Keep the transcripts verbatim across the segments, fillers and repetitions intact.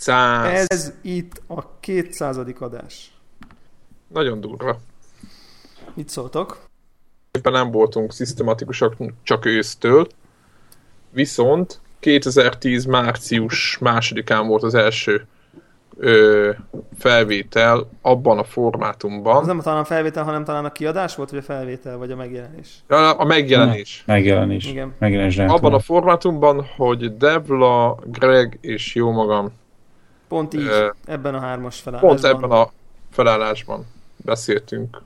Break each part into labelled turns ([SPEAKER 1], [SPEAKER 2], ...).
[SPEAKER 1] kétszáz!
[SPEAKER 2] Ez itt a kétszázadik adás.
[SPEAKER 1] Nagyon durva.
[SPEAKER 2] Mit szóltok?
[SPEAKER 1] Éppen nem voltunk szisztematikusak csak ősztől, viszont kétezer-tíz március másodikán volt az első ö, felvétel abban a formátumban.
[SPEAKER 2] Az nem talán a felvétel, hanem talán a kiadás volt, vagy a felvétel, vagy a megjelenés?
[SPEAKER 1] A, a megjelenés.
[SPEAKER 3] Ne, megjelenés.
[SPEAKER 2] Igen.
[SPEAKER 3] Megjelenés
[SPEAKER 1] abban a formátumban, hogy Devla, Greg és jó magam
[SPEAKER 2] pont így,
[SPEAKER 1] ö,
[SPEAKER 2] ebben a hármas felállásban.
[SPEAKER 1] Pont ebben a felállásban beszéltünk.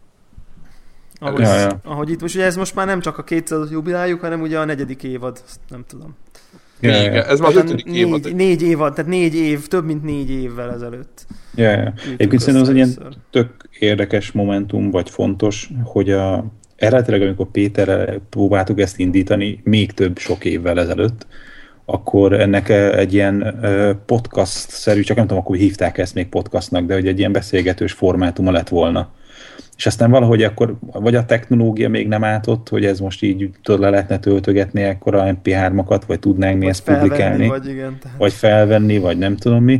[SPEAKER 2] Ahogy,
[SPEAKER 3] ja, ja.
[SPEAKER 2] ahogy itt most, ugye ez most már nem csak a kétszázadik jubilájuk, hanem ugye a negyedik évad, nem tudom.
[SPEAKER 3] Ja, ja.
[SPEAKER 1] Igen, ez már az ötödik
[SPEAKER 2] négy,
[SPEAKER 1] évad.
[SPEAKER 2] Négy évad, tehát négy év, több mint négy évvel ezelőtt.
[SPEAKER 3] Ja, ja. Egyébként szerintem az egy ilyen tök érdekes momentum, vagy fontos, hogy a, eredetileg, amikor Péterrel próbáltuk ezt indítani, még több sok évvel ezelőtt, akkor ennek egy ilyen podcast-szerű, csak nem tudom, akkor hívták ezt még podcastnak, de hogy egy ilyen beszélgetős formátuma lett volna. És aztán valahogy akkor, vagy a technológia még nem átott, hogy ez most így tudod, le lehetne töltögetni ekkora em pé hármakat, vagy tudnánk mi ezt publikálni.
[SPEAKER 2] Vagy, igen, tehát.
[SPEAKER 3] vagy felvenni, vagy nem tudom mi.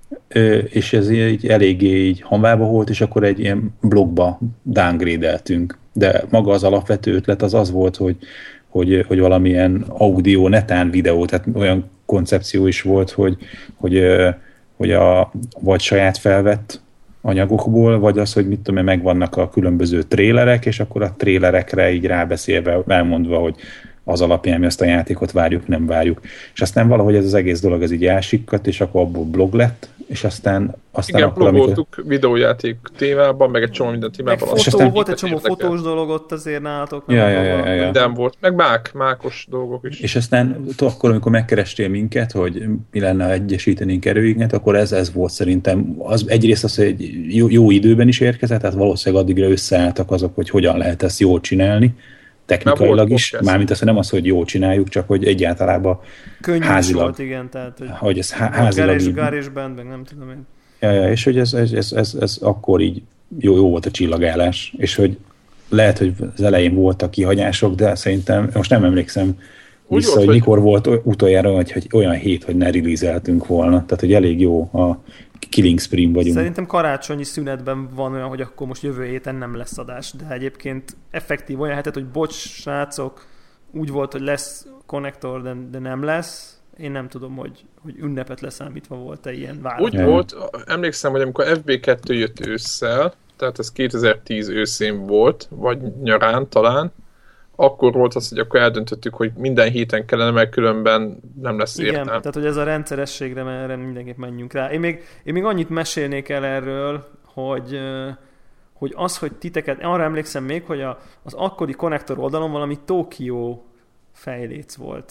[SPEAKER 3] Ö, és ez így eléggé így hanvába volt, és akkor egy ilyen blogba downgrade-eltünk. De maga az alapvető ötlet az az volt, hogy, hogy, hogy valamilyen audio, netán videó, tehát olyan koncepció is volt, hogy, hogy, hogy a, vagy saját felvett anyagokból, vagy az, hogy mit tudom én, megvannak a különböző trélerek, és akkor a trélerekre így rábeszélve, elmondva, hogy az alapján mi azt a játékot várjuk, nem várjuk. És aztán valahogy ez az egész dolog ez így elsikkadt, és akkor abból blog lett, és aztán... aztán
[SPEAKER 1] igen,
[SPEAKER 3] akkor,
[SPEAKER 1] blogoltuk
[SPEAKER 3] amikor...
[SPEAKER 1] videójáték témában, meg egy csomó minden témában.
[SPEAKER 2] Meg fotó,
[SPEAKER 3] aztán...
[SPEAKER 2] volt egy csomó fotós dolog ott azért nálatok.
[SPEAKER 3] Ja, ja, ja, ja.
[SPEAKER 1] Minden volt, meg mák, mákos dolgok is.
[SPEAKER 3] És aztán akkor, amikor megkerestél minket, hogy mi lenne, ha egyesítenénk erőinket, akkor ez, ez volt szerintem, az egyrészt az, hogy jó, jó időben is érkezett, tehát valószínűleg addigra összeálltak azok, hogy hogyan lehet ezt jól csinálni, technikailag is, mármint azt nem az, hogy jól csináljuk, csak hogy egyáltalában
[SPEAKER 2] könnyű
[SPEAKER 3] házilag.
[SPEAKER 2] Volt, igen, tehát, hogy,
[SPEAKER 3] hogy ez há- házilag így...
[SPEAKER 2] Garage-band, meg nem tudom én.
[SPEAKER 3] Ja, ja, és hogy ez, ez, ez, ez, ez akkor így jó, jó volt a csillagálás, és hogy lehet, hogy az elején voltak kihagyások, de szerintem, most nem emlékszem vissza, volt, hogy mikor volt utoljára, hogy, hogy olyan hét, hogy ne release-eltünk volna. Tehát, hogy elég jó a Killing Spree vagyunk.
[SPEAKER 2] Szerintem karácsonyi szünetben van olyan, hogy akkor most jövő héten nem lesz adás, de egyébként effektív olyan hetet, hogy bocs, srácok, úgy volt, hogy lesz konnektor, de, de nem lesz. Én nem tudom, hogy, hogy ünnepet leszámítva volt-e ilyen válasz.
[SPEAKER 1] Úgy volt, emlékszem, hogy amikor ef bé kettő jött ősszel, tehát ez kétezer-tíz őszén volt, vagy nyarán talán, akkor volt az, hogy akkor eldöntöttük, hogy minden héten kellene, mert különben nem lesz értelme.
[SPEAKER 2] Igen, tehát hogy ez a rendszerességre, mert erre mindenképp menjünk rá. Én még, én még annyit mesélnék el erről, hogy, hogy az, hogy titeket, arra emlékszem még, hogy a, az akkori konnektor oldalon valami Tokió fejléc volt.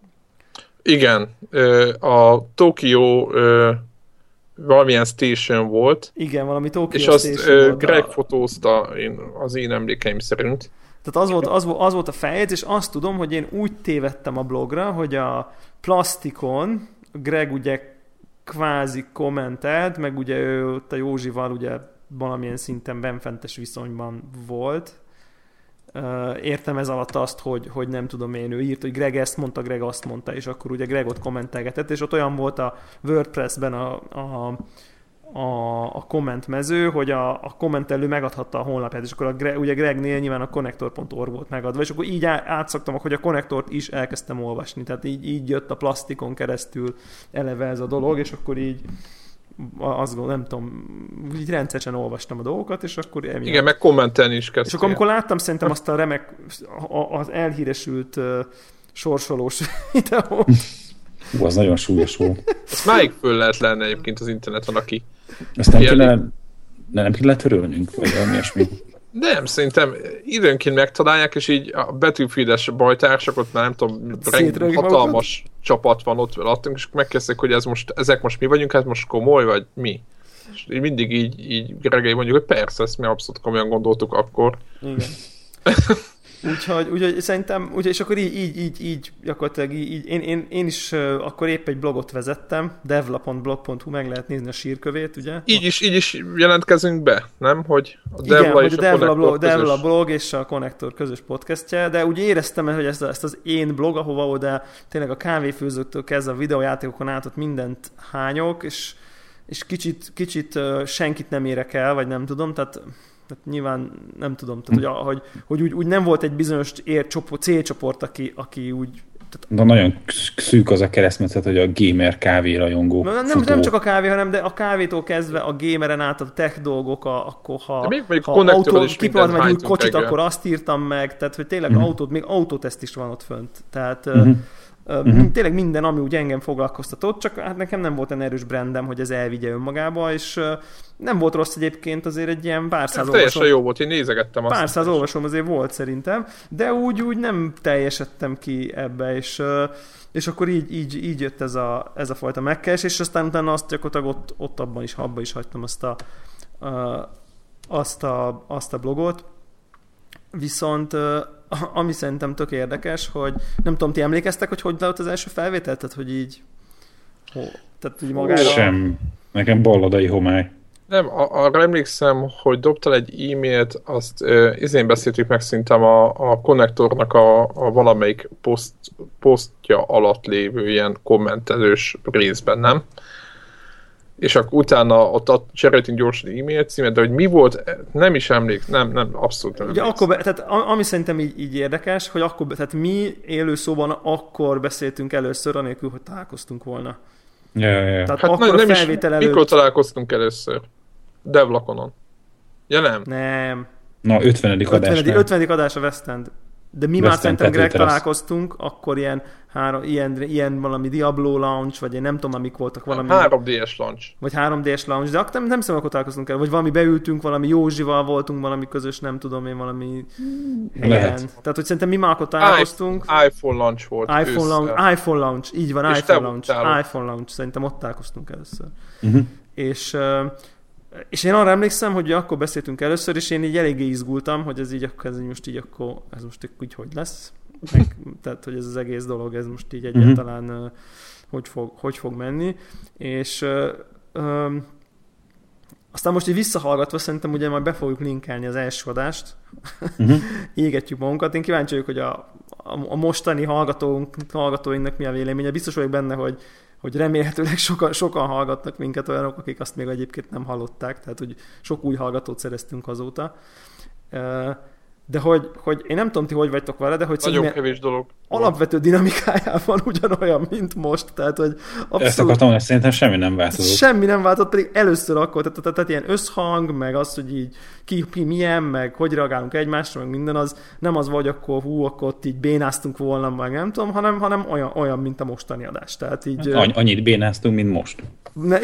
[SPEAKER 1] Igen, a Tokió valamilyen station volt.
[SPEAKER 2] Igen, valami Tokió
[SPEAKER 1] és azt
[SPEAKER 2] station volt.
[SPEAKER 1] Greg a... fotózta én, az én emlékeim szerint.
[SPEAKER 2] Tehát az volt, az, volt, az volt a fejléc, és azt tudom, hogy én úgy tévedtem a blogra, hogy a plastikon Greg ugye kvázi kommentelt, meg ugye ő ott a Józsival ugye valamilyen szinten benfentes viszonyban volt. Értem ez alatt azt, hogy, hogy nem tudom én, ő írt, hogy Greg ezt mondta, Greg azt mondta, és akkor ugye Greg ott kommentelgetett, és ott olyan volt a WordPress-ben a, a A, a kommentmező, hogy a, a kommentelő megadhatta a honlapját, és akkor a Greg, ugye Gregnél nyilván a connector pont org volt megadva, és akkor így átszoktam, hogy a konnektort is elkezdtem olvasni, tehát így, így jött a plastikon keresztül eleve ez a dolog, és akkor így azt gondolom, nem tudom, így rendszeresen olvastam a dolgokat, és akkor emiatt.
[SPEAKER 1] Igen, meg kommentelni is kezdtél.
[SPEAKER 2] És akkor amikor láttam szerintem azt a remek, az elhíresült uh, sorsolós videót,
[SPEAKER 3] Hú, az nagyon súlyos volt.
[SPEAKER 1] Ezt máig föl lehet lenni egyébként az interneten, aki...
[SPEAKER 3] Ezt nem kéne, nem kéne letörölnünk, vagy valami ilyesmi?
[SPEAKER 1] Nem, szerintem időnként megtalálják, és így a Battlefield-es bajtársak, ott már nem tudom, hatalmas magukat. Csapat van ott alattunk, és megkezdték, hogy ez most, ezek most mi vagyunk, hát most komoly, vagy mi? És így mindig így, így Gregei mondjuk, hogy persze, ezt mi abszolút komolyan gondoltuk akkor.
[SPEAKER 2] Igen. Úgyhogy, úgyhogy szerintem, úgyhogy, és akkor így, így, így, így gyakorlatilag így, így én, én, én is uh, akkor épp egy blogot vezettem, devla pont blog pont hu, meg lehet nézni a sírkövét, ugye?
[SPEAKER 1] Így is, így is jelentkezünk be, nem? Hogy a
[SPEAKER 2] igen,
[SPEAKER 1] Devla
[SPEAKER 2] hogy
[SPEAKER 1] és
[SPEAKER 2] a
[SPEAKER 1] a
[SPEAKER 2] Devla
[SPEAKER 1] Connector
[SPEAKER 2] blog,
[SPEAKER 1] közös...
[SPEAKER 2] Devla blog és a Connector közös podcastje, de úgy éreztem, hogy ezt, ezt az én blog, ahova oda tényleg a kávéfőzőktől kezdve a videójátékokon át ott mindent hányok, és, és kicsit, kicsit uh, senkit nem érek el, vagy nem tudom, tehát Tehát nyilván nem tudom, tehát, hogy, hogy, hogy úgy, úgy nem volt egy bizonyos ér, csoport, célcsoport, aki, aki úgy... Tehát...
[SPEAKER 3] De nagyon szűk az a keresztmetszet, hogy a gamer kávérajongó
[SPEAKER 2] nem, nem, nem csak a kávé, hanem de a kávétól kezdve a gameren át a tech dolgok, a, akkor ha, ha autó, kipróbáltam egy új kocsit, reggel. Akkor azt írtam meg, tehát hogy tényleg mm. autót, még autóteszt is van ott fönt. Tehát mm-hmm. uh, mm-hmm. tényleg minden, ami úgy engem foglalkoztatott, csak hát nekem nem volt egy erős brandem, hogy ez elvigye önmagába, és uh, nem volt rossz egyébként, azért egy ilyen pár száz olvasom.
[SPEAKER 1] Teljesen jó volt, én nézegettem azt.
[SPEAKER 2] Pár száz olvasom azért volt szerintem, de úgy, úgy nem teljesedtem ki ebbe, és, és akkor így, így, így jött ez a, ez a fajta megkeres, és aztán utána azt gyakorlatilag ott, ott abban is, abban is hagytam azt a, azt a, azt a blogot. Viszont ami szerintem tök érdekes, hogy nem tudom, ti emlékeztek, hogy hogy lett az első felvétel? Tehát, hogy így... Hó, tehát így magára...
[SPEAKER 3] Sem. Nekem balladai homály.
[SPEAKER 1] Nem, arra emlékszem, hogy dobtál egy e-mailt, azt uh, izén beszéltük meg szerintem a, a konnektornak a, a valamelyik poszt, posztja alatt lévő ilyen kommentelős részben, nem? És akkor utána ott cseréltünk gyorsan e-mail címet, de hogy mi volt, nem is emlék, nem, nem, abszolút nem
[SPEAKER 2] ugye akkor be, tehát ami szerintem így, így érdekes, hogy akkor, tehát mi élőszóban akkor beszéltünk először, anélkül, hogy találkoztunk volna.
[SPEAKER 3] Ja, ja, ja.
[SPEAKER 1] Tehát hát akkor nem, nem is, előtt... mikor találkoztunk először? Devlakonon. Ja nem?
[SPEAKER 2] Nem.
[SPEAKER 3] Na, ötvenedik adás.
[SPEAKER 2] ötvenedik adás a West End. De mi már szerintem Greg találkoztunk, akkor ilyen, három, ilyen, ilyen valami Diablo launch, vagy én nem tudom, amik voltak valami...
[SPEAKER 1] három dé-es launch.
[SPEAKER 2] Vagy három dé-es launch, de nem, nem szerintem akkor találkoztunk el. Vagy valami beültünk, valami Józsival voltunk, valami közös, nem tudom én, valami helyen. Lehet. Tehát, hogy szerintem mi már akkor találkoztunk.
[SPEAKER 1] I- iPhone launch volt.
[SPEAKER 2] iPhone launch, iPhone launch, így van, és iPhone launch. iPhone launch, szerintem ott találkoztunk először. Uh-huh. És... És én arra emlékszem, hogy akkor beszéltünk először, és én így eléggé izgultam, hogy ez így, akkor, ez így most így akkor, ez most így hogy lesz. Meg, tehát, hogy ez az egész dolog, ez most így egyáltalán uh, hogy, fog, hogy fog menni. És uh, um, aztán most így visszahallgatva szerintem ugye majd be fogjuk linkelni az első adást. Uh-huh. Égetjük magunkat. Én kíváncsi vagyok, hogy a, a, a mostani hallgatóink, hallgatóinknak mi a véleménye. Biztos vagyok benne, hogy hogy remélhetőleg sokan, sokan hallgatnak minket olyanok, akik azt még egyébként nem hallották, tehát hogy sok új hallgatót szereztünk azóta. De hogy, hogy én nem tudom, ti hogy vagytok vele, de hogy
[SPEAKER 1] nagyon kevés dolog.
[SPEAKER 2] Alapvető dinamikájában ugyanolyan, mint most. Tehát, hogy
[SPEAKER 3] abszolút, ezt akartam, hogy szerintem semmi nem változott.
[SPEAKER 2] Semmi nem változott, pedig először akkor, tehát, tehát, tehát ilyen összhang, meg az, hogy így ki, ki milyen, meg hogy reagálunk egymásra, meg minden, az nem az vagy, akkor hú, akkor ott így bénáztunk volna, meg nem tudom, hanem, hanem olyan, olyan, mint a mostani adás. Tehát így...
[SPEAKER 3] Any- annyit bénáztunk, mint most.
[SPEAKER 2] Ne,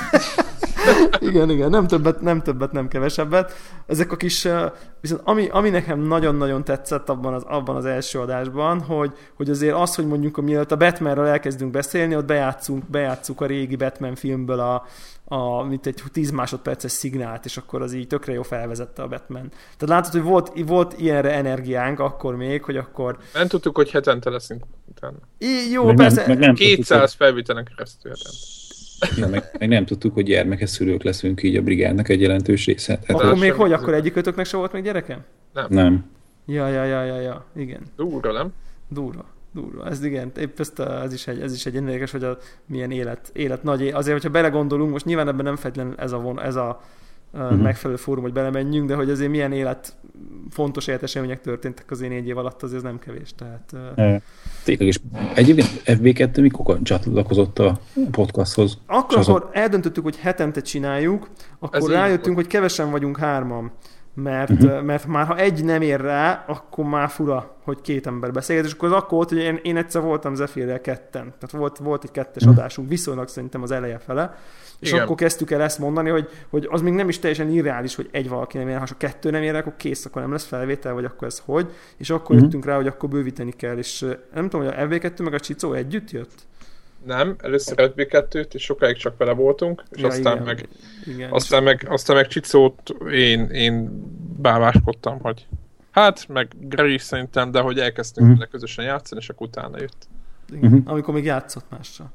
[SPEAKER 2] igen, igen, nem többet, nem többet, nem kevesebbet. Ezek a kis, viszont ami, ami nekem nagyon-nagyon tetszett abban az, abban az első adásban, hogy, hogy azért az, hogy mondjuk, mielőtt a Batmanről elkezdünk beszélni, ott bejátszunk, bejátszunk a régi Batman filmből a, a, mint egy tíz másodperces szignált, és akkor az így tökre jó felvezette a Batman. Tehát látod, hogy volt, volt ilyenre energiánk akkor még, hogy akkor...
[SPEAKER 1] Nem tudtuk, hogy hetente leszünk utána.
[SPEAKER 2] I, jó, meg persze.
[SPEAKER 3] Nem, meg nem
[SPEAKER 1] kétszáz felvételen keresztül hetente.
[SPEAKER 3] Ja, meg, meg nem tudtuk, hogy gyermekes szülők leszünk így a brigádnak egy jelentős része.
[SPEAKER 2] Tehát akkor még hogy? Akkor egyikötöknek se volt még gyereke?
[SPEAKER 1] Nem.
[SPEAKER 3] Nem.
[SPEAKER 2] Ja, ja, ja, ja, ja, igen.
[SPEAKER 1] Durva, nem?
[SPEAKER 2] Durva, durva. Ez igen, épp ezt a, ez is egy, ez is egy érdekes, hogy a, milyen élet, élet nagy, azért, hogyha belegondolunk, most nyilván ebben nem feltétlenül ez a, von, ez a uh-huh. megfelelő fórum, hogy belemenjünk, de hogy azért milyen élet, fontos életesemények történtek az én négy év alatt, azért ez nem kevés. Tehát,
[SPEAKER 3] e, tényleg, és egyébként ef bé kettő mikor csatlakozott a podcasthoz?
[SPEAKER 2] Akkor, akkor eldöntöttük, hogy hetente csináljuk, akkor ez rájöttünk, hogy kevesen vagyunk hárman. Mert, uh-huh. mert már ha egy nem ér rá, akkor már fura, hogy két ember beszélget, és akkor az akkor volt, hogy én, én egyszer voltam Zephyr-rel ketten. Tehát volt, volt egy kettes uh-huh. adásunk, viszonylag szerintem az eleje fele, és igen. akkor kezdtük el ezt mondani, hogy, hogy az még nem is teljesen irreális, hogy egy valaki nem ér, ha a kettő nem ér rá, akkor kész, akkor nem lesz felvétel, vagy akkor ez hogy, és akkor uh-huh. jöttünk rá, hogy akkor bővíteni kell, és nem tudom, hogy a ef bé kettő meg a Csicó együtt jött?
[SPEAKER 1] Nem, először ef bé kettőt, és sokáig csak vele voltunk, és ja, aztán, igen, meg, igen. Aztán, meg, aztán meg Csicót én, én báváskodtam, hogy Hát, meg Greg is szerintem, de hogy elkezdtünk uh-huh. vele közösen játszani, és akkor utána jött.
[SPEAKER 2] Igen, uh-huh. Amikor még játszott mással.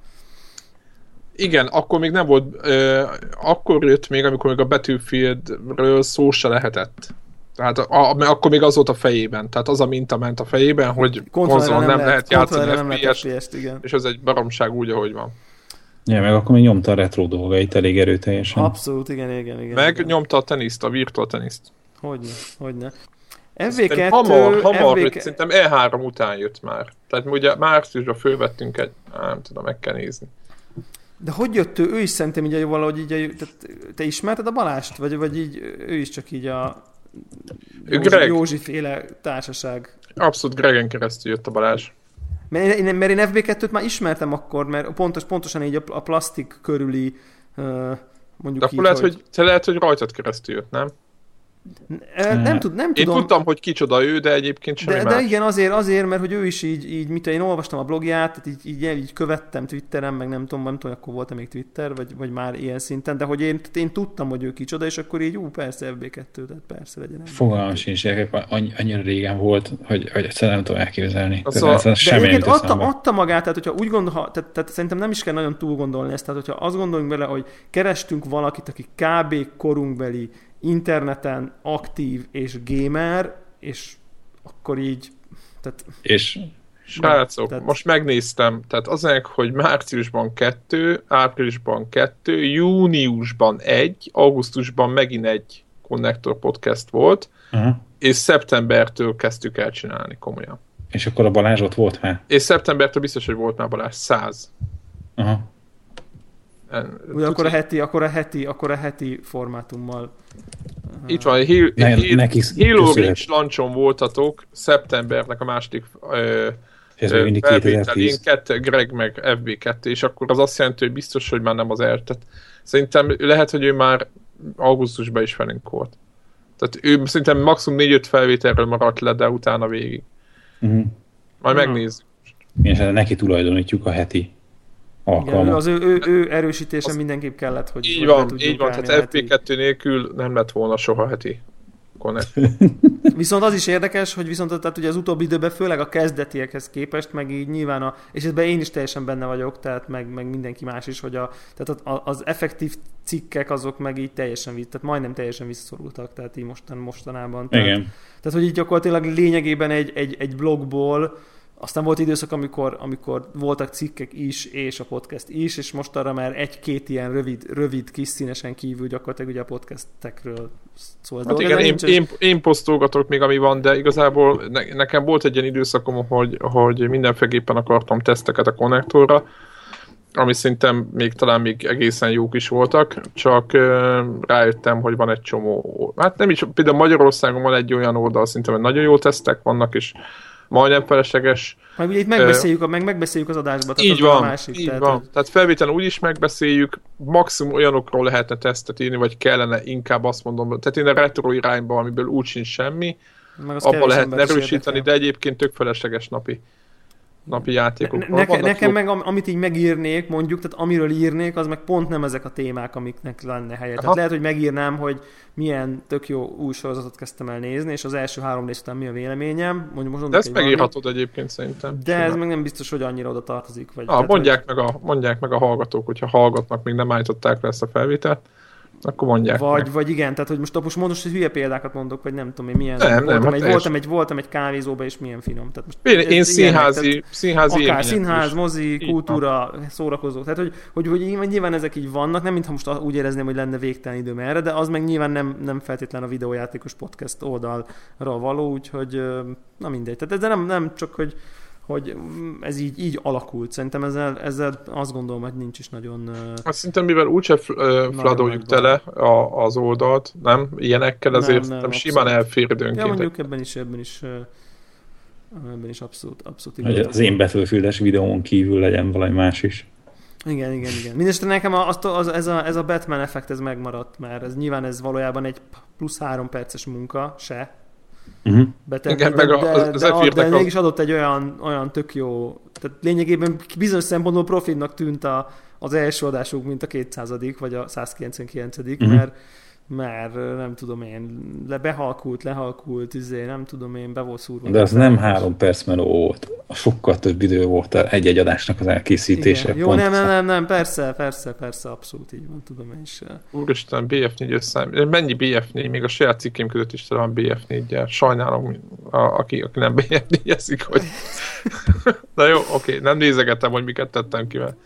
[SPEAKER 1] Igen, akkor még nem volt, euh, akkor jött még, amikor még a Battlefieldről szó se lehetett. Tehát a, a, akkor még az volt a fejében. Tehát az a minta ment a fejében, hogy konzolon nem, nem lehet, lehet játszani ef pé est, és ez egy baromság úgy, ahogy van.
[SPEAKER 3] Ja, meg akkor még nyomta a retro dolgait elég erőteljesen.
[SPEAKER 2] Abszolút, igen, igen, igen.
[SPEAKER 1] Meg
[SPEAKER 2] igen.
[SPEAKER 1] nyomta a teniszt, a virtual teniszt.
[SPEAKER 2] Hogyne, hogyne. ef vé kettő...
[SPEAKER 1] Hamar, hamar,
[SPEAKER 2] ef vé kettő...
[SPEAKER 1] szerintem E három után jött már. Tehát ugye márciusban fölvettünk egy, nem tudom, meg kell nézni.
[SPEAKER 2] De hogy jött ő? Ő is szerintem így valahogy így, tehát te ismerted a Balást? Vagy, vagy így ő is csak így a Józsi, Józsi féle társaság?
[SPEAKER 1] Abszolút Gregen keresztül jött a Balázs.
[SPEAKER 2] Mert én, mert én ef bé kettőt már ismertem akkor, mert pontos, pontosan így a, a plastik körüli uh, mondjuk
[SPEAKER 1] de akkor
[SPEAKER 2] így,
[SPEAKER 1] lehet,
[SPEAKER 2] hogy...
[SPEAKER 1] hogy... te lehet, hogy rajtad keresztül jött, nem?
[SPEAKER 2] Nem, nem, tud, nem
[SPEAKER 1] én
[SPEAKER 2] tudom.
[SPEAKER 1] Én tudtam, hogy kicsoda ő, de egyébként semmi
[SPEAKER 2] de,
[SPEAKER 1] más.
[SPEAKER 2] de igen, azért, azért, mert hogy ő is így, így mit én olvastam a blogját, tehát így, így, így követtem Twitteren, meg nem tudom, nem tudom, akkor volt-e még Twitter, vagy, vagy már ilyen szinten, de hogy én, én tudtam, hogy ő kicsoda, és akkor így, ú, persze ef bé kettő, tehát persze legyen.
[SPEAKER 3] Fogalmam sincs, annyira régen volt, hogy, hogy egyszerűen nem tudom elképzelni.
[SPEAKER 1] Szóval,
[SPEAKER 3] de
[SPEAKER 2] egyébként adta, adta magát, tehát hogyha úgy gondol, tehát, tehát szerintem nem is kell nagyon túl gondolni ezt, tehát hogyha azt gondolunk bele, hogy kerestünk valakit, aki kb. Korunkbeli interneten aktív és gamer, és akkor így... Tehát,
[SPEAKER 3] és
[SPEAKER 1] srácok,
[SPEAKER 2] tehát,
[SPEAKER 1] most megnéztem, tehát azért, hogy márciusban kettő, áprilisban kettő, júniusban egy, augusztusban megint egy Connector Podcast volt, uh-huh. és szeptembertől kezdtük el csinálni komolyan.
[SPEAKER 3] És akkor a Balázs ott volt már?
[SPEAKER 1] És szeptembertől biztos, hogy volt már Balázs, száz.
[SPEAKER 3] Uh-huh.
[SPEAKER 2] Ugye akkor a heti, akkor a heti, akkor a heti formátummal.
[SPEAKER 1] Itt van, Halo Reach launchon voltatok, szeptembernek a második felvételén, Greg meg ef bé kettő, és akkor az azt jelenti, hogy biztos, hogy már nem az el. Tehát szerintem lehet, hogy ő már augusztusban is velünk volt. Tehát ő szerintem maximum négy-öt felvételről maradt le, de utána végig. Uh-huh. Majd uh-huh. megnézzük.
[SPEAKER 3] És neki tulajdonítjuk a heti alkalmat.
[SPEAKER 2] Igen, az ő, ő, ő erősítése az mindenképp kellett, hogy...
[SPEAKER 1] Így van, így van, tehát ef bé kettő nélkül nem lett volna soha heti Connect.
[SPEAKER 2] Viszont az is érdekes, hogy viszont tehát ugye az utóbbi időben főleg a kezdetiekhez képest, meg így nyilván a, és ebben én is teljesen benne vagyok, tehát meg, meg mindenki más is, hogy a, tehát az effektív cikkek azok meg így teljesen, tehát majdnem teljesen visszaszorultak, tehát így mostan, mostanában. Tehát,
[SPEAKER 3] igen.
[SPEAKER 2] Tehát, hogy így gyakorlatilag lényegében egy, egy, egy blogból, aztán volt időszak, amikor, amikor voltak cikkek is, és a podcast is, és most arra már egy-két ilyen rövid, rövid kis színesen kívül gyakorlatilag ugye a podcastekről szól.
[SPEAKER 1] Hát igen, én, én, én posztolgatok még, ami van, de igazából ne, nekem volt egy ilyen időszakom, hogy, hogy mindenféleképpen akartam teszteket a konnektorra, ami szerintem még talán még egészen jók is voltak, csak uh, rájöttem, hogy van egy csomó, hát nem is, például Magyarországon van egy olyan oldal, szerintem, hogy nagyon jó tesztek vannak, és majdnem felesleges.
[SPEAKER 2] Meg ugye itt megbeszéljük, uh, meg megbeszéljük az adásba.
[SPEAKER 1] Így van, a másik, így tehát, van. Hogy... Tehát felvételen úgy is megbeszéljük, maximum olyanokról lehetne tesztet írni, vagy kellene inkább azt mondom, tehát én a retro irányba, amiből úgy sincs semmi, abban lehetne erősíteni, de egyébként tök felesleges napi. napi játékok.
[SPEAKER 2] Ne, neke, nekem meg, amit így megírnék, mondjuk, tehát amiről írnék, az meg pont nem ezek a témák, amiknek lenne helye. Tehát lehet, hogy megírnám, hogy milyen tök jó új sorozatot kezdtem el nézni, és az első három rész után mi a véleményem. Mondjuk most
[SPEAKER 1] de ezt megírhatod valami, egyébként szerintem.
[SPEAKER 2] De ez meg nem biztos, hogy annyira oda tartozik. Vagy,
[SPEAKER 1] ah,
[SPEAKER 2] tehát,
[SPEAKER 1] mondják,
[SPEAKER 2] hogy...
[SPEAKER 1] meg a, mondják meg a hallgatók, hogyha hallgatnak, még nem állították le ezt a felvételt, akkor mondják
[SPEAKER 2] vagy,
[SPEAKER 1] meg.
[SPEAKER 2] Vagy igen, tehát hogy most, most most hülye példákat mondok, vagy nem tudom én milyen.
[SPEAKER 1] Nem,
[SPEAKER 2] voltam,
[SPEAKER 1] nem,
[SPEAKER 2] egy,
[SPEAKER 1] hát
[SPEAKER 2] voltam, egy, voltam egy kávézóba, és milyen finom. Tehát most
[SPEAKER 1] én én színházi, ilyenek, színházi
[SPEAKER 2] akár színház, mozi, kultúra, szórakozó. Tehát, hogy, hogy, hogy nyilván ezek így vannak, nem mintha most úgy érezném, hogy lenne végtelen időm erre, de az meg nyilván nem, nem feltétlen a videójátékos podcast oldalra való, úgyhogy na mindegy. Tehát ez nem, nem csak, hogy hogy ez így, így alakult. Szerintem ezzel, ezzel azt gondolom, hogy nincs is nagyon...
[SPEAKER 1] Azt szerintem, mivel úgyse fladoljuk tele a, az oldalt, nem? Ilyenekkel, ezért nem, nem, nem simán elfér időnként.
[SPEAKER 2] Ja, mondjuk ebben is, ebben is, ebben is abszolút, abszolút igaz.
[SPEAKER 3] Az én Battlefield-es videón kívül legyen valami más is.
[SPEAKER 2] Igen, igen, igen. Mindenesetre nekem az, az, ez, a, ez a Batman effekt, ez megmaradt, mert ez nyilván ez valójában egy plusz három perces munka, se.
[SPEAKER 3] Uh-huh.
[SPEAKER 2] Betenni,
[SPEAKER 1] igen, meg a,
[SPEAKER 2] de,
[SPEAKER 1] az, az
[SPEAKER 2] de, de, de
[SPEAKER 1] az...
[SPEAKER 2] mégis adott egy olyan, olyan tök jó, tehát lényegében bizonyos szempontból profitnak tűnt a, az első adásunk, mint a kétszázadik vagy a száz kilencvenkilencedik Uh-huh. mert, mert nem tudom én, le behalkult, lehalkult, izé, nem tudom én, be volt szúrva.
[SPEAKER 3] De az nem három perc meló volt. Sokkal több idő volt egy-egy adásnak az elkészítése.
[SPEAKER 2] Igen. Jó, nem, nem, nem, nem, persze, persze, persze, abszolút így van, tudom én is.
[SPEAKER 1] Úristen, bé ef négy össze. Mennyi bé ef négy? Még a saját cikkém között is talán bé ef négy-jel. Sajnálom, a, aki, aki nem bé ef négy-ezik, hogy... Na jó, oké, nem nézegetem, hogy miket tettem ki vele.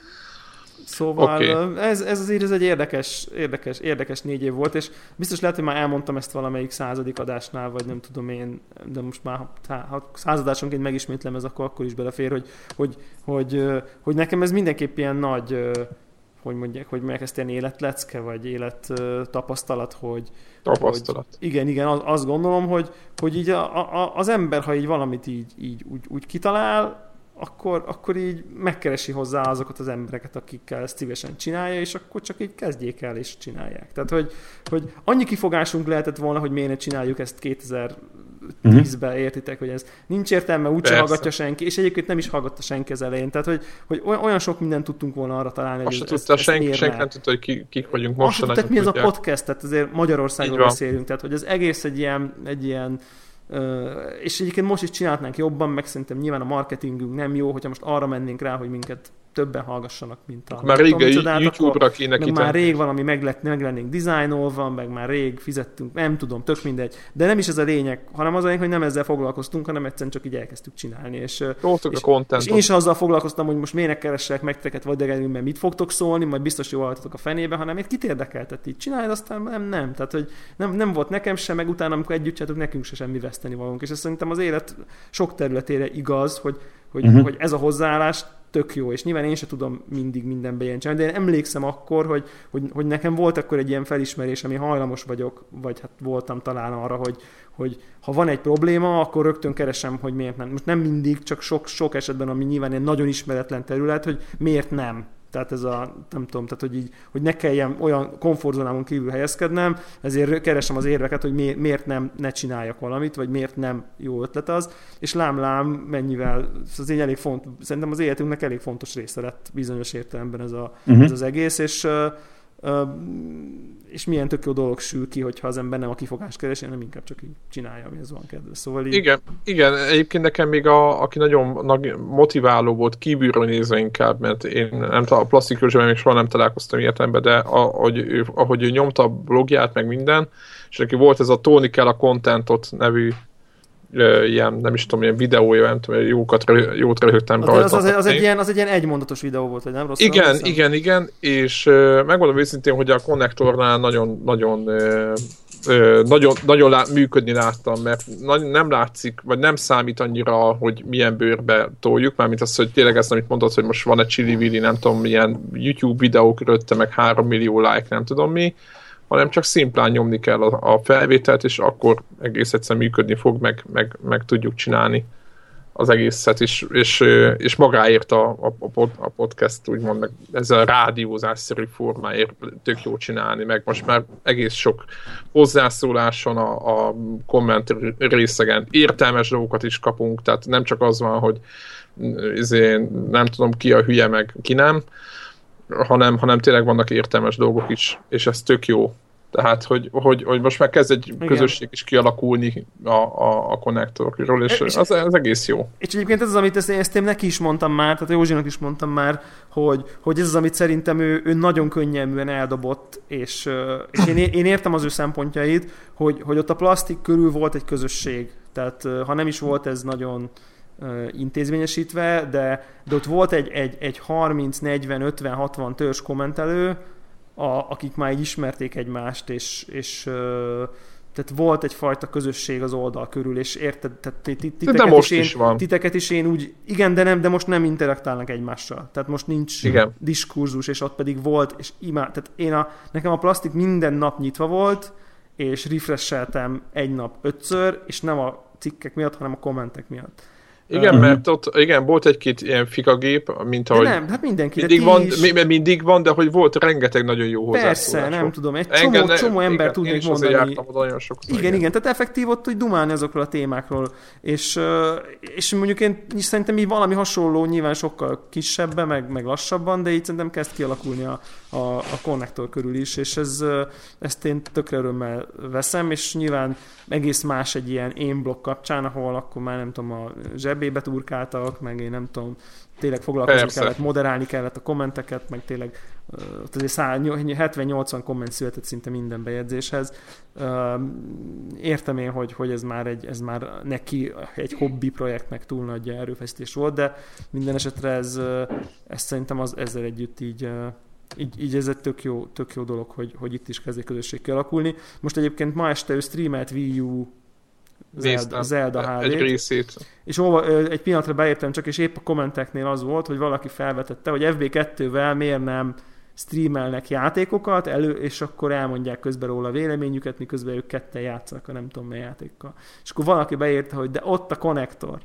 [SPEAKER 2] Szóval okay. ez, ez azért ez egy érdekes, érdekes, érdekes négy év volt, és biztos lehet, hogy már elmondtam ezt valamelyik századik adásnál, vagy nem tudom én, de most már ha századásonként megismétlem, ez akkor, akkor is belefér, hogy, hogy, hogy, hogy nekem ez mindenképp ilyen nagy, hogy mondják, hogy mondják ezt ilyen életlecke, vagy élettapasztalat, hogy...
[SPEAKER 1] Tapasztalat.
[SPEAKER 2] Hogy, igen, igen, azt gondolom, hogy, hogy így a, a, az ember, ha így valamit így, így úgy, úgy kitalál, Akkor, akkor így megkeresi hozzá azokat az embereket, akikkel ezt szívesen csinálja, és akkor csak így kezdjék el, és csinálják. Tehát, hogy, hogy annyi kifogásunk lehetett volna, hogy miért ne csináljuk ezt kétezer-tízben, mm-hmm. értitek, hogy ez nincs értelme, úgyse hallgatja senki, és egyébként nem is hallgatta senki az elején. Tehát, hogy, hogy olyan sok mindent tudtunk volna arra találni,
[SPEAKER 1] hogy
[SPEAKER 2] ezt,
[SPEAKER 1] tudta, ezt, senki, ezt senki nem tudta, hogy ki, kik vagyunk most.
[SPEAKER 2] Azt tudták, mi ez a podcast, tehát azért Magyarországon beszélünk, tehát, hogy az egész egy ilyen, egy ilyen Uh, és egyébként most is csinálhatnánk jobban, meg szerintem nyilván a marketingünk nem jó, hogyha most arra mennénk rá, hogy minket többen hallgassanak, mint a...
[SPEAKER 1] Már rég YouTube-ra kéne
[SPEAKER 2] meg már rég valami meg, lett, meg lennénk dizájnolva, meg már rég fizettünk, nem tudom, tök mindegy. De nem is ez a lényeg, hanem az a lényeg, hogy nem ezzel foglalkoztunk, hanem egyszerűen csak így elkezdtük csinálni. És, és,
[SPEAKER 1] a
[SPEAKER 2] és én is azzal foglalkoztam, hogy most miért keresek meg titeket vagy idegenül, mit fogtok szólni, majd biztos jól hallgatok a fenébe, hanem egy kit érdekeltet így csinálj, aztán nem, nem. Tehát, hogy nem, nem volt nekem sem, meg utána, amikor együtt csináltuk, nekünk se semmi veszteni valunk. És ez szerintem az élet sok területére igaz, hogy, hogy, uh-huh. hogy ez a hozzáállás tök jó, és nyilván én sem tudom mindig mindenbe ilyen csinálni, de én emlékszem akkor, hogy, hogy, hogy nekem volt akkor egy ilyen felismerés, ami hajlamos vagyok, vagy hát voltam talán arra, hogy, hogy ha van egy probléma, akkor rögtön keresem, hogy miért nem. Most nem mindig, csak sok, sok esetben, ami nyilván egy nagyon ismeretlen terület, hogy miért nem. Tehát ez a, nem tudom, tehát hogy így, hogy ne kelljen olyan komfortzónámon kívül helyezkednem, ezért keresem az érveket, hogy miért, miért nem ne csináljak valamit, vagy miért nem jó ötlet az, és lám-lám mennyivel, az egy elég font, szerintem az életünknek elég fontos része lett bizonyos értelemben ez, a, uh-huh. ez az egész, és, uh, uh, és milyen tök jó dolog sül ki, hogyha az ember nem a kifogást keresi, hanem inkább csak így csinálja, amihez van kedve. Szóval így... Igen,
[SPEAKER 1] igen, egyébként nekem még a, aki nagyon motiváló volt, kívülről nézve inkább, mert én nem tudom, a Plastik Józsefben még soha nem találkoztam ilyetemben, de ahogy ő, ahogy ő nyomta a blogját, meg minden, és neki volt ez a Tolni kell a contentot nevű ilyen, nem is tudom, ilyen videója, nem tudom, jókat, jót röhögtem
[SPEAKER 2] rajta. Az, az, az, egy ilyen, az egy ilyen egymondatos videó volt, vagy nem rossz?
[SPEAKER 1] Igen, nem igen, igen, és uh, megmondom őszintén, hogy a konnektornál nagyon, nagyon, uh, uh, nagyon, nagyon lá- működni láttam, mert na- nem látszik, vagy nem számít annyira, hogy milyen bőrbe toljuk, mármint az, hogy tényleg ezt, amit mondod, hogy most van egy csili-vili, nem tudom, milyen YouTube videó körötte, meg három millió like, nem tudom mi, hanem csak szimplán nyomni kell a, a felvételt, és akkor egész egyszerűen működni fog, meg, meg, meg tudjuk csinálni az egészet, és, és, és magáért a, a, a podcast, úgymond, meg ezzel a rádiózásszerű formáért tök jó csinálni, meg most már egész sok hozzászóláson a, a komment részegen értelmes dolgokat is kapunk, tehát nem csak az van, hogy izé, nem tudom ki a hülye, meg ki nem, hanem, hanem tényleg vannak értelmes dolgok is, és ez tök jó. Tehát, hogy, hogy, hogy most már kezd egy igen. közösség is kialakulni a, a, a konnektorokról, és, és az, az egész jó.
[SPEAKER 2] És egyébként ez az, amit ezt, ezt én neki is mondtam már, tehát Józsinak is mondtam már, hogy, hogy ez az, amit szerintem ő, ő nagyon könnyelműen eldobott, és, és én, én értem az ő szempontjait, hogy, hogy ott a plastik körül volt egy közösség. Tehát ha nem is volt ez nagyon intézményesítve, de, de ott volt egy, egy, egy harminc, negyven, ötven, hatvan törzs kommentelő, a, akik már így ismerték egymást, és, és tehát volt egyfajta közösség az oldal körül, és érted, tehát titeket,
[SPEAKER 1] most
[SPEAKER 2] is,
[SPEAKER 1] is
[SPEAKER 2] én,
[SPEAKER 1] van.
[SPEAKER 2] titeket is én úgy, igen, de nem, de most nem interaktálnak egymással. Tehát most nincs igen. diskurzus, és ott pedig volt, és imád, tehát én a, nekem a plastik minden nap nyitva volt, és refresheltem egy nap ötször, és nem a cikkek miatt, hanem a kommentek miatt.
[SPEAKER 1] Igen, uh, mert ott igen, volt egy-két ilyen fikagép, mint ahogy
[SPEAKER 2] nem, hát mindenki,
[SPEAKER 1] mindig van, is... mindig van, de hogy volt rengeteg nagyon jó hozzászólás.
[SPEAKER 2] Persze, nem tudom, egy csomó, Engem, csomó ember tudnék mondani.
[SPEAKER 1] Jártam oda nagyon sokszor.
[SPEAKER 2] Igen, igen, igen, tehát effektív ott, hogy dumálni azokról a témákról, és, és mondjuk én szerintem így valami hasonló, nyilván sokkal kisebben, meg, meg lassabban, de így szerintem kezd kialakulni a, a, a konnektor körül is, és ez, ezt én tökre örömmel veszem, és nyilván egész más egy ilyen én blog kapcsán, ahol akkor már nem tudom, a zsebébe turkáltak, meg én nem tudom, tényleg foglalkozni Persze. kellett, moderálni kellett a kommenteket, meg tényleg azért hetven-nyolcvan komment született szinte minden bejegyzéshez. Értem én, hogy, hogy ez már egy, ez már neki egy hobbi projekt, meg túl nagy erőfeszítés volt, de minden esetre ez, ez szerintem az, ezzel együtt így Így, így ez egy tök jó, tök jó dolog, hogy, hogy itt is kezd egy közösség kialakulni. Most egyébként ma este ő streamelt Wii U Zelda, Zelda há dét.
[SPEAKER 1] Egy részét.
[SPEAKER 2] És óva, egy pillanatra beértem csak, és épp a kommenteknél az volt, hogy valaki felvetette, hogy ef bé kettővel miért nem streamelnek játékokat, elő, és akkor elmondják közben róla a véleményüket, miközben ők ketten játszanak a nem tudom mely játékkal. És akkor valaki beírta, hogy de ott a konnektor.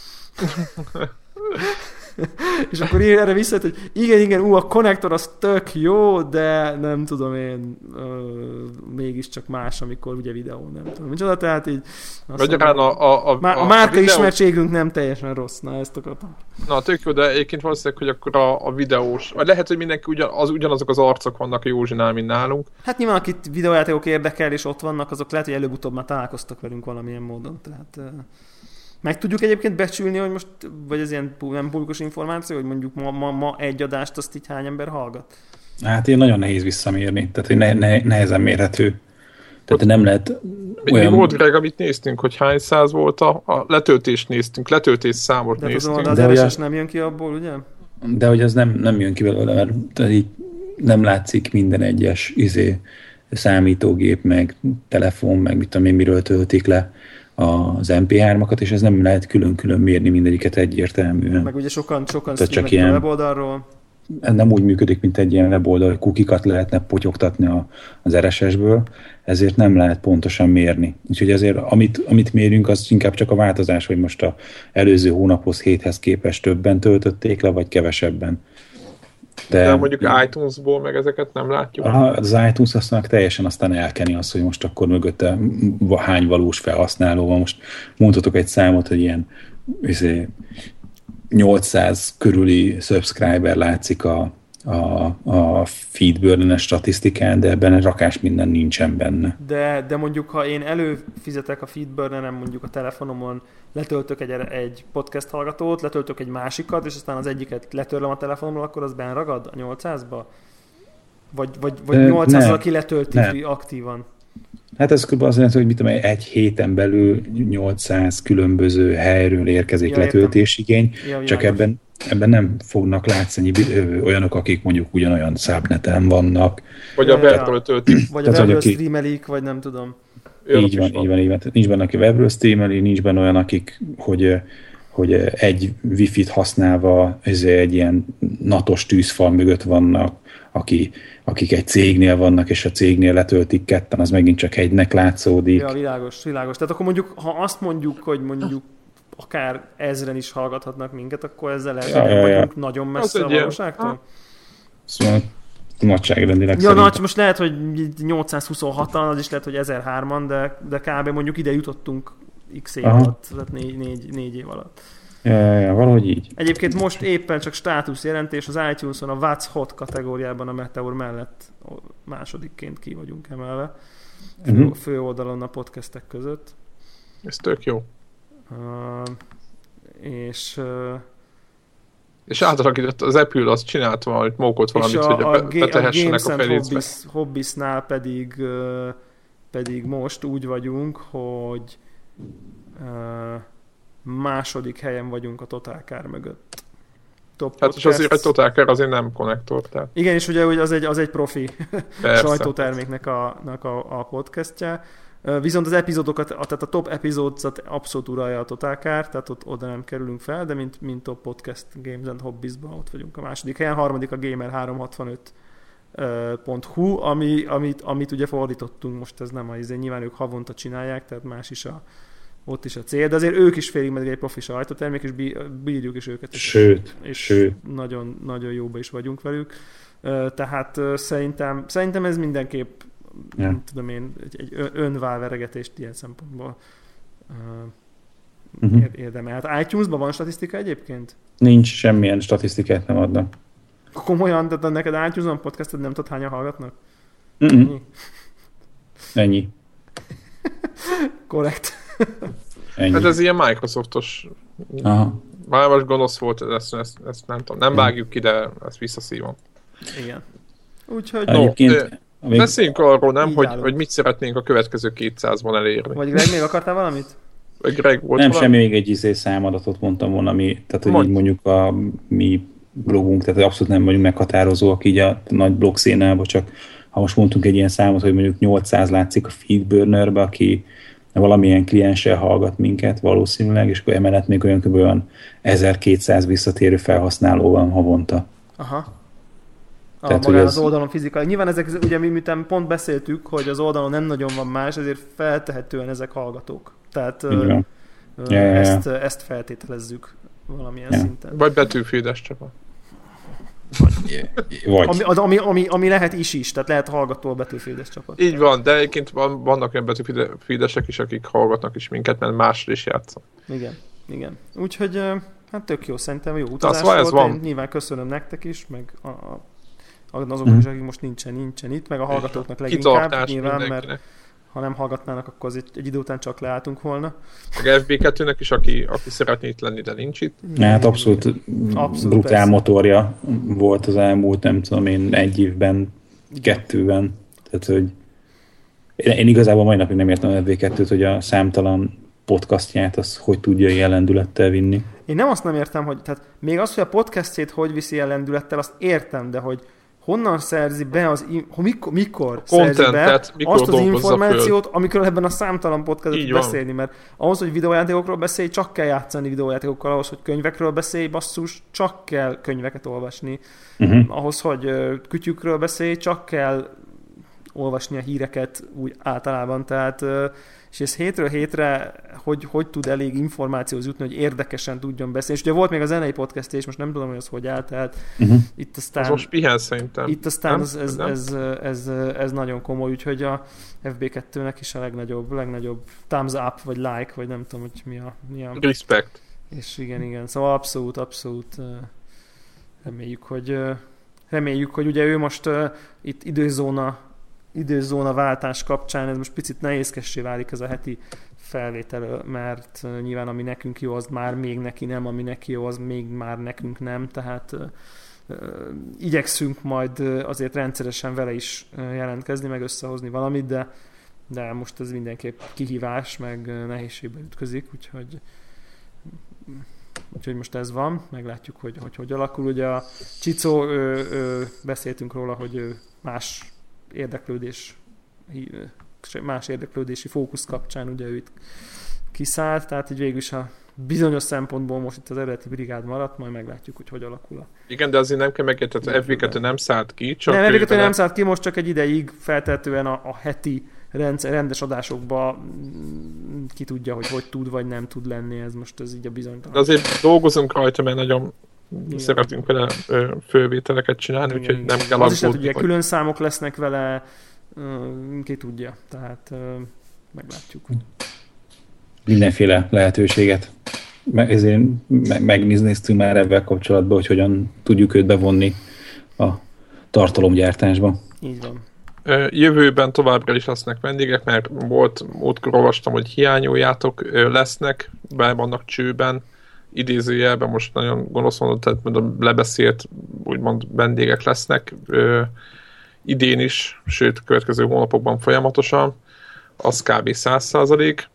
[SPEAKER 2] És akkor erre visszajött, hogy igen, igen, ú, a konnektor az tök jó, de nem tudom én, ö, mégiscsak más, amikor ugye videó, nem tudom. Micsoda, tehát így...
[SPEAKER 1] Magyarán a, a, a,
[SPEAKER 2] a, a márka videó... ismertségünk nem teljesen rossz, na ezt akartam.
[SPEAKER 1] Na, tök jó, de egyébként valószínűleg, hogy akkor a, a videós, vagy lehet, hogy mindenki ugyan, az, ugyanazok az arcok vannak a Józsinál, mint nálunk.
[SPEAKER 2] Hát nyilván, akit videójátékok érdekel, és ott vannak, azok lehet, hogy előbb-utóbb már találkoztak velünk valamilyen módon, tehát... Meg tudjuk egyébként becsülni, hogy most, vagy ez ilyen nem publikus információ, hogy mondjuk ma, ma, ma egy adást azt így hány ember hallgat?
[SPEAKER 3] Hát ilyen nagyon nehéz visszamérni, tehát hogy ne, ne, nehezen mérhető. Tehát nem lehet
[SPEAKER 1] olyan... Mi volt, Greg, amit néztünk, hogy hány száz volt a, a letöltést néztünk, letöltés számot
[SPEAKER 2] de
[SPEAKER 1] néztünk.
[SPEAKER 2] De az er es es nem jön ki abból, ugye?
[SPEAKER 3] De hogy az nem, nem jön ki belőle, mert így nem látszik minden egyes izé, számítógép, meg telefon, meg mit tudom én, miről töltik le az em pé hármakat, és ez nem lehet külön-külön mérni mindegyiket egyértelműen.
[SPEAKER 2] Meg ugye sokan, sokan streamek ilyen, a weboldalról.
[SPEAKER 3] Nem úgy működik, mint egy ilyen weboldal, hogy kukikat lehetne potyogtatni a, az er es es-ből, ezért nem lehet pontosan mérni. Úgyhogy azért, amit, amit mérünk, az inkább csak a változás, hogy most az előző hónaphoz héthez képest többen töltötték le, vagy kevesebben.
[SPEAKER 1] De, De mondjuk iTunes-ból meg ezeket nem látjuk.
[SPEAKER 3] Az iTunes aztán teljesen aztán elkeni azt, hogy most akkor mögötte hány valós felhasználó van. Most mondhatok egy számot, hogy ilyen nyolcszáz körüli subscriber látszik a, a, a Feedburner statisztikán, de ebben rakás minden nincsen benne.
[SPEAKER 2] De, de mondjuk, ha én előfizetek a Feedburneren, mondjuk a telefonomon, letöltök egy, egy podcast hallgatót, letöltök egy másikat, és aztán az egyiket letörlöm a telefonomról, akkor az benn ragad a nyolcszázba? Vagy, vagy, vagy nyolcszáz, aki letölti nem. aktívan?
[SPEAKER 3] Hát ez kb. Az jelenti, hogy mit tudom, egy héten belül nyolcszáz különböző helyről érkezik ja, letöltésigény, ja, csak ebben, ebben nem fognak látszani olyanok, akik mondjuk ugyanolyan szábneten vannak.
[SPEAKER 1] Vagy a webről töltik.
[SPEAKER 2] Vagy a webről streamelik, vagy nem tudom.
[SPEAKER 3] Így van, így van, így van. Nincs benne, aki webről streameli, nincs benne olyan, akik, hogy, hogy egy wifi-t használva egy ilyen natos tűzfal mögött vannak, aki, akik egy cégnél vannak, és a cégnél letöltik ketten, az megint csak egynek látszódik.
[SPEAKER 2] Ja, világos, világos. Tehát akkor mondjuk, ha azt mondjuk, hogy mondjuk akár ezren is hallgathatnak minket, akkor ezzel lehet, ja, ja, ja. nagyon messze a valóságtól?
[SPEAKER 3] Szóval nagyságrendileg
[SPEAKER 2] ja,
[SPEAKER 3] szerintem.
[SPEAKER 2] Nagy, most lehet, hogy nyolcszázhuszonhatan, az is lehet, hogy ezerhárman, de, de kb. Mondjuk ide jutottunk x év Aha. alatt, tehát négy, négy, négy év alatt.
[SPEAKER 3] Ja, ja, ja, valahogy így.
[SPEAKER 2] Egyébként most éppen csak státuszjelentés az iTunes-on a What's Hot kategóriában a Meteor mellett másodikként ki vagyunk emelve. Fő, uh-huh. fő oldalon a podcastek között.
[SPEAKER 1] Ez tök jó.
[SPEAKER 2] Uh, és... Uh,
[SPEAKER 1] és átalakított az Apple, azt csinált valamit, mókolt valamit,
[SPEAKER 2] a,
[SPEAKER 1] hogy a,
[SPEAKER 2] a,
[SPEAKER 1] betehessenek a,
[SPEAKER 2] a
[SPEAKER 1] felécbe.
[SPEAKER 2] Hobbies, Hobbisnál pedig, uh, pedig most úgy vagyunk, hogy uh, második helyen vagyunk a Total Car mögött. Top
[SPEAKER 1] hát és azért egy Total Car azért nem konnektor. Tehát.
[SPEAKER 2] Igen, és ugye az egy, az egy profi sajtóterméknek a, a, a podcastja. Viszont az epizódokat, tehát a top epizódot abszolút uralja a Total Car, tehát ott oda nem kerülünk fel, de mint, mint top podcast Games and Hobbies-ban ott vagyunk a második helyen, harmadik a Gamer háromszázhatvanöt pont hu, ami, amit, amit ugye fordítottunk, most ez nem az, nyilván ők havonta csinálják, tehát más is a ott is a cél, de azért ők is félig meddig egy profi sajtótermék, és bírjuk is őket.
[SPEAKER 3] Sőt,
[SPEAKER 2] és
[SPEAKER 3] sőt.
[SPEAKER 2] Nagyon, nagyon jóba is vagyunk velük. Tehát szerintem, szerintem ez mindenképp, ja. nem tudom én, egy önválveregetést ilyen szempontból uh-huh. érdemel. Hát iTunes-ban van statisztika egyébként?
[SPEAKER 3] Nincs, semmilyen statisztikát nem adnak.
[SPEAKER 2] Komolyan, de neked iTunes-on podcastet nem tudod, hányan hallgatnak?
[SPEAKER 3] Uh-uh. Ennyi. Ennyi.
[SPEAKER 2] Korrekt.
[SPEAKER 1] Ennyi. Hát ez ilyen Microsoftos.
[SPEAKER 3] Aha.
[SPEAKER 1] Már most gonosz volt, ezt, ezt, ezt nem tudom. Nem vágjuk ki, de ezt visszaszívom.
[SPEAKER 2] Igen. Úgyhogy...
[SPEAKER 3] Egyébként...
[SPEAKER 1] No, még... Beszéljünk arról, nem, hogy, hogy mit szeretnénk a következő kétszázban elérni.
[SPEAKER 2] Vagy Greg, még akartál valamit?
[SPEAKER 1] Vagy Greg volt
[SPEAKER 3] Nem,
[SPEAKER 1] valami?
[SPEAKER 3] semmi, még egy izé számadatot mondtam volna, ami, tehát hogy Mondj. így mondjuk a mi blogunk, tehát abszolút nem vagyunk meghatározóak így a nagy blog szénában, csak ha most mondtunk egy ilyen számot, hogy mondjuk nyolcszáz látszik a Feedburnerbe, aki valamilyen klienssel hallgat minket valószínűleg, és akkor emellett még olyan kb. Olyan ezerkétszáz visszatérő felhasználó van havonta.
[SPEAKER 2] Aha. A Tehát, magán az oldalon fizikai. Nyilván ezek, ugye mi miután pont beszéltük, hogy az oldalon nem nagyon van más, ezért feltehetően ezek hallgatók. Tehát ö, ö, ja, ezt, ja. ezt feltételezzük valamilyen ja. szinten.
[SPEAKER 1] Vagy betűfédes csapat.
[SPEAKER 3] Vagy. Vagy.
[SPEAKER 2] Ami, az, ami, ami, ami lehet is is, tehát lehet hallgató a betűfédes csapat.
[SPEAKER 1] Így van, de egyébként van, vannak olyan betűfédesek is, akik hallgatnak is minket, mert másra is játszanak.
[SPEAKER 2] Igen, igen. Úgyhogy hát tök jó, szerintem jó utazás volt. Van. Én nyilván köszönöm nektek is, meg a, a azoknak is, akik most nincsen, nincsen itt, meg a hallgatóknak leginkább, Kitartás nyilván, mindenkinek. Mert ha nem hallgatnának, akkor az egy, egy idő után csak leálltunk volna.
[SPEAKER 1] Meg ef bé kettőnek is, aki, aki szeretné itt lenni, de nincs itt.
[SPEAKER 3] Hát abszolút, abszolút brutál persze. Motorja volt az elmúlt, nem tudom én, egy évben, kettőben. Tehát, hogy én, én igazából mai napig nem értem a ef bé kettőt, hogy a számtalan podcastját, az hogy tudja ilyen lendülettel vinni.
[SPEAKER 2] Én nem azt nem értem, hogy tehát még az, hogy a podcastjét hogy viszi ilyen lendülettel, azt értem, de hogy honnan szerzi be az, mikor, mikor
[SPEAKER 1] Content,
[SPEAKER 2] szerzi be
[SPEAKER 1] mikor
[SPEAKER 2] azt az információt, föl. Amikor ebben a számtalan podcastot
[SPEAKER 1] Így
[SPEAKER 2] beszélni, van. Mert ahhoz, hogy videójátékokról beszélj, csak kell játszani videójátékokkal, ahhoz, hogy könyvekről beszélj, basszus, csak kell könyveket olvasni. Uh-huh. Ahhoz, hogy kütyükről beszélj, csak kell olvasni a híreket úgy általában, tehát és ez hétről hétre, hogy, hogy tud elég információhoz jutni, hogy érdekesen tudjon beszélni. És ugye volt még a zenei podcast, és most nem tudom, hogy az hogy áll, tehát uh-huh. itt aztán...
[SPEAKER 1] Az most pihen szerintem.
[SPEAKER 2] Itt aztán ez, ez, ez, ez, ez nagyon komoly, úgyhogy a ef bé kettőnek is a legnagyobb, legnagyobb thumbs up, vagy like, vagy nem tudom, hogy mi a... Mi a...
[SPEAKER 1] Respect.
[SPEAKER 2] És igen, igen. Szóval abszolút, abszolút reméljük, hogy reméljük, hogy ugye ő most itt időzóna időzóna váltás kapcsán ez most picit nehézkessé válik ez a heti felvétel, mert nyilván ami nekünk jó, az már még neki nem, ami neki jó, az még már nekünk nem, tehát uh, uh, igyekszünk majd azért rendszeresen vele is jelentkezni, meg összehozni valamit, de, de most ez mindenképp kihívás, meg nehézségbe ütközik, úgyhogy úgyhogy most ez van, meglátjuk, hogy hogy, hogy alakul. Ugye a Csicó, ő, ő, beszéltünk róla, hogy ő más érdeklődés, más érdeklődési fókusz kapcsán ugye ő itt kiszállt, tehát így végül is a bizonyos szempontból most itt az eredeti brigád maradt, majd meglátjuk, hogy hogy alakul a...
[SPEAKER 1] Igen, de azért nem kell megérteni, hogy ef bé kettő nem szállt ki, csak...
[SPEAKER 2] Nem, ef bé kettő nem szállt ki, most csak egy ideig feltehetően a, a heti rendszer, rendes adásokba ki tudja, hogy hogy tud, vagy nem tud lenni, ez most ez így a bizonytalan.
[SPEAKER 1] De azért dolgozunk rajta, mert nagyon igen. szeretünk vele fölvételeket csinálni, úgyhogy nem kell aggódni.
[SPEAKER 2] Az is lehet, hogy vagy... külön számok lesznek vele, ki tudja, tehát meglátjuk.
[SPEAKER 3] Mindenféle lehetőséget. Ezért megnéztünk már ebben kapcsolatban, hogy hogyan tudjuk őt bevonni a tartalomgyártásba.
[SPEAKER 2] Így van.
[SPEAKER 1] Jövőben továbbra is lesznek vendégek, mert volt, múltkor olvastam, hogy hiányoljátok, lesznek, be vannak csőben, idézőjelben most nagyon gonosz mondott, tehát a lebeszélt úgymond vendégek lesznek ö, idén is, sőt következő hónapokban folyamatosan, az kb. száz százalék.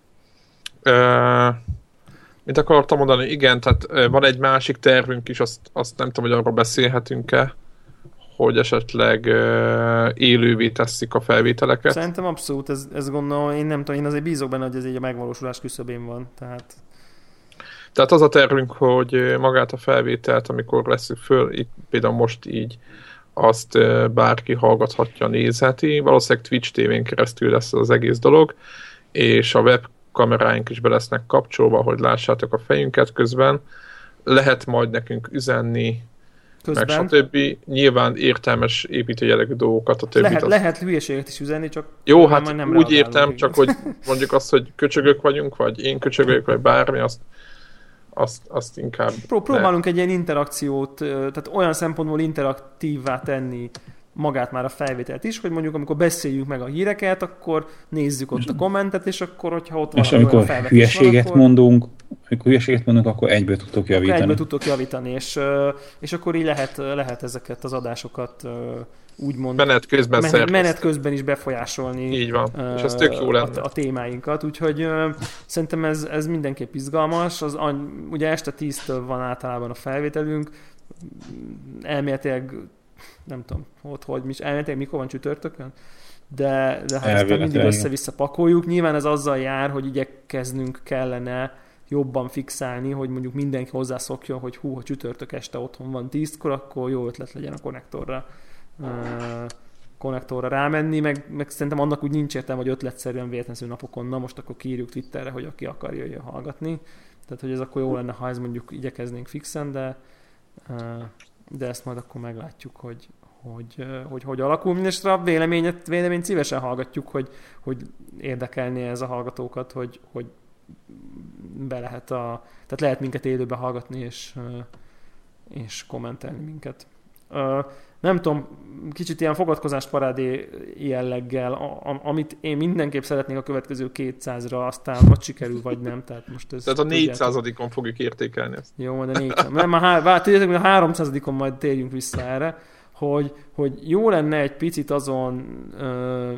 [SPEAKER 1] Mint akartam mondani, igen, tehát ö, van egy másik tervünk is, azt, azt nem tudom, hogy arról beszélhetünk-e, hogy esetleg ö, élővé tesszük a felvételeket.
[SPEAKER 2] Szerintem abszolút, ez, ez gondolom, én nem tudom, én azért bízok benne, hogy ez így a megvalósulás küszöbén van, tehát...
[SPEAKER 1] Tehát az a tervünk, hogy magát a felvételt, amikor veszük föl, itt például most így, azt bárki hallgathatja, nézheti. Valószínűleg Twitch tévén keresztül lesz az egész dolog, és a web kameráink is be lesznek kapcsolva, hogy lássátok a fejünket közben. Lehet majd nekünk üzenni, közben. Meg stb. Nyilván értelmes építőjellegű dolgokat, a többit.
[SPEAKER 2] Lehet,
[SPEAKER 1] az...
[SPEAKER 2] lehet hülyeséget is üzenni, csak
[SPEAKER 1] jó, hát nem úgy értem, csak hogy mondjuk azt, hogy köcsögök vagyunk, vagy én köcsögök, vagy bármi, azt, azt, azt inkább...
[SPEAKER 2] Pró- próbálunk egy ilyen interakciót, tehát olyan szempontból interaktívvá tenni magát már a felvételt is, hogy mondjuk amikor beszéljük meg a híreket, akkor nézzük ott a kommentet, és akkor, hogyha ott van
[SPEAKER 3] és amikor hülyeséget van, akkor... mondunk, amikor hülyeséget mondunk, akkor egyből tudtok javítani.
[SPEAKER 2] Akkor egyből tudtok javítani, és, és akkor így lehet, lehet ezeket az adásokat úgymond
[SPEAKER 1] menet közben,
[SPEAKER 2] menet, menet közben is befolyásolni.
[SPEAKER 1] Így van, és ez tök jó lenne.
[SPEAKER 2] A, a témáinkat, úgyhogy uh, szerintem ez, ez mindenképp izgalmas. Az, ugye este tíztől van általában a felvételünk, elméletileg nem tudom, ott, hogy mi, elméletileg mikor van csütörtökön, de, de hát ezt mindig össze-vissza pakoljuk. Nyilván ez azzal jár, hogy igyekeznünk kellene jobban fixálni, hogy mondjuk mindenki hozzászokjon, hogy hú, ha csütörtök este otthon van tízkor, akkor jó ötlet legyen a konnektorra, uh, konnektorra rámenni, meg, meg szerintem annak úgy nincs értelme, hogy ötletszerűen véletlenül napokon, na most akkor kiírjuk Twitterre, hogy aki akar, jöjjön hallgatni. Tehát, hogy ez akkor jó lenne, ha ez mondjuk igyekeznénk fixen, de uh, de ezt majd akkor meglátjuk, hogy hogy, hogy, hogy alakul. Mindenesetre a véleményet, véleményt szívesen hallgatjuk, hogy, hogy érdekelné ez a hallgatókat, hogy, hogy be lehet a... Tehát lehet minket élőben hallgatni, és, és kommentelni minket. Nem tudom, kicsit ilyen fogadkozásparádé jelleggel, amit én mindenképp szeretnék a következő kétszázra, aztán vagy sikerül, vagy nem. Tehát, most ez
[SPEAKER 1] tehát a négyszázadikon fogjuk értékelni ezt.
[SPEAKER 2] Jó, majd a négyszáz. Nem, már a háromszázadikon majd térjünk vissza erre, hogy, hogy jó lenne egy picit azon ö,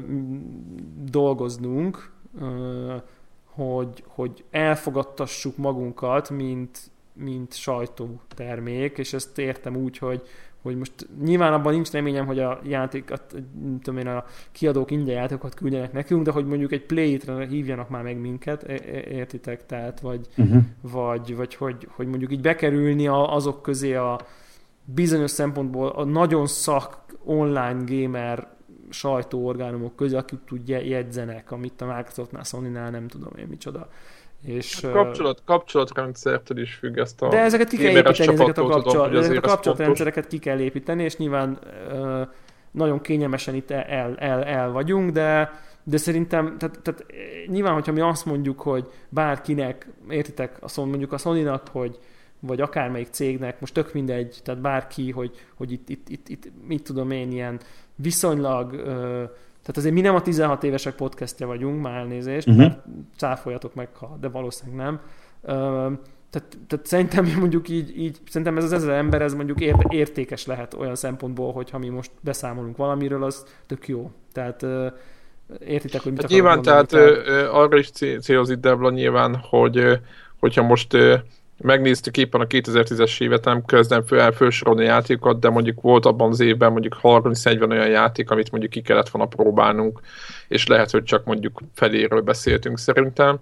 [SPEAKER 2] dolgoznunk, ö, hogy, hogy elfogadtassuk magunkat, mint, mint sajtótermék, és ezt értem úgy, hogy hogy most nyilván abban nincs reményem, hogy a játékat, tudom én, a kiadók ingyen játékokat küldjenek nekünk, de hogy mondjuk egy Play-re hívjanak már meg minket, értitek? Tehát, vagy, uh-huh. vagy, vagy hogy, hogy mondjuk így bekerülni azok közé a bizonyos szempontból a nagyon szak online gamer sajtóorgánumok közé, akik tud jegyzenek, amit a Microsoftnál, Sony-nál nem tudom én micsoda. És,
[SPEAKER 1] a kapcsolat, kapcsolatrendszertől is függ ezt a...
[SPEAKER 2] De ezeket ki kell építeni, ezeket a, kapcsolat, tudom, ezeket a kapcsolatrendszereket ki kell építeni, és nyilván uh, nagyon kényelmesen itt el, el, el vagyunk, de, de szerintem, tehát, tehát nyilván, hogyha mi azt mondjuk, hogy bárkinek, értitek, azt mondjuk a Sony-nak, hogy vagy akármelyik cégnek, most tök mindegy, tehát bárki, hogy, hogy itt, itt, itt, itt, mit tudom én, ilyen viszonylag... Uh, Tehát azért mi nem a tizenhat évesek podcastja vagyunk, már elnézést, uh-huh. mert cáfoljatok meg, ha, de valószínűleg nem. Uh, tehát, tehát szerintem mondjuk így, így, szerintem ez az ezer ember, ez mondjuk ért, értékes lehet olyan szempontból, hogy ha mi most beszámolunk valamiről, az tök jó. Tehát uh, értitek, hogy mit
[SPEAKER 1] hát nyilván, mondani, tehát uh, arra is célozik Debla nyilván, hogy uh, hogyha most uh, megnéztük éppen a kétezer-tízes évet, nem kezdem föl, felsorolni játékokat, de mondjuk volt abban az évben mondjuk harminc-negyven olyan játék, amit mondjuk ki kellett volna próbálnunk, és lehet, hogy csak mondjuk feléről beszéltünk szerintem,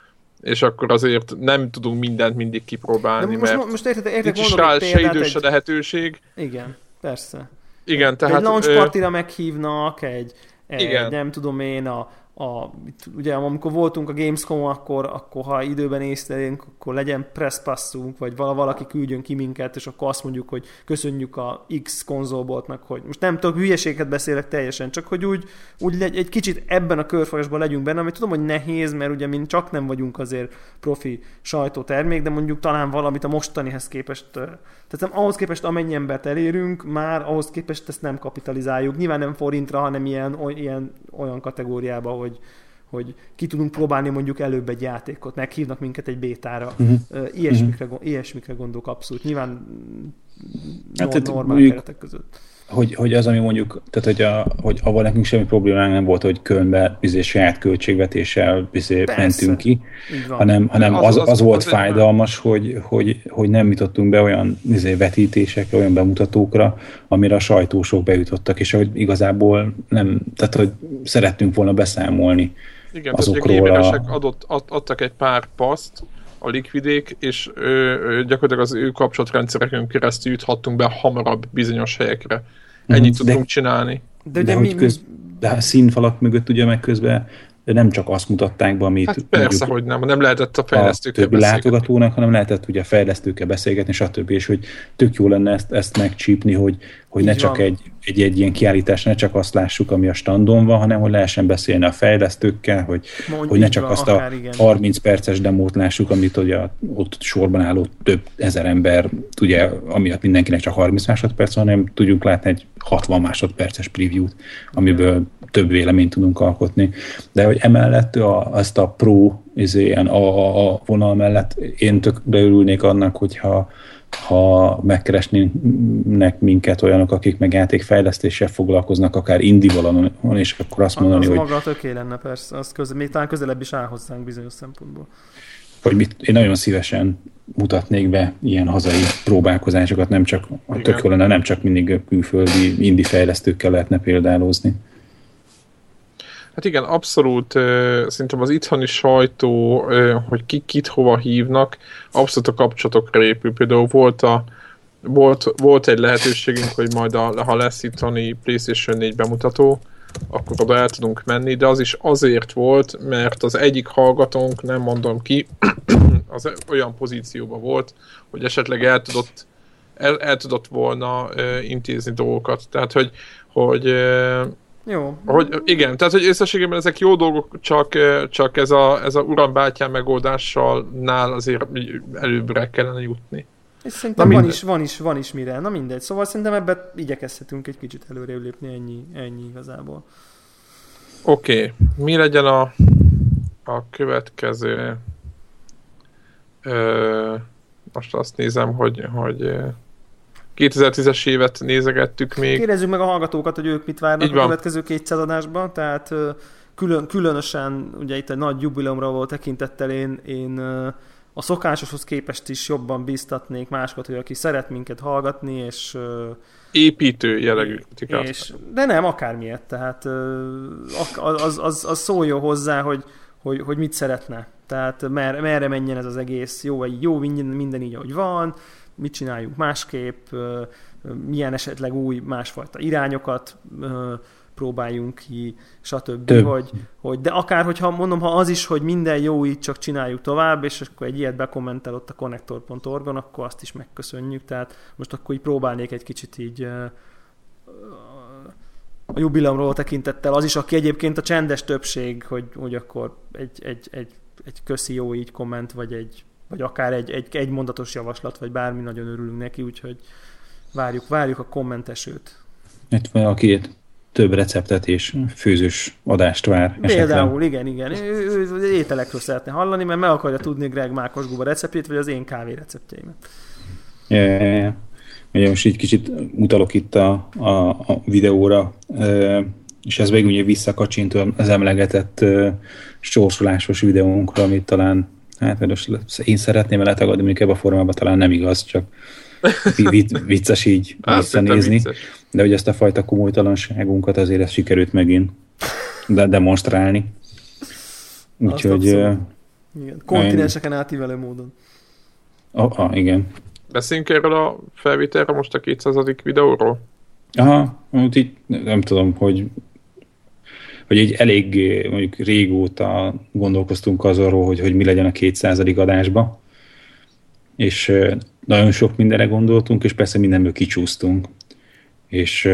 [SPEAKER 1] és akkor azért nem tudunk mindent mindig kipróbálni,
[SPEAKER 2] most,
[SPEAKER 1] mert
[SPEAKER 2] most érted, érted,
[SPEAKER 1] nincs is rá se idő, se egy... lehetőség.
[SPEAKER 2] Igen, persze.
[SPEAKER 1] Igen, tehát...
[SPEAKER 2] Egy launch partira ö... meghívnak, egy, egy nem tudom én, a A, ugye amikor voltunk a Gamescom, akkor, akkor ha időben észlelünk, akkor legyen press passunk, vagy valaki küldjön ki minket, és akkor azt mondjuk, hogy köszönjük a X konzolboltnak, hogy most nem tudok, hülyeséget beszélek teljesen, csak hogy úgy, úgy legy, egy kicsit ebben a körforgásban legyünk benne, amit tudom, hogy nehéz, mert ugye mi csak nem vagyunk azért profi sajtótermék, de mondjuk talán valamit a mostanihez képest, tehát ahhoz képest amennyi embert elérünk, már ahhoz képest ezt nem kapitalizáljuk. Nyilván nem forintra, hanem ilyen, ilyen olyan kategóriába, hogy, hogy ki tudunk próbálni mondjuk előbb egy játékot, meghívnak minket egy bétára. Uh-huh. Ilyesmikre, uh-huh. ilyesmikre gondolok abszolút. Nyilván hát no, normál mondjuk, keretek között.
[SPEAKER 3] Hogy, hogy az, ami mondjuk, tehát hogy, a, hogy avval nekünk semmi problémánk nem volt, hogy Kölnbe bizony saját költségvetéssel mentünk ki, hanem, hanem az, az, az, az volt az fájdalmas, hogy, hogy, hogy nem jutottunk be olyan vetítésekre, olyan bemutatókra, amire a sajtósok bejutottak, és hogy igazából nem, tehát hogy szerettünk volna beszámolni.
[SPEAKER 1] Igen, azokról tehát a... adott, ad, adtak egy pár paszt, a Liquidék, és ö, ö, gyakorlatilag az ő kapcsolatrendszereken keresztül juthattunk be hamarabb bizonyos helyekre. Ennyit de, tudtunk csinálni.
[SPEAKER 3] De, de, de, mi, köz, de a színfalak mögött ugye meg közben nem csak azt mutatták be, amit...
[SPEAKER 1] Hát persze, mondjuk, hogy nem, nem lehetett a fejlesztőkkel
[SPEAKER 3] a többi látogatónak, hanem lehetett ugye a fejlesztőkkel beszélgetni, stb. És hogy tök jó lenne ezt, ezt megcsípni, hogy, hogy ne csak egy, egy, egy ilyen kiállítás, ne csak azt lássuk, ami a standon van, hanem hogy lehessen beszélni a fejlesztőkkel, hogy, hogy ne csak van, azt a igen. harminc perces demót lássuk, amit ugye ott sorban álló több ezer ember, ugye, amiatt mindenkinek csak harminc másodperc van, hanem tudjuk látni egy hatvan másodperces preview-t, amiből több véleményt tudunk alkotni. De hogy emellett a, azt a pro izén, a, a, a vonal mellett én tökre örülnék annak, hogyha ha megkeresnének minket olyanok, akik meg játékfejlesztéssel foglalkoznak, akár indie valamon, és akkor azt mondani,
[SPEAKER 2] az
[SPEAKER 3] hogy...
[SPEAKER 2] Az maga töké lenne, persze, az közel, még talán közelebb is áll hozzánk bizonyos szempontból.
[SPEAKER 3] Hogy mit, én nagyon szívesen mutatnék be ilyen hazai próbálkozásokat, nem csak, tök jó lenne, nem csak mindig külföldi indie fejlesztőkkel lehetne példálózni.
[SPEAKER 1] Hát igen, abszolút uh, szerintem az itthoni sajtó, uh, hogy ki kit hova hívnak, abszolút a kapcsolatokra épül. Például volt, a, volt, volt egy lehetőségünk, hogy majd a, ha lesz itthoni PlayStation négy bemutató, akkor oda el tudunk menni, de az is azért volt, mert az egyik hallgatónk, nem mondom ki, az olyan pozícióban volt, hogy esetleg el tudott, el, el tudott volna uh, intézni dolgokat. Tehát, hogy, hogy uh,
[SPEAKER 2] Jó.
[SPEAKER 1] Hogy, igen, tehát hogy összességében ezek jó dolgok, csak, csak ez a, ez a uram bátyám megoldással nál azért előbbre kellene jutni.
[SPEAKER 2] És szerintem van is, van, is, van is mire. Na mindegy. Szóval szerintem ebben igyekezhetünk egy kicsit előrébb lépni, ennyi, ennyi igazából.
[SPEAKER 1] Oké. Okay. Mi legyen a, a következő? Ö, most azt nézem, hogy, hogy kétezer-tízes évet nézegettük még.
[SPEAKER 2] Kérdezzük meg a hallgatókat, hogy ők mit várnak a következő kétszáz adásban, tehát külön, különösen ugye itt egy nagy jubileumra volt tekintettel én, én a szokásoshoz képest is jobban bíztatnék másokat, hogy aki szeret minket hallgatni, és
[SPEAKER 1] építő jellegű kritikát.
[SPEAKER 2] És, de nem, akármilyet, tehát az, az, az szóljon hozzá, hogy, hogy, hogy mit szeretne. Tehát mer, merre menjen ez az egész, jó, jó minden, minden így, ahogy van, mit csináljunk másképp, milyen esetleg új, másfajta irányokat próbáljunk ki, stb. Hogy, hogy, de akár, hogyha mondom, ha az is, hogy minden jó, így csak csináljuk tovább, és akkor egy ilyet bekommentel ott a connector pont org-on, akkor azt is megköszönjük. Tehát most akkor így próbálnék egy kicsit így a jubileumról tekintettel az is, aki egyébként a csendes többség, hogy, hogy akkor egy, egy, egy, egy köszi jó így komment, vagy egy vagy akár egy, egy, egy mondatos javaslat, vagy bármi, nagyon örülünk neki, úgyhogy várjuk, várjuk a kommentesőt.
[SPEAKER 3] Itt van, aki több receptet és főzős adást vár.
[SPEAKER 2] Például, igen, igen. Ő, ő, ő ételekről szeretne hallani, mert meg akarja tudni Greg Mákos Guba receptjét, vagy az én kávé receptjeimet.
[SPEAKER 3] Ja, ja, ja. Ugye most így kicsit utalok itt a, a, a videóra, és ez még ugye visszakacsint az emlegetett sorsolásos videónkra, amit talán hát én szeretném el letagadni, mondjuk ebben a formában talán nem igaz, csak vicces így visszanézni. De hogy ezt a fajta komolytalanságunkat azért ezt sikerült megint de demonstrálni. Úgyhogy... Uh,
[SPEAKER 2] kontinenseken átívelő módon.
[SPEAKER 3] Ah, ah, igen.
[SPEAKER 1] Beszéljünk erről a felvételre most a kétszázadik videóról?
[SPEAKER 3] Aha, így nem tudom, hogy hogy egy elég mondjuk régóta gondolkoztunk azonról, hogy, hogy mi legyen a kétszázadik adásba, és nagyon sok mindenre gondoltunk, és persze mindenből kicsúsztunk. És,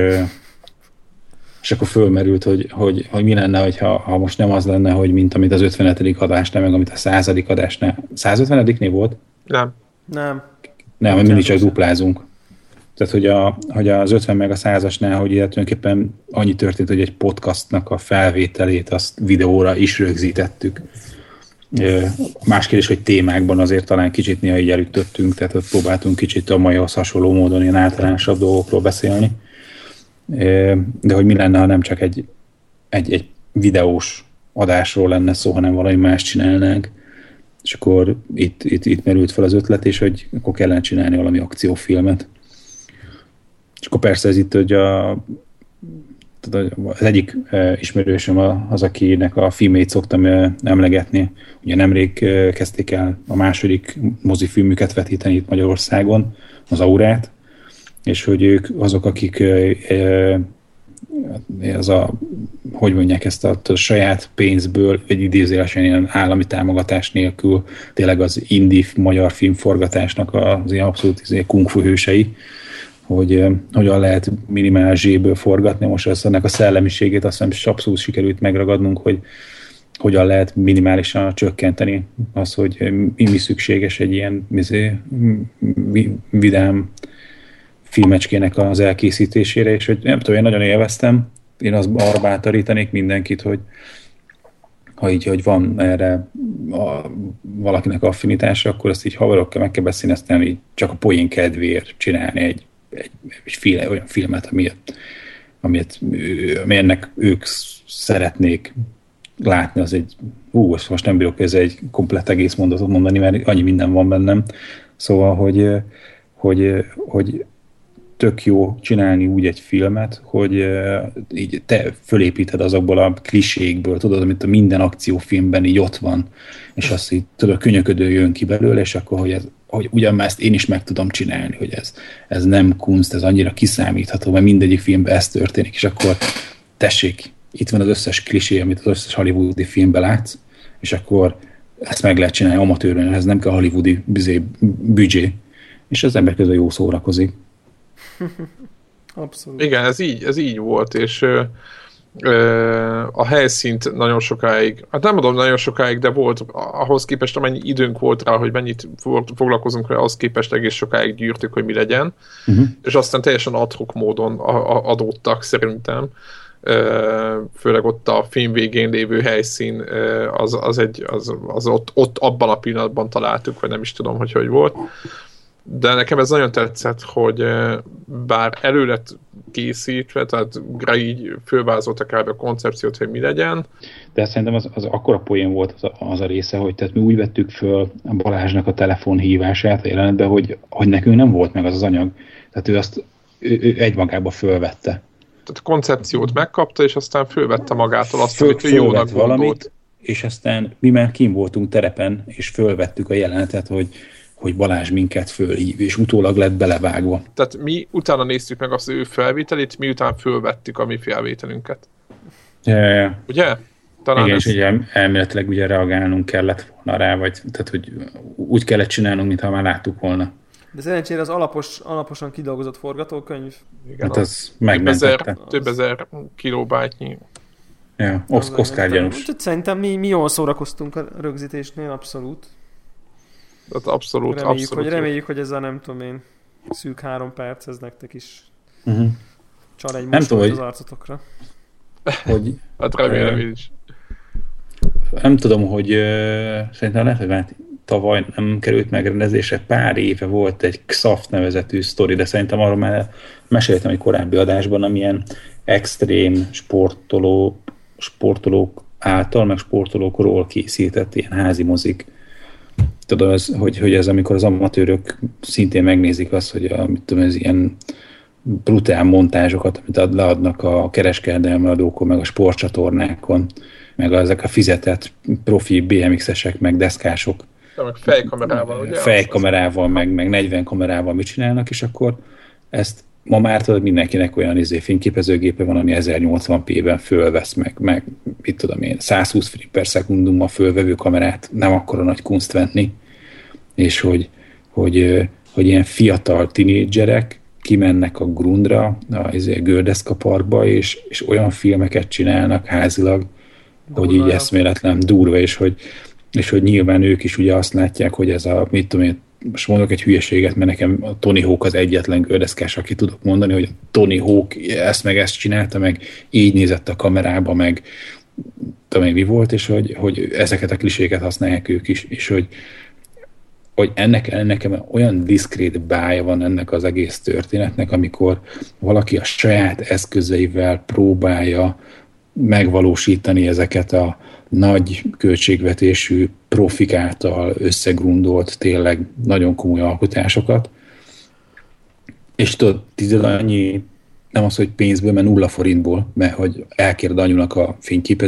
[SPEAKER 3] és akkor fölmerült, hogy, hogy, hogy mi lenne, hogyha, ha most nem az lenne, hogy mint amit az ötvenedik adásnál, meg amit a századik adásnál. százötvenediknél volt?
[SPEAKER 1] Nem.
[SPEAKER 2] Nem.
[SPEAKER 3] Nem, hogy mindig csak duplázunk. Tehát, hogy, a, hogy az ötven meg a százasnál, hogy tulajdonképpen annyi történt, hogy egy podcastnak a felvételét azt videóra is rögzítettük. Más kérdés, hogy témákban azért talán kicsit néha így elütöttünk, tehát ott próbáltunk kicsit a maihoz hasonló módon ilyen általánosabb dolgokról beszélni. De hogy mi lenne, ha nem csak egy, egy, egy videós adásról lenne szó, hanem valami más csinálnánk. És akkor itt, itt, itt merült fel az ötlet, és hogy akkor kellene csinálni valami akciófilmet. És akkor persze ez itt, hogy a, az egyik ismerősöm az, akinek a filmét szoktam emlegetni. Ugye nemrég kezdték el a második mozifilmüket vetíteni itt Magyarországon, az Aurát, és hogy ők azok, akik az a hogy mondják ezt a, a saját pénzből, egy idézőjelesen ilyen állami támogatás nélkül, tényleg az indie magyar filmforgatásnak az ilyen abszolút kung fu hősei, hogy hogyan lehet minimál zséből forgatni. Most ezt ennek a szellemiségét azt hiszem abszolút sikerült megragadnunk, hogy hogyan lehet minimálisan csökkenteni az, hogy mi, mi szükséges egy ilyen mizé, vidám filmecskének az elkészítésére, és hogy nem tudom, én nagyon élveztem. Én azt arra bátorítanék mindenkit, hogy ha így, hogy van erre a, valakinek affinitása, akkor ezt így haverokkal meg kell beszélni, aztán így csak a poén kedvéért csinálni egy, egy, egy film, olyan filmet, amiért, amiért, ami ennek ők szeretnék látni, az egy, hú, most nem bírok ez egy komplett egész mondatot mondani, mert annyi minden van bennem. Szóval, hogy, hogy, hogy tök jó csinálni úgy egy filmet, hogy így te fölépíted azokból a klisékből, tudod, amit a minden akciófilmben így ott van, és azt így tudod, könyöködő jön ki belőle, és akkor, hogy, ez, hogy ugyan már ezt én is meg tudom csinálni, hogy ez, ez nem kunst, ez annyira kiszámítható, mert mindegyik filmben ez történik, és akkor tessék, itt van az összes klisé, amit az összes hollywoodi filmben látsz, és akkor ezt meg lehet csinálni amatőrön, ez nem kell hollywoodi büdzsé, és az ember közben jó szórakozik.
[SPEAKER 2] Abszolút.
[SPEAKER 1] Igen, ez így, ez így volt, és ö, ö, a helyszínt nagyon sokáig, hát nem mondom nagyon sokáig, de volt ahhoz képest, amennyi időnk volt rá, hogy mennyit foglalkozunk rá, ahhoz képest egész sokáig gyűrtük, hogy mi legyen, uh-huh. és aztán teljesen ad hoc módon adódtak szerintem. Főleg ott a film végén lévő helyszín, az, az, egy, az, az ott, ott abban a pillanatban találtuk, vagy nem is tudom, hogy hogy volt. De nekem ez nagyon tetszett, hogy bár elő lett készítve, tehát Greg így fölvázolta kb. A koncepciót, hogy mi legyen.
[SPEAKER 3] De szerintem az, az akkora poén volt az a, az a része, hogy tehát mi úgy vettük föl a Balázsnak a telefonhívását a jelenetben, hogy, hogy nekünk nem volt meg az az anyag. Tehát ő azt ő, ő egymagába fölvette.
[SPEAKER 1] Tehát a koncepciót megkapta, és aztán fölvette magától azt,
[SPEAKER 3] Föl,
[SPEAKER 1] amit ő jónak gondolt.
[SPEAKER 3] Valamit, és aztán mi már kim voltunk terepen, és fölvettük a jelenetet, hogy hogy Balázs minket fölhív, és utólag lett belevágva.
[SPEAKER 1] Tehát mi utána néztük meg azt ő felvételét, miután fölvettük a mi felvételünket.
[SPEAKER 3] Ja, ja.
[SPEAKER 1] Ugye? Talán
[SPEAKER 3] igen,
[SPEAKER 1] ez...
[SPEAKER 3] és ugye elméletileg ugye reagálnunk kellett volna rá, vagy tehát, hogy úgy kellett csinálnunk, mintha már láttuk volna.
[SPEAKER 2] De szerencsére az alapos, alaposan kidolgozott forgatókönyv.
[SPEAKER 3] Igen, hát az megmentette.
[SPEAKER 1] Több ezer kilobájtnyi.
[SPEAKER 3] Ja, Oscar gyanús.
[SPEAKER 2] Szerintem mi, mi jól szórakoztunk a rögzítésnél, abszolút.
[SPEAKER 1] Tehát abszolút,
[SPEAKER 2] reméljük,
[SPEAKER 1] abszolút.
[SPEAKER 2] Hogy, reméljük, hogy ez a nem tudom én szűk három perc, ez nektek is
[SPEAKER 3] uh-huh.
[SPEAKER 2] csal egy mosolyt az arcotokra.
[SPEAKER 3] Hogy,
[SPEAKER 1] hát remélem én is.
[SPEAKER 3] Nem tudom, hogy uh, szerintem lehet, hogy már tavaly nem került megrendezésre, pár éve volt egy X A F nevezetű sztori, de szerintem arról már meséltem egy korábbi adásban, amilyen extrém sportoló, sportolók által, meg sportolókról készített ilyen házi mozik. Tudom, ez, hogy, hogy ez amikor az amatőrök szintén megnézik azt, hogy a, mit tudom, ez ilyen brutál montázsokat, amit leadnak a kereskedelmi adókon, meg a sportcsatornákon, meg ezek a fizetett profi bé em iksz-esek, meg deszkások.
[SPEAKER 1] De meg fejkamerával, ugye?
[SPEAKER 3] Fejkamerával, meg, meg negyven kamerával mit csinálnak, és akkor ezt ma már tudod, mindenkinek olyan izé, fényképezőgépe van, ami ezernyolcvan pé-ben fölvesz, meg, meg mit tudom én, százhúsz frame per szekundummal fölvevő kamerát nem akkora nagy kunst venni, és hogy, hogy, hogy ilyen fiatal tinédzserek kimennek a grundra, a izé, Gördeszka parkba, és, és olyan filmeket csinálnak házilag, durva, hogy így eszméletlen durva, és hogy, és hogy nyilván ők is ugye azt látják, hogy ez a, mit tudom én, most mondok egy hülyeséget, mert nekem a Tony Hawk az egyetlen gördeszkás, aki tudok mondani, hogy a Tony Hawk ezt meg ezt csinálta, meg így nézett a kamerába, meg tudom én mi volt, és hogy, hogy ezeket a kliséket használják ők is, és hogy, hogy ennek nekem olyan diszkrét bája van ennek az egész történetnek, amikor valaki a saját eszközeivel próbálja megvalósítani ezeket a nagy költségvetésű profik által összegrundolt tényleg nagyon komoly alkotásokat. És tudod, tízed annyi, nem az, hogy pénzből, mert nulla forintból, mert hogy elkérd anyunak a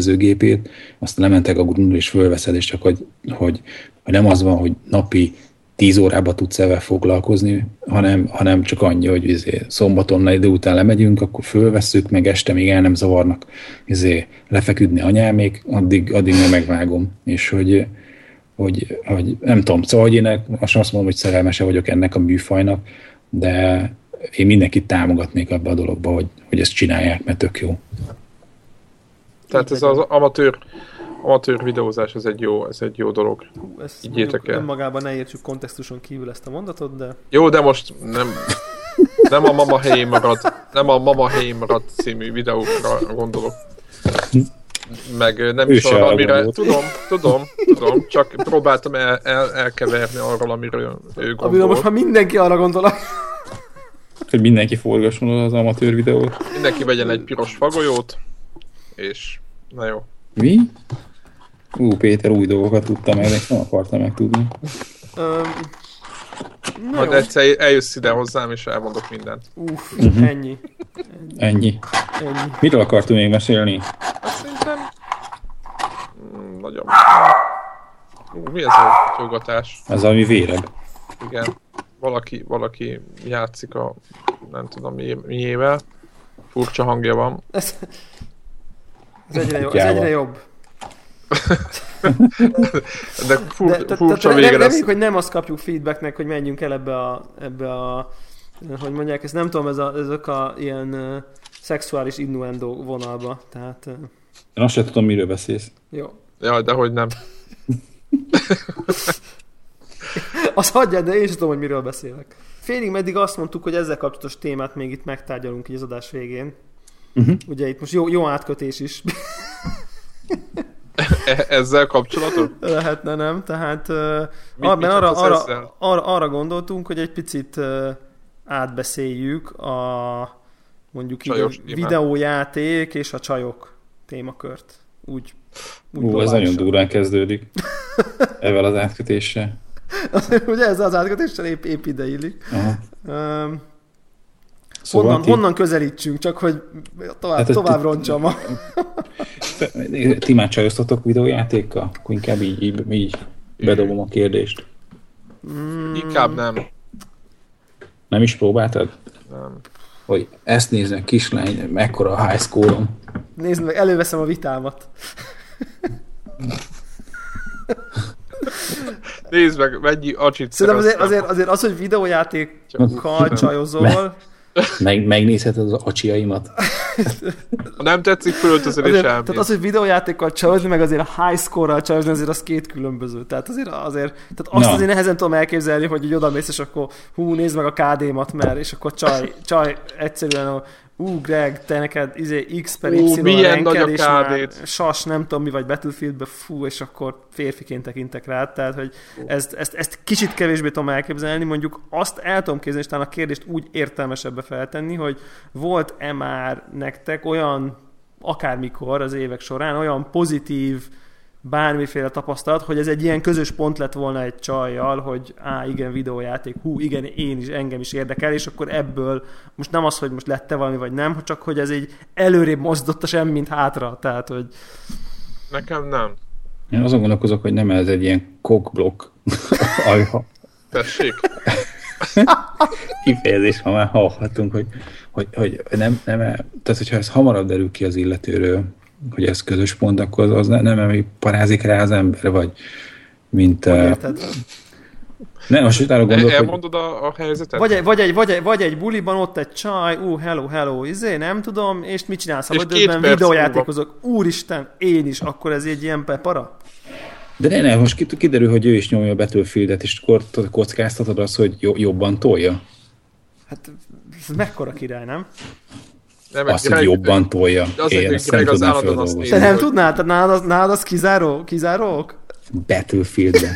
[SPEAKER 3] fényképezőgépét, aztán lementek a grundra és fölveszed, és csak hogy, hogy, hogy nem az van, hogy napi tíz órába tudsz ezzel foglalkozni, hanem, hanem csak annyi, hogy izé, szombaton idő után lemegyünk, akkor fölvesszük, meg este még el nem zavarnak izé, lefeküdni anyámék, addig, addig nem megvágom. És hogy, hogy, hogy nem tudom, szóval hogy én azt mondom, hogy szerelmese vagyok ennek a műfajnak, de én mindenkit támogatnék abba a dologba, hogy, hogy ezt csinálják, mert tök jó.
[SPEAKER 1] Tehát ez az amatőr amatőr videózás, ez egy jó, ez egy jó dolog.
[SPEAKER 2] Hú, ezt
[SPEAKER 1] Így el.
[SPEAKER 2] Önmagában ne értsük kontextuson kívül ezt a mondatot, de...
[SPEAKER 1] Jó, de most nem, nem a Mama Hey marad, nem a Mama Hey marad című videókra gondolok. Meg nem
[SPEAKER 3] ő
[SPEAKER 1] is arra, amire...
[SPEAKER 3] Volt.
[SPEAKER 1] Tudom, tudom, tudom, csak próbáltam el, el, elkeverni arról, amiről ő gondol.
[SPEAKER 2] Amiről most már mindenki arra gondol.
[SPEAKER 3] Hogy mindenki forgasson az amatőr videót.
[SPEAKER 1] Mindenki vegyen egy piros fagolyót, és na jó.
[SPEAKER 3] Mi? Ú, Péter új dolgokat tudtam el, és nem akartam megtudni.
[SPEAKER 2] Um,
[SPEAKER 1] Majd egyszer eljössz ide hozzám, és elmondok mindent.
[SPEAKER 2] Uff, uh-huh. ennyi.
[SPEAKER 3] Ennyi.
[SPEAKER 2] Ennyi.
[SPEAKER 3] Miről akartunk még mesélni?
[SPEAKER 1] Azt szerintem... Mm, nagyon... Ú, mi ez a csogatás?
[SPEAKER 3] Ez valami vérebb.
[SPEAKER 1] Igen. Valaki, valaki játszik a... nem tudom mi, miével. Furcsa hangja van.
[SPEAKER 2] Ez, ez, egyre, jobb, ez egyre jobb.
[SPEAKER 1] De, fur,
[SPEAKER 2] de
[SPEAKER 1] furcsa
[SPEAKER 2] de,
[SPEAKER 1] vége
[SPEAKER 2] nem,
[SPEAKER 1] lesz.
[SPEAKER 2] reméljük, hogy nem azt kapjuk feedbacknek, hogy menjünk el ebbe a, ebbe a hogy mondják, ezt nem tudom, ez a, ezek a ilyen uh, szexuális innuendo vonalba, tehát... Uh,
[SPEAKER 3] Én azt sem tudom, miről beszélsz.
[SPEAKER 2] Jó.
[SPEAKER 1] Jaj, de hogy nem.
[SPEAKER 2] Azt hagyjad, de én sem tudom, hogy miről beszélek. Félig meddig azt mondtuk, hogy ezzel kapcsolatos témát még itt megtárgyalunk így az adás végén. Uh-huh. Ugye itt most jó, jó átkötés is.
[SPEAKER 1] Ezzel kapcsolatos?
[SPEAKER 2] Lehetne, nem? Tehát
[SPEAKER 1] mit,
[SPEAKER 2] ar-
[SPEAKER 1] mit
[SPEAKER 2] arra, arra, arra, arra gondoltunk, hogy egy picit uh, átbeszéljük a mondjuk így a videójáték és a csajok témakört. Úgy, úgy
[SPEAKER 3] Ú, ez nagyon durván kezdődik. Ezzel az átkötéssel.
[SPEAKER 2] Ugye ez az átkötéssel épp, épp ide illik. Um,
[SPEAKER 3] Szóval
[SPEAKER 2] honnan,
[SPEAKER 3] ti...
[SPEAKER 2] honnan közelítsünk, csak hogy tovább, hát tovább ti... roncsam a...
[SPEAKER 3] Ti már csajoztatok videójátékkal? Akkor inkább így, így, így bedobom a kérdést.
[SPEAKER 1] Mm. Inkább nem.
[SPEAKER 3] Nem is próbáltad?
[SPEAKER 1] Nem.
[SPEAKER 3] Hogy ezt néznek, kislány, mekkora a high score-om.
[SPEAKER 2] Nézd meg, előveszem a vitámat.
[SPEAKER 1] Nézd meg, mennyi acsit
[SPEAKER 2] szerintem azért, azért, azért az, hogy videójátékkal csajozol...
[SPEAKER 3] Meg, megnézheted az acsiaimat.
[SPEAKER 1] Ha nem tetszik, fölöltözöl és elmész.
[SPEAKER 2] Tehát az, hogy videójátékkal csajozni, meg azért a high score-ral csajozni, azért az két különböző. Tehát azért, azért tehát azt no. azért nehezen tudom elképzelni, hogy így odamész, és akkor hú, nézd meg a ká dé-mat, mert, és akkor csaj, csaj egyszerűen a ú, Greg, te neked izé, X per Y ranked, és már sas, nem tudom mi vagy Battlefieldbe, fú, és akkor férfiként tekintek rá. Tehát, hogy ezt, ezt, ezt kicsit kevésbé tudom elképzelni, mondjuk azt el tudom képzelni, és talán a kérdést úgy értelmesebbe feltenni, hogy volt-e már nektek olyan, akármikor az évek során, olyan pozitív bármiféle tapasztalat, hogy ez egy ilyen közös pont lett volna egy csajjal, hogy á, igen, videójáték, hú, igen, én is, engem is érdekel, és akkor ebből most nem az, hogy most lett-e valami, vagy nem, csak hogy ez egy előrébb mozdott sem, mint hátra, tehát, hogy...
[SPEAKER 1] Nekem nem.
[SPEAKER 3] Én azon gondolkozok, hogy nem ez egy ilyen cockblock ajha.
[SPEAKER 1] Tessék?
[SPEAKER 3] Kifejezés, ha már hallhatunk, hogy, hogy, hogy nem, nem, tehát hogyha ez hamarabb derül ki az illetőről, hogy ez közös pont, akkor az, az nem, nem parázik rá az ember, vagy mint...
[SPEAKER 2] Érted?
[SPEAKER 3] Uh, nem, most utána gondolok,
[SPEAKER 1] elmondod hogy... a, a helyzetet?
[SPEAKER 2] Vagy egy, vagy, egy, vagy, egy, vagy egy buliban ott egy csaj, ú, uh, hello, hello, izé, nem tudom, és mit csinálsz? Ha időben videójátékozok, úristen, én is, akkor ez egy ilyen pepara?
[SPEAKER 3] De ne, ne, most kiderül, hogy ő is nyomja a Battlefieldet, és kockáztatod azt, hogy jobban tolja?
[SPEAKER 2] Hát, ez mekkora király, nem?
[SPEAKER 3] Nem, azt, hogy jobban tolja. Én ezt nem tudnám feldolgozni.
[SPEAKER 2] Te nem tudnád? Tehát nálad az, nálad az kizáró, kizárók?
[SPEAKER 3] Battlefieldben.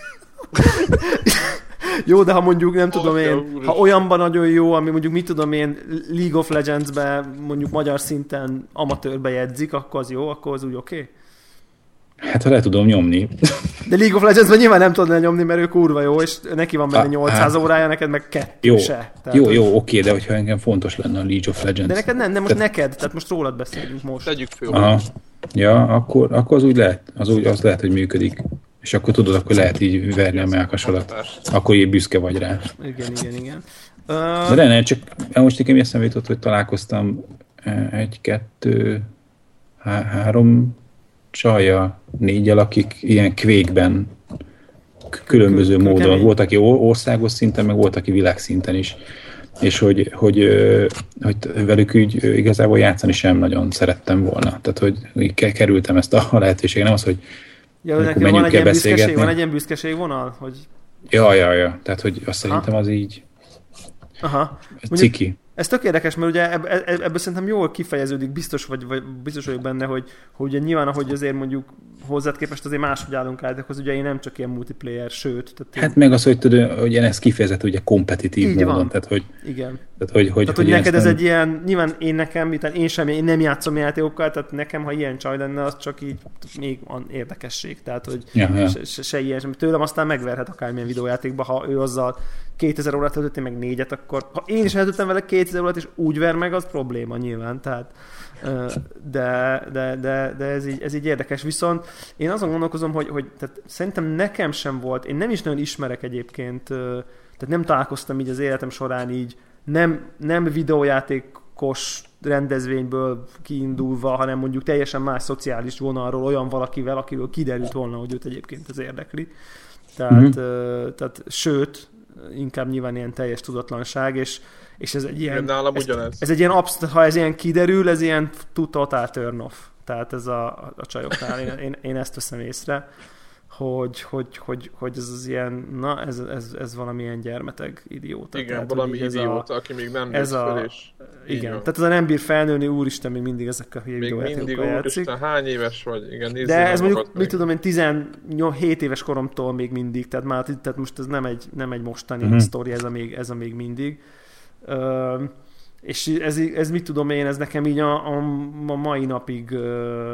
[SPEAKER 2] Jó, de ha mondjuk, nem tudom én, ha olyanban nagyon jó, ami mondjuk, mit tudom én, League of Legends-ben mondjuk magyar szinten amatőrbe jegyzik, akkor az jó, akkor az úgy oké? Okay?
[SPEAKER 3] Hát, ha le tudom nyomni.
[SPEAKER 2] De League of Legends-ben nyilván nem tudod lenyomni, mert ő kurva jó, és neki van benne nyolcszáz órája, neked meg kettő
[SPEAKER 3] jó,
[SPEAKER 2] se. Tehát
[SPEAKER 3] jó, jó, oké, de hogyha engem fontos lenne a League of Legends.
[SPEAKER 2] De neked nem, nem most tehát... neked, tehát most rólad beszélünk most.
[SPEAKER 1] Tegyük föl.
[SPEAKER 3] Aha. Ja, akkor, akkor az úgy lehet, az, úgy, az lehet, hogy működik. És akkor tudod, akkor lehet így verni a mellkasodat. Akkor így büszke vagy rá.
[SPEAKER 2] Igen, igen, igen.
[SPEAKER 3] Uh... De ne, csak most nekem eszembe jutott, hogy találkoztam egy, kettő, há- három csajjal, négyel, akik ilyen Quake-ben különböző Kö- módon. Volt, aki országos szinten, meg volt, aki világszinten is. És hogy, hogy, hogy velük úgy igazából játszani sem nagyon szerettem volna. Tehát, hogy kerültem ezt a lehetőséget. Nem az, hogy
[SPEAKER 2] ja, menjünk van egy, büszkeség, van egy ilyen büszkeség vonal? Hogy...
[SPEAKER 3] Ja, ja, ja. Tehát, hogy azt szerintem az így
[SPEAKER 2] Aha.
[SPEAKER 3] Ciki.
[SPEAKER 2] Ez tök érdekes, mert ugye ebb, ebb, ebből szerintem jól kifejeződik, biztos, vagy, vagy biztos vagyok benne, hogy, hogy ugye nyilván, ahogy azért mondjuk hozzád képest azért máshogy állunk át, akkor ugye én nem csak ilyen multiplayer, sőt. Tehát
[SPEAKER 3] hát meg az, hogy tudod, hogy ez kifejezett ugye kompetitív
[SPEAKER 2] így
[SPEAKER 3] módon.
[SPEAKER 2] Van.
[SPEAKER 3] Tehát, hogy,
[SPEAKER 2] igen.
[SPEAKER 3] Tehát, hogy, hogy,
[SPEAKER 2] tehát, hogy, hogy neked ez nem... egy ilyen, nyilván én nekem, én sem, én nem játszom játékokkal, tehát nekem, ha ilyen csaj lenne, az csak így még van érdekesség. Tehát, hogy
[SPEAKER 3] ja, ja.
[SPEAKER 2] Se, se, se ilyen sem. Tőlem aztán megverhet akármilyen videójátékba, ha ő azzal kétezer órát töltött, én meg négyet, akkor ha én is eltöltöttem vele kétezer órát, és úgy ver meg, az probléma nyilván. Tehát, de, de, de, de ez, így, ez így érdekes. Viszont én azon gondolkozom, hogy, hogy tehát szerintem nekem sem volt, én nem is nagyon ismerek egyébként, tehát nem találkoztam így az életem során így, nem, nem videójátékos rendezvényből kiindulva, hanem mondjuk teljesen más szociális vonalról olyan valakivel, akiről kiderült volna, hogy őt egyébként ez érdekli. Tehát, mm-hmm. tehát sőt, inkább nyilván ilyen teljes tudatlanság, és, és ez egy ilyen...
[SPEAKER 1] nálam
[SPEAKER 2] ez,
[SPEAKER 1] ugyanez.
[SPEAKER 2] Ez egy ilyen, ha ez ilyen kiderül, ez ilyen total turn off. Tehát ez a, a csajoknál, én, én, én ezt veszem észre, hogy, hogy, hogy, hogy ez az ilyen, na ez, ez, ez valamilyen gyermeteg idióta.
[SPEAKER 1] Igen,
[SPEAKER 2] tehát,
[SPEAKER 1] valami idióta,
[SPEAKER 2] a,
[SPEAKER 1] aki még nem
[SPEAKER 2] ez a,
[SPEAKER 1] fel, és
[SPEAKER 2] igen, tehát az a nem bír felnőni, úristen, még mindig ezekkel a videójátékokkal játszik.
[SPEAKER 1] Úristen, hány éves vagy? Igen,
[SPEAKER 2] de ez mondjuk, mit tudom én, tizenhét éves koromtól még mindig, tehát már tehát most ez nem egy, nem egy mostani uh-huh. sztori, ez a még, ez a még mindig. Uh, és ez, ez mit tudom én, ez nekem így a, a, a mai napig, uh,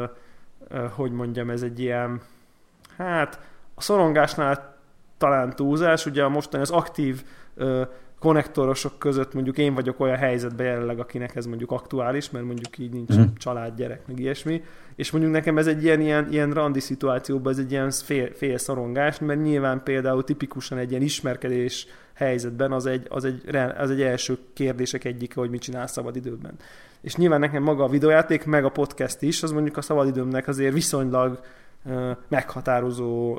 [SPEAKER 2] uh, hogy mondjam, ez egy ilyen, hát a szorongásnál talán túlzás, ugye a mostani az aktív uh, konnektorosok között mondjuk én vagyok olyan helyzetben jelenleg, akinek ez mondjuk aktuális, mert mondjuk így nincs mm. család, gyerek, meg ilyesmi, és mondjuk nekem ez egy ilyen, ilyen, ilyen randi szituációban, ez egy ilyen fél, fél szorongás, mert nyilván például tipikusan egy ilyen ismerkedés helyzetben az egy, az egy, az egy első kérdések egyike, hogy mit csinál szabadidőben. És nyilván nekem maga a videójáték, meg a podcast is, az mondjuk a szabadidőmnek azért viszonylag uh, meghatározó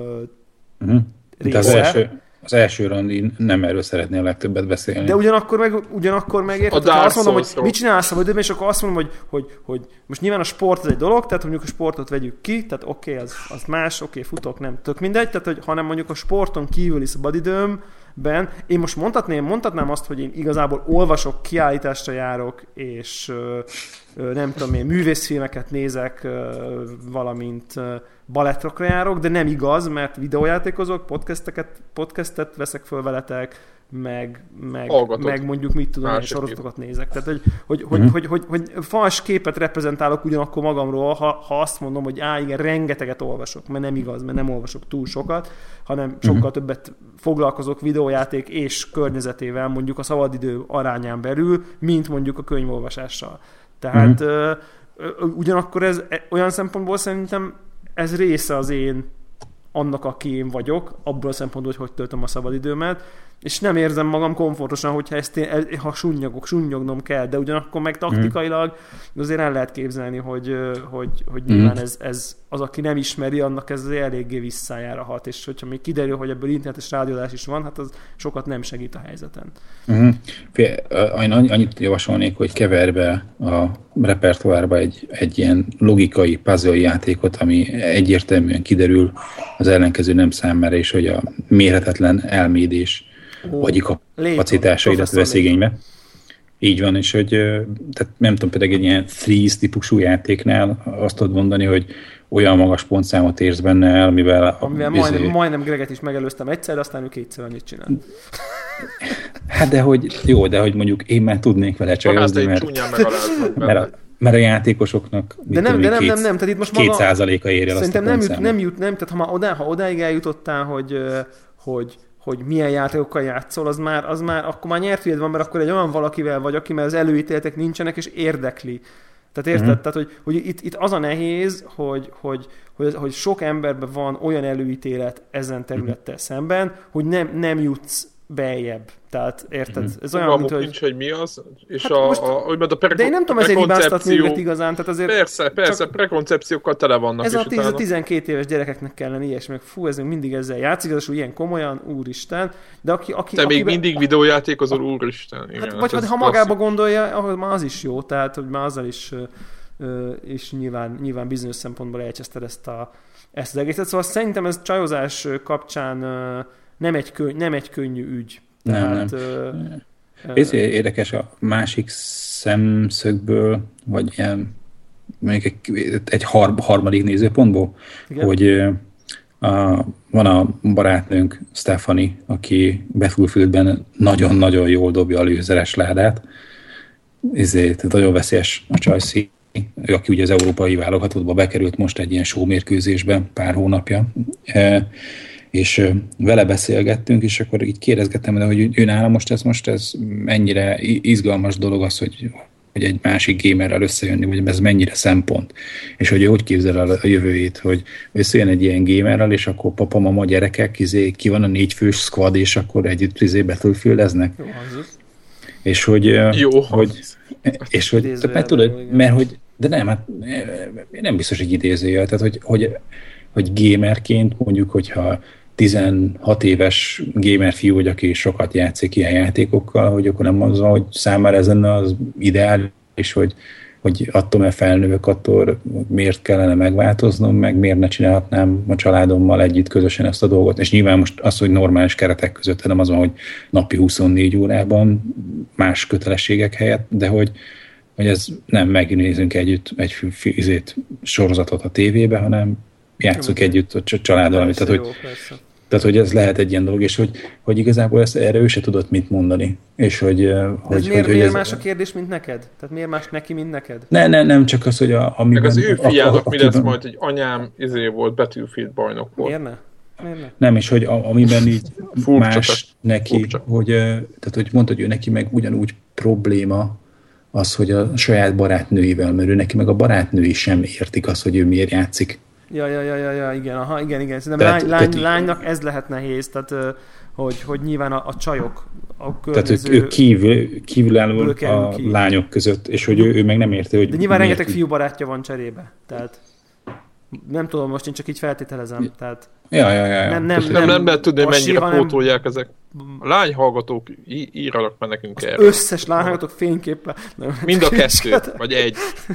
[SPEAKER 2] uh, mm. része.
[SPEAKER 3] Az első, az első randi nem erről szeretnél a legtöbbet beszélni.
[SPEAKER 2] De ugyanakkor meg, ugyanakkor meg érted, ha azt mondom, hogy mit csinálsz szabadidőben, és akkor azt mondom, hogy, hogy, hogy most nyilván a sport az egy dolog, tehát mondjuk a sportot vegyük ki, tehát oké, okay, az, az más, oké, okay, futok, nem tök mindegy, tehát hogy, hanem mondjuk a sporton kívüli szabadidőmben, én most mondhatném, mondhatnám azt, hogy én igazából olvasok, kiállításra járok, és nem tudom én, művészfilmeket nézek, valamint balettrokra járok, de nem igaz, mert videójátékozok, podcasteket, podcastet veszek föl veletek, meg, meg, meg mondjuk mit tudom, én sorozatokat nézek. Tehát, hogy, hogy, mm-hmm. hogy, hogy, hogy, hogy fals képet reprezentálok ugyanakkor magamról, ha, ha azt mondom, hogy á, igen, rengeteget olvasok, mert nem igaz, mert nem olvasok túl sokat, hanem sokkal mm-hmm. többet foglalkozok videójáték és környezetével, mondjuk a szabadidő arányán belül, mint mondjuk a könyvolvasással. Tehát mm-hmm. ö, ö, ugyanakkor ez olyan szempontból szerintem ez része az én, annak, aki én vagyok, abból a szempontból, hogy hogy töltöm a szabadidőmet, és nem érzem magam komfortosan, hogyha ezt én, ha sunnyogok, sunnyognom kell, de ugyanakkor meg taktikailag azért el lehet képzelni, hogy, hogy, hogy nyilván ez, ez az, aki nem ismeri, annak ez eléggé visszájára hat, és hogyha még kiderül, hogy ebből internetes rádiózás is van, hát az sokat nem segít a helyzeten.
[SPEAKER 3] Uh-huh. Én annyit javasolnék, hogy kever be a repertoárba egy, egy ilyen logikai puzzle játékot, ami egyértelműen kiderül az ellenkező nem számára, és hogy a mérhetetlen elmédés agyi kapacitásaidat vesz igénybe. Így van, és hogy tehát nem tudom, például egy ilyen Threes típusú játéknál azt tudod mondani, hogy olyan magas pontszámot érsz benne el, mivel...
[SPEAKER 2] Amivel bizony... majdnem, majdnem Greget is megelőztem egyszer, aztán ő kétszer annyit csinált.
[SPEAKER 3] Hát de hogy jó, de hogy mondjuk én már tudnék vele csajozni, mert, mert, a, mert a játékosoknak
[SPEAKER 2] de nem, de nem, két, nem, nem, tehát itt most
[SPEAKER 3] két százaléka érje azt a
[SPEAKER 2] nem jut, nem jut, nem, tehát ha, már oda, ha odáig eljutottál, hogy, hogy hogy milyen játékokkal játszol, az már, az már, akkor már nyertőjed van, mert akkor egy olyan valakivel vagy, aki már az előítéletek nincsenek, és érdekli. Tehát érted? Uh-huh. Tehát, hogy, hogy itt, itt az a nehéz, hogy, hogy, hogy, hogy sok emberben van olyan előítélet ezen területtel uh-huh. szemben, hogy nem, nem jutsz beljebb. Tehát érted? Uh-huh. Ez olyan, mint hogy...
[SPEAKER 1] nincs, hogy mi az, és
[SPEAKER 2] hát
[SPEAKER 1] a,
[SPEAKER 2] most,
[SPEAKER 1] a, a, a pre-
[SPEAKER 2] de én nem tudom ezért hibáztatni őket igazán. Tehát azért
[SPEAKER 1] persze, persze, csak prekoncepciókkal tele vannak.
[SPEAKER 2] Ez a tíz-tizenkét éves gyerekeknek kellene ilyesmi, meg fú, ez még mindig ezzel játszik, az ilyen komolyan, úristen. De aki, aki,
[SPEAKER 1] Te
[SPEAKER 2] aki
[SPEAKER 1] még mindig videójátékozol, úristen. Igen,
[SPEAKER 2] hát, vagy ha magába gondolja, ahol már az is jó, tehát hogy már azzal is, és nyilván, nyilván bizonyos szempontból elcseszted ezt, a, ezt az egészet. Szóval szerintem ez csajozás kapcsán nem egy, könny, nem egy könnyű ügy. Tehát,
[SPEAKER 3] nem, nem. Ez érdekes a másik szemszögből, vagy ilyen mondjuk egy, egy har, harmadik nézőpontból, igen? Hogy a, van a barátnőnk, Stephanie, aki Battlefieldben nagyon-nagyon jól dobja a lőzeres ládát. Ezért nagyon veszélyes a csajszí, aki ugye az európai válogatottba bekerült most egy ilyen showmérkőzésbe pár hónapja. E, és vele beszélgettünk, és akkor így kérdezgettem, hogy ő nála most ez, most ez mennyire izgalmas dolog az, hogy, hogy egy másik gamerrel összejönni, vagy ez mennyire szempont. És hogy ő hogy képzel el a jövőjét, hogy összejön egy ilyen gamerrel, és akkor papa, mama, gyerekek, izé, ki van a négy fős squad, és akkor együtt izé Battlefield-eznek.
[SPEAKER 2] Jó hangzik.
[SPEAKER 3] És hogy...
[SPEAKER 1] Jó
[SPEAKER 3] hogy és hogy, mert tudod, mert hogy, de nem, hát nem biztos, hogy idézőjel, tehát hogy, hogy, hogy gamerként mondjuk, hogyha tizenhat éves gamer fiú vagy, aki sokat játszik ilyen játékokkal, hogy akkor nem az, hogy számára ez lenne az ideál, és hogy, hogy attól, mert felnövök, attól miért kellene megváltoznom, meg miért ne csinálhatnám a családommal együtt közösen ezt a dolgot. És nyilván most az, hogy normális keretek között, nem az van, hogy napi huszonnégy órában más kötelességek helyett, de hogy, hogy ez nem megnézünk együtt egy fizét sorozatot a tévébe, hanem játszunk együtt a családdal. Persze, tehát, hogy, tehát, hogy ez lehet egy ilyen dolog, és hogy, hogy igazából ezt, erre ő se tudott mit mondani. És hogy,
[SPEAKER 2] De
[SPEAKER 3] hogy,
[SPEAKER 2] miért,
[SPEAKER 3] hogy,
[SPEAKER 2] miért
[SPEAKER 3] ez
[SPEAKER 2] más a kérdés, mint neked? Tehát miért más neki, mint neked?
[SPEAKER 3] Ne, ne, nem csak az, hogy a, amiben...
[SPEAKER 1] Meg az ő fiának mi lesz
[SPEAKER 3] akiben,
[SPEAKER 1] majd, hogy anyám izé volt, Battlefield bajnok volt.
[SPEAKER 2] Miért ne? Miért ne?
[SPEAKER 3] Nem, és hogy a, amiben így
[SPEAKER 1] Furcsa
[SPEAKER 3] más
[SPEAKER 1] csak.
[SPEAKER 3] neki,
[SPEAKER 1] Furcsa.
[SPEAKER 3] hogy, tehát, hogy mondta, hogy ő neki meg ugyanúgy probléma az, hogy a saját barátnőivel, mert ő neki meg a barátnői sem értik azt, hogy ő miért játszik.
[SPEAKER 2] Ja, ja, ja, ja, ja igen, aha, igen, igen. Szerintem
[SPEAKER 3] Tehát-
[SPEAKER 2] lány, lány,
[SPEAKER 3] tehát-
[SPEAKER 2] lánynak ez lehet nehéz, tehát ö, hogy, hogy nyilván a, a csajok, a
[SPEAKER 3] Tehát
[SPEAKER 2] környező...
[SPEAKER 3] ők, ők kívül, kívülálló
[SPEAKER 2] Ből kerül
[SPEAKER 3] a
[SPEAKER 2] ki.
[SPEAKER 3] lányok között, és hogy ő, ő meg nem érti, hogy
[SPEAKER 2] De nyilván
[SPEAKER 3] miért
[SPEAKER 2] rengeteg
[SPEAKER 3] így.
[SPEAKER 2] fiú barátja van cserébe, tehát nem tudom, most én csak így feltételezem, tehát
[SPEAKER 3] Ja, ja, ja, ja.
[SPEAKER 2] Nem, nem,
[SPEAKER 1] Nem, nem, nem lehet tudni, hogy
[SPEAKER 2] Pasi,
[SPEAKER 1] mennyire
[SPEAKER 2] hanem-
[SPEAKER 1] pótolják ezek. A lányhallgatók í- írjanak meg nekünk
[SPEAKER 2] az
[SPEAKER 1] erről.
[SPEAKER 2] összes lányhallgatók fényképpel. Nem,
[SPEAKER 1] Mind a kettő,
[SPEAKER 2] hülyeskedek.
[SPEAKER 1] vagy egy.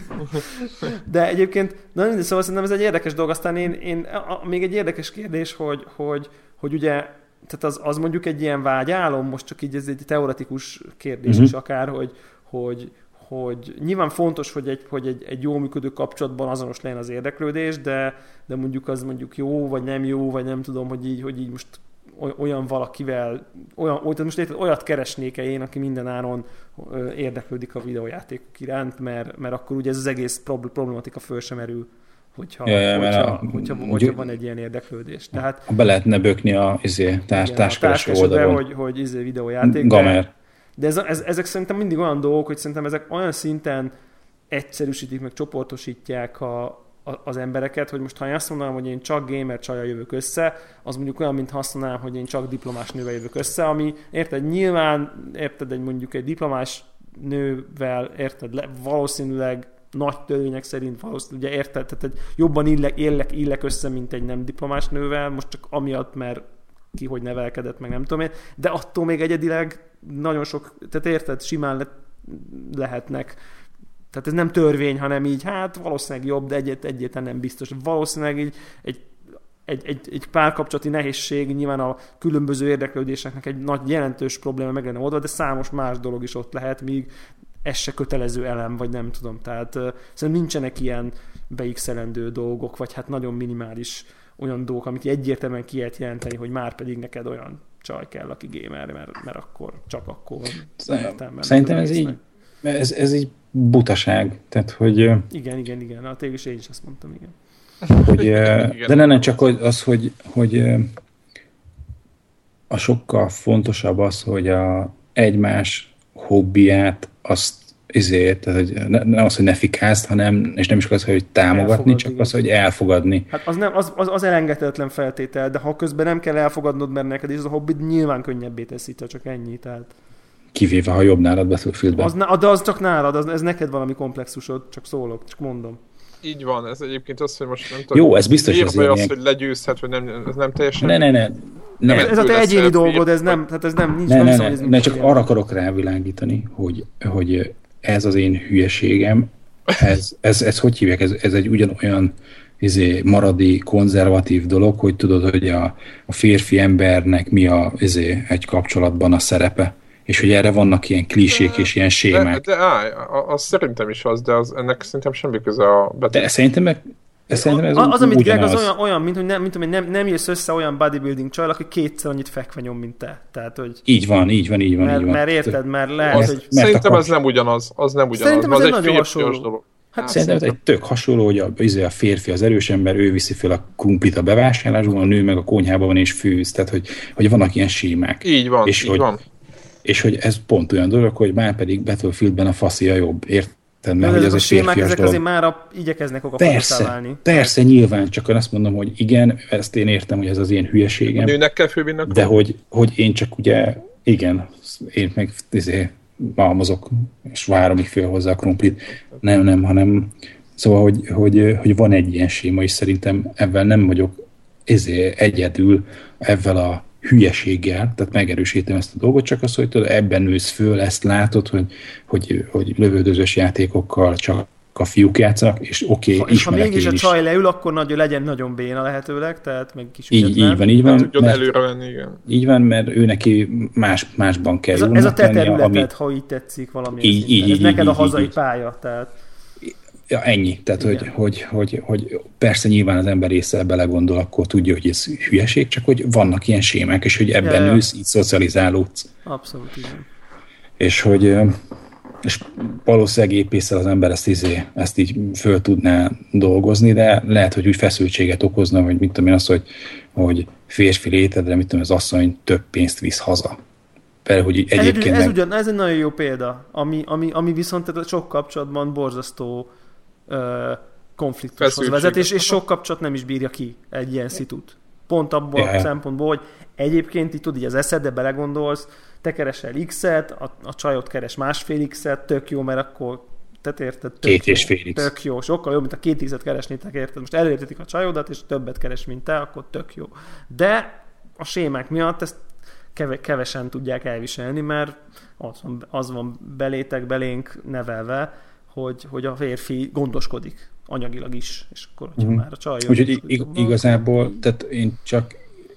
[SPEAKER 2] De egyébként, na mindegy, szóval szerintem ez egy érdekes dolog. Aztán én, én a, a, még egy érdekes kérdés, hogy, hogy, hogy ugye, tehát az, az mondjuk egy ilyen vágyálom, most csak így ez egy teoretikus kérdés
[SPEAKER 3] Uh-huh.
[SPEAKER 2] is akár, hogy, hogy, hogy nyilván fontos, hogy egy, hogy egy, egy jól működő kapcsolatban azonos legyen az érdeklődés, de, de mondjuk az mondjuk jó, vagy nem jó, vagy nem tudom, hogy így, hogy így most oly- olyan valakivel, olyan, olyan most érted, olyat keresnék-e én, aki minden áron ö, érdeklődik a videójátékok iránt, mert, mert akkor ugye ez az egész prob- problematika föl sem erül, hogyha,
[SPEAKER 3] Ja, ja, mert
[SPEAKER 2] hogyha,
[SPEAKER 3] a-
[SPEAKER 2] hogyha, hogyha,
[SPEAKER 3] ugye-
[SPEAKER 2] van egy ilyen érdeklődés. Tehát
[SPEAKER 3] Be lehetne bökni a izé, társ,
[SPEAKER 2] igen, a
[SPEAKER 3] társkereső
[SPEAKER 2] társkeresőbe,
[SPEAKER 3] oldalon.
[SPEAKER 2] hogy, hogy izé videójáték.
[SPEAKER 3] Gamer.
[SPEAKER 2] De, de ez, ez, ezek szerintem mindig olyan dolgok, hogy szerintem ezek olyan szinten egyszerűsítik, meg csoportosítják a, a, az embereket, hogy most ha én azt mondanám, hogy én csak gamer csajjal jövök össze, az mondjuk olyan, mint ha azt mondanám, hogy én csak diplomás nővel jövök össze, ami érted, nyilván, érted, egy mondjuk egy diplomás nővel, érted, le, valószínűleg nagy törvények szerint valószínűleg, ugye érted, tehát egy jobban illek, illek, illek össze, mint egy nem diplomás nővel, most csak amiatt, mert ki hogy nevelkedett, meg nem tudom én, de attól még egyedileg nagyon sok, tehát érted, simán le, lehetnek, tehát ez nem törvény, hanem így, hát valószínűleg jobb, de egyet, egyáltalán nem biztos. Valószínűleg így egy, egy, egy, egy párkapcsolati nehézség, nyilván a különböző érdeklődéseknek egy nagy jelentős probléma meg lenne oldva, de számos más dolog is ott lehet, míg ez se kötelező elem, vagy nem tudom. Tehát uh, szerintem nincsenek ilyen beixelendő dolgok, vagy hát nagyon minimális olyan dolgok, amit egyértelműen ki lehet jelenteni, hogy már pedig neked olyan csaj kell, aki gamer, mert, mert akkor csak akkor van értelme.
[SPEAKER 3] Szerintem ez így, ez, ez így butaság. Tehát, hogy...
[SPEAKER 2] Igen, igen, igen. A téged is én is azt mondtam, igen.
[SPEAKER 3] Hogy, de nem, nem csak az, hogy, hogy a sokkal fontosabb az, hogy a egymás hobbiját azt ezért, tehát, hogy ne, nem az, hogy ne fikázd, hanem, és nem is az, hogy támogatni, elfogadni, csak az, hogy elfogadni.
[SPEAKER 2] Hát az, nem, az, az, az elengedhetetlen feltétel, de ha közben nem kell elfogadnod, mert neked is az a hobbit nyilván könnyebbé teszi, csak ennyi, tehát...
[SPEAKER 3] Kivéve, ha jobb nálad Battlefieldben.
[SPEAKER 2] Az, de az csak nálad, az, ez neked valami komplexusod, csak szólok, csak mondom.
[SPEAKER 1] Így van, ez egyébként az, hogy most nem tudom...
[SPEAKER 3] Jó, ez biztos, hogy az,
[SPEAKER 1] ilyen... hogy legyőzhet, vagy nem, ez nem teljesen...
[SPEAKER 3] Ne, ne, ne.
[SPEAKER 2] Ne, ez, ez a te egyéni dolgod, ez nem, tehát ez nem, nincs,
[SPEAKER 3] ne,
[SPEAKER 2] nem
[SPEAKER 3] ne,
[SPEAKER 2] szó,
[SPEAKER 3] ne, ne, csak arra akarok rávilágítani, hogy, hogy ez az én hülyeségem, ez, ez, ez hogy hívják, ez, ez egy ugyanolyan izé, maradi, konzervatív dolog, hogy tudod, hogy a, a férfi embernek mi a, izé, egy kapcsolatban a szerepe, és hogy erre vannak ilyen klisék és ilyen sémák.
[SPEAKER 1] De, de állj, az szerintem is az, de az, ennek szerintem semmi köze a beteg.
[SPEAKER 3] De szerintem meg Ez szerintem ez
[SPEAKER 2] az, amit Greg, az olyan, olyan mint hogy, nem, mint, hogy nem, nem jössz össze olyan bodybuilding csajl, aki kétszer annyit fekve nyom, mint te. Tehát, hogy
[SPEAKER 3] így van, így van, így van.
[SPEAKER 2] Mert,
[SPEAKER 3] így van.
[SPEAKER 2] mert érted, mert lehet,
[SPEAKER 1] az,
[SPEAKER 2] hogy...
[SPEAKER 1] Szerintem ez nem ugyanaz. Az nem ugyanaz.
[SPEAKER 2] Szerintem
[SPEAKER 1] az,
[SPEAKER 2] ez
[SPEAKER 1] az
[SPEAKER 2] egy
[SPEAKER 1] egy
[SPEAKER 2] nagyon hasonló
[SPEAKER 1] dolog.
[SPEAKER 3] Hát szerintem ez egy tök hasonló, hogy a, a férfi az erős ember, ő viszi fel a krumplit a bevásárlásban, a nő meg a konyhában van és főz. Tehát, hogy, hogy vannak ilyen sémák.
[SPEAKER 1] Így van,
[SPEAKER 3] és
[SPEAKER 1] így
[SPEAKER 3] hogy,
[SPEAKER 1] van.
[SPEAKER 3] És hogy ez pont olyan dolog, hogy már pedig Battlefieldben a faszia jobb. Érted? Mert
[SPEAKER 2] hogy
[SPEAKER 3] ez a
[SPEAKER 2] sémák, ezek
[SPEAKER 3] dolog.
[SPEAKER 2] azért már a, igyekeznek okafogyottá válni.
[SPEAKER 3] Persze, nyilván, csak azt mondom, hogy igen, ezt én értem, hogy ez az én hülyeségem.
[SPEAKER 1] A nőnek kell főbinnek.
[SPEAKER 3] De hogy, hogy én csak ugye, igen, én meg izé, malmozok, és várom, míg fél hozzá a krumplit. Nem, nem, hanem szóval, hogy, hogy, hogy van egy ilyen séma, és szerintem ebben nem vagyok ezért egyedül ezzel a hülyeséggel, tehát megerősítem ezt a dolgot, csak az, hogy tudod, ebben nősz föl, ezt látod, hogy, hogy, hogy lövöldözős játékokkal csak a fiúk játszanak, és oké, okay,
[SPEAKER 2] és ha mégis a
[SPEAKER 3] is.
[SPEAKER 2] csaj leül, akkor nagyon, legyen nagyon béna lehetőleg, tehát meg kis
[SPEAKER 3] így, így van, így van.
[SPEAKER 1] Tudjon előre venni, igen.
[SPEAKER 3] Így van, mert ő neki más, másban kell
[SPEAKER 2] ez a, ez a te területed, ami... ha így tetszik valami.
[SPEAKER 3] Így, így,
[SPEAKER 2] ez
[SPEAKER 3] így,
[SPEAKER 2] neked
[SPEAKER 3] így,
[SPEAKER 2] a hazai
[SPEAKER 3] így,
[SPEAKER 2] pálya, tehát...
[SPEAKER 3] Ja, ennyi. Tehát, hogy, hogy, hogy, hogy persze nyilván az ember észre belegondol, akkor tudja, hogy ez hülyeség, csak hogy vannak ilyen sémák, és hogy ebben ja, ja. nősz, így szocializálódsz.
[SPEAKER 2] Abszolút, igen.
[SPEAKER 3] És hogy és valószínűleg épésszel az ember ezt, izé, ezt így föl tudná dolgozni, de lehet, hogy úgy feszültséget okozna, hogy mit tudom én azt, hogy, hogy férfi létedre, mit tudom, az asszony több pénzt visz haza. Például, hogy egyébként
[SPEAKER 2] ez, ez,
[SPEAKER 3] meg...
[SPEAKER 2] ugyan, ez egy nagyon jó példa, ami, ami, ami viszont sok kapcsolatban borzasztó uh, konfliktushoz vezet, és, és sok kapcsolat nem is bírja ki egy ilyen szitut. Pont abból yeah. a szempontból, hogy egyébként így tudod, így az eszed, de belegondolsz, te keresel X-et, a, a csajot keres másfél X-et, tök jó, mert akkor te érted, tök
[SPEAKER 3] két
[SPEAKER 2] jó,
[SPEAKER 3] és fél X.
[SPEAKER 2] Tök jó, sokkal jobb, mint a két X-et keresnétek, érted? Most elértetik a csajodat, és többet keres, mint te, akkor tök jó. De a sémák miatt ezt kevesen tudják elviselni, mert az van, az van belétek, belénk nevelve, hogy, hogy a férfi gondoskodik anyagilag is, és akkor, hogyha mm. már a csaj...
[SPEAKER 3] Úgyhogy ig- igazából, tehát én csak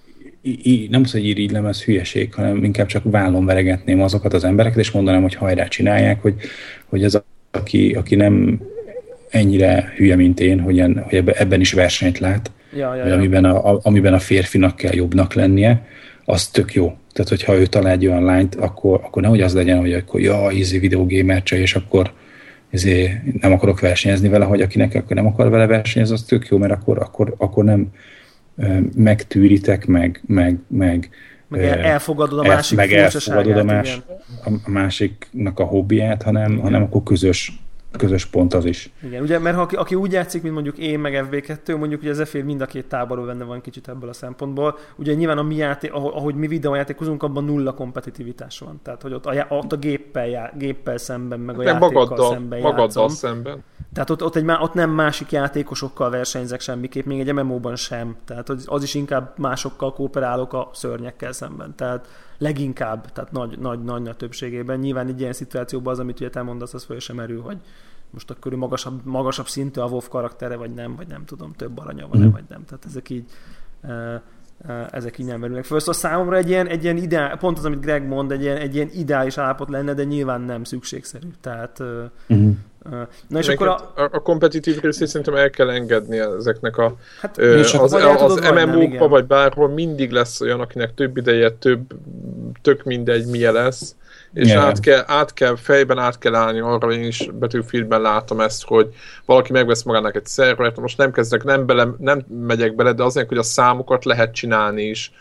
[SPEAKER 3] I, I, nem tudom, hogy irigylem, ez hülyeség, hanem inkább csak vállon veregetném azokat az embereket, és mondanám, hogy hajrá csinálják, hogy, hogy az, aki, aki nem ennyire hülye, mint én, hogy, en, hogy ebben is versenyt lát,
[SPEAKER 2] ja, ja,
[SPEAKER 3] vagy
[SPEAKER 2] ja.
[SPEAKER 3] Amiben, a, amiben a férfinak kell jobbnak lennie, az tök jó. Tehát, hogyha ő talál egy olyan lányt, akkor, akkor nehogy az legyen, hogy akkor ja, easy videogémer csaj, és akkor izé, nem akarok versenyezni vele, hogy akinek akkor nem akar vele versenyezni, az tök jó, mert akkor, akkor, akkor nem megtűritek, meg, meg, meg,
[SPEAKER 2] meg elfogadod a másik
[SPEAKER 3] meg elfogadod a, más,
[SPEAKER 2] igen.
[SPEAKER 3] a másiknak a hobbiát, hanem, hanem akkor közös, közös pont az is.
[SPEAKER 2] Igen, ugye, mert ha aki, aki úgy játszik, mint mondjuk én, meg ef bé kettő, mondjuk ugye Zephyr mind a két táborból benne van kicsit ebből a szempontból. Ugye nyilván a mi játék, ahogy mi videójátékozunk, abban nulla kompetitivitás van. Tehát, hogy ott a, ott a géppel, já, géppel szemben, meg a
[SPEAKER 1] nem
[SPEAKER 2] játékkal
[SPEAKER 1] magaddal,
[SPEAKER 2] szemben
[SPEAKER 1] magaddal szemben.
[SPEAKER 2] Tehát ott, ott, egy, ott nem másik játékosokkal versenyzek semmiképp, még egy em em o-ban sem. Tehát az is inkább másokkal kooperálok a szörnyekkel szemben. Tehát leginkább, tehát nagy, nagy, nagy, nagy többségében. Nyilván egy ilyen szituációban az, amit ugye te mondasz, az föl sem merül, hogy most akkor magasabb, magasabb szintű a WoW karaktere, vagy nem, vagy nem tudom, több aranya van-e, mm. vagy nem. Tehát ezek így, ezek így nem merülnek föl. Szóval számomra egy ilyen, egy ilyen ideál, pont az, amit Greg mond, egy ilyen, egy ilyen ideális állapot lenne, de nyilván nem szükségszerű. Tehát mm. Na és akkor a...
[SPEAKER 1] a kompetitív részét szerintem el kell engedni ezeknek a...
[SPEAKER 2] Hát,
[SPEAKER 1] ö, az az, az em em o-kba
[SPEAKER 2] vagy
[SPEAKER 1] bárhol mindig lesz olyan, akinek több ideje, több, tök mindegy milyen lesz, és yeah. át, kell, át kell, fejben át kell állni arra, én is Battlefieldben látom ezt, hogy valaki megvesz magának egy szervert, most nem kezdek, nem, bele, nem megyek bele, de azért, hogy a számokat lehet csinálni is.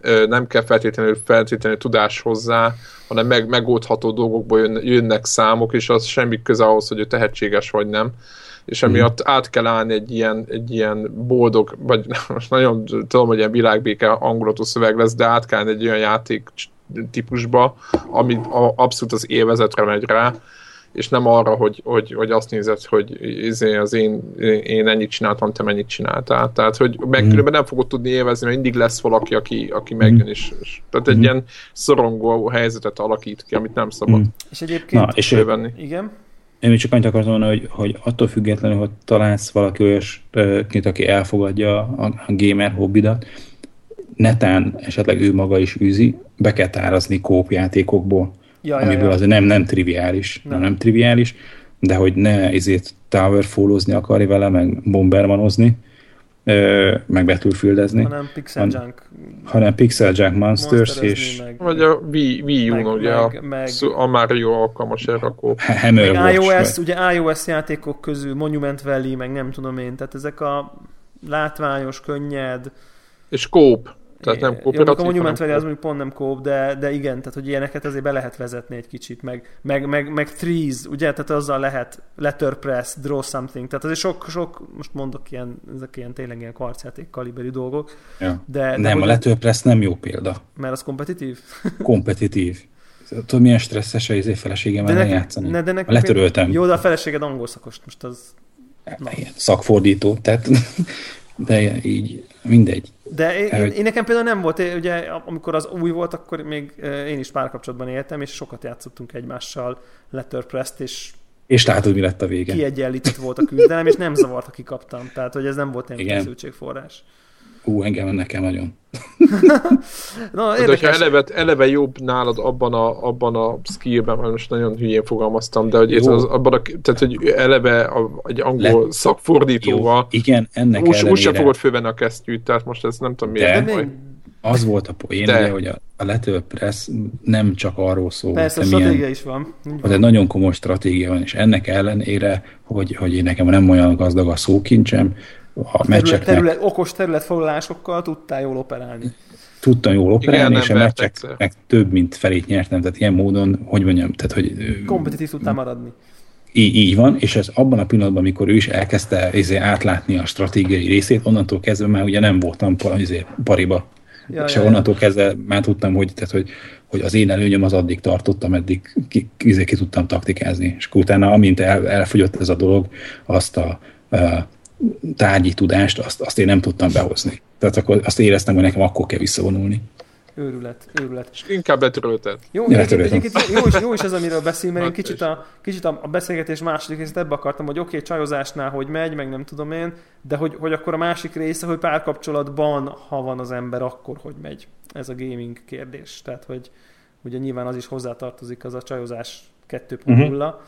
[SPEAKER 1] nem kell feltétlenül, feltétlenül tudás hozzá, hanem meg, megoldható dolgokból jön, jönnek számok, és az semmi köze ahhoz, hogy ő tehetséges vagy nem. És emiatt át kell állni egy ilyen, egy ilyen boldog, vagy most nagyon tudom, hogy ilyen világbéke hangulatú szöveg lesz, de át kell állni egy olyan játék típusba, ami abszolút az élvezetre megy rá, és nem arra, hogy, hogy, hogy azt nézed, hogy az én, én ennyit csináltam, te mennyit csináltál. Tehát, hogy meg különben nem fogod tudni élvezni, mert mindig lesz valaki, aki, aki megjön is. Tehát egy mm. ilyen szorongó helyzetet alakít ki, amit nem szabad. Mm.
[SPEAKER 2] És egyébként...
[SPEAKER 3] Na, és ő,
[SPEAKER 2] igen?
[SPEAKER 3] Én csak annyit akartam mondani, hogy, hogy attól függetlenül, hogy találsz valaki olyasként, aki elfogadja a, a gamer hobbidat, netán esetleg ő maga is űzi, be kell tárazni kópjátékokból, ja, amiből ja, ja. azért nem, nem triviális, nem. nem triviális, de hogy ne ezért towerfallozni akarja vele, meg bombermanozni, meg Battlefieldezni.
[SPEAKER 2] Hanem Pixel Junk.
[SPEAKER 3] Hanem Pixel Junk Monsters, és...
[SPEAKER 1] Meg, vagy a Wii, Wii U-n, ugye meg, a, meg, a Mario alkalmas erre a kóp.
[SPEAKER 2] Meg iOS, ugye iOS játékok közül Monument Valley, meg nem tudom én, tehát ezek a látványos, könnyed...
[SPEAKER 1] És kóp. Tehát nem
[SPEAKER 2] kooperatív. A Monument Valley az mondjuk pont nem kóp, de, de igen, tehát hogy ilyeneket azért be lehet vezetni egy kicsit, meg, meg, meg, meg Threes, ugye, tehát azzal lehet letterpress, draw something, tehát azért sok, sok, most mondok ilyen, ezek ilyen tényleg ilyen kvarcjáték kaliberű dolgok.
[SPEAKER 3] Ja. De, nem, de, a letterpress nem jó példa.
[SPEAKER 2] Mert az kompetitív?
[SPEAKER 3] Kompetitív. Tudod, milyen stresszes az én feleségemmel ne játszani? Ne, de nekem letöröltem.
[SPEAKER 2] Jó, de a feleséged angol szakos, most az...
[SPEAKER 3] Igen, szakfordító, tehát... De így mindegy.
[SPEAKER 2] De én, én, én nekem például nem volt, ugye amikor az új volt, akkor még én is párkapcsolatban éltem, és sokat játszottunk egymással letterpressed, és
[SPEAKER 3] és látod, mi lett a vége.
[SPEAKER 2] Kiegyenlített volt a küzdelem, és nem zavart, aki kaptam. Tehát, hogy ez nem volt ilyen feszültségforrás.
[SPEAKER 3] Ú, engem nekem nagyon.
[SPEAKER 1] Na, de hogyha eleve, eleve jobb nálad abban a, abban a skillben, mert most nagyon hülyén fogalmaztam, de hogy az, abban a, tehát, hogy eleve a, egy angol Le... szakfordítóval
[SPEAKER 3] jó, igen, ennek
[SPEAKER 1] úgy,
[SPEAKER 3] ellenére...
[SPEAKER 1] úgy sem fogod fölvenni a kesztyűt, tehát most ez nem tudom miért.
[SPEAKER 3] De, az volt a poén, ugye, hogy a, a letterpress nem csak arról szól.
[SPEAKER 2] Persze, a stratégia milyen, is van.
[SPEAKER 3] Az egy nagyon komoly stratégia van, és ennek ellenére, hogy, hogy én nekem nem olyan gazdag a szókincsem, a meccseknek...
[SPEAKER 2] Terület, okos területfoglalásokkal tudtál jól operálni.
[SPEAKER 3] Tudtam jól operálni, és a meccseknek több, mint felét nyertem. Tehát ilyen módon, hogy mondjam, tehát hogy...
[SPEAKER 2] Kompetitív tudtál maradni.
[SPEAKER 3] Így, így van, és ez abban a pillanatban, amikor ő is elkezdte ezért átlátni a stratégiai részét, onnantól kezdve már ugye nem voltam ezért pariba. Ja, és ja, onnantól kezdve már tudtam, hogy, tehát, hogy, hogy az én előnyöm az addig tartott, ameddig ki, ki, ki tudtam taktikázni. És utána, amint el, elfogyott ez a dolog, azt a, a tárgyi tudást, azt, azt én nem tudtam behozni. Tehát akkor azt éreztem, hogy nekem akkor kell visszavonulni.
[SPEAKER 2] Őrület, őrület.
[SPEAKER 1] És inkább letörölted.
[SPEAKER 2] Jó, egyébként jó is, jó is ez, amiről beszél, mert én kicsit a, kicsit a beszélgetés második részét ebbe akartam, hogy oké, okay, csajozásnál hogy megy, meg nem tudom én, de hogy, hogy akkor a másik része, hogy párkapcsolatban, ha van az ember, akkor hogy megy. Ez a gaming kérdés. Tehát, hogy ugye nyilván az is hozzátartozik, az a csajozás kettő pont nulla. Uh-huh.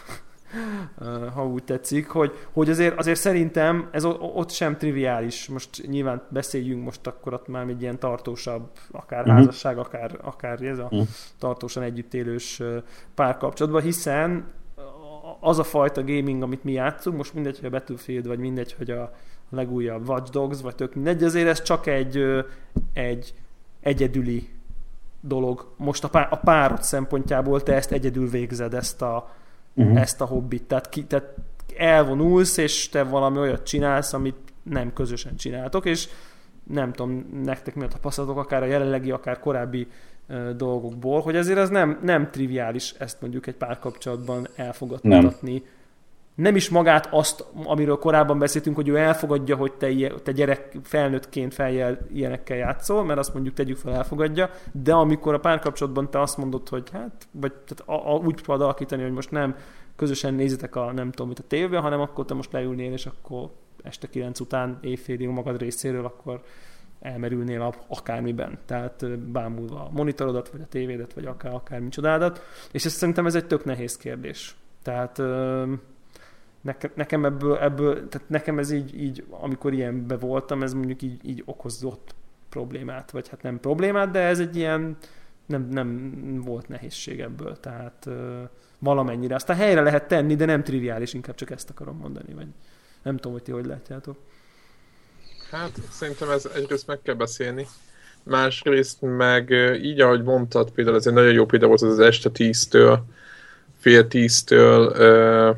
[SPEAKER 2] Ha úgy tetszik, hogy, hogy azért, azért szerintem ez ott sem triviális. Most nyilván beszéljünk most akkor ott már egy ilyen tartósabb, akár uh-huh. házasság, akár, akár ez a uh-huh. tartósan együttélős párkapcsolatban, hiszen az a fajta gaming, amit mi játszunk, most mindegy, hogy a Battlefield, vagy mindegy, hogy a legújabb Watch Dogs, vagy tök mindegy, azért ez csak egy, egy egyedüli dolog. Most a, pár, a párod szempontjából te ezt egyedül végzed, ezt a Uh-huh. ezt a hobbit. Tehát, ki, tehát elvonulsz, és te valami olyat csinálsz, amit nem közösen csináltok, és nem tudom, nektek mi a tapasztalatok, akár a jelenlegi, akár korábbi uh, dolgokból, hogy ezért az nem, nem triviális ezt mondjuk egy párkapcsolatban elfogadtatni. Nem. nem is magát azt, amiről korábban beszéltünk, hogy ő elfogadja, hogy te, te gyerek felnőttként feljel ilyenekkel játszol, mert azt mondjuk tegyük fel, elfogadja, de amikor a párkapcsolatban te azt mondod, hogy hát, vagy tehát a, a, úgy próbálod alakítani, hogy most nem közösen nézitek a nem tudom mit a tévében, hanem akkor te most leülnél, és akkor este kilenc után éjfélig magad részéről, akkor elmerülnél akármiben. Tehát bámulva a monitorodat, vagy a tévédet, vagy akár, akár micsodádat. És ezt szerintem ez egy tök nehéz kérdés. Tehát Nekem, nekem ebből, ebből, tehát nekem ez így, így, amikor ilyenbe voltam, ez mondjuk így, így okozott problémát, vagy hát nem problémát, de ez egy ilyen, nem, nem volt nehézség ebből, tehát uh, valamennyire. Aztán helyre lehet tenni, de nem triviális, inkább csak ezt akarom mondani, vagy nem tudom, hogy ti hogy látjátok.
[SPEAKER 1] Hát szerintem ez egyrészt meg kell beszélni, Másrészt meg így, ahogy mondtad, például ez egy nagyon jó példa volt az, az este tíztől, fél tíztől ö,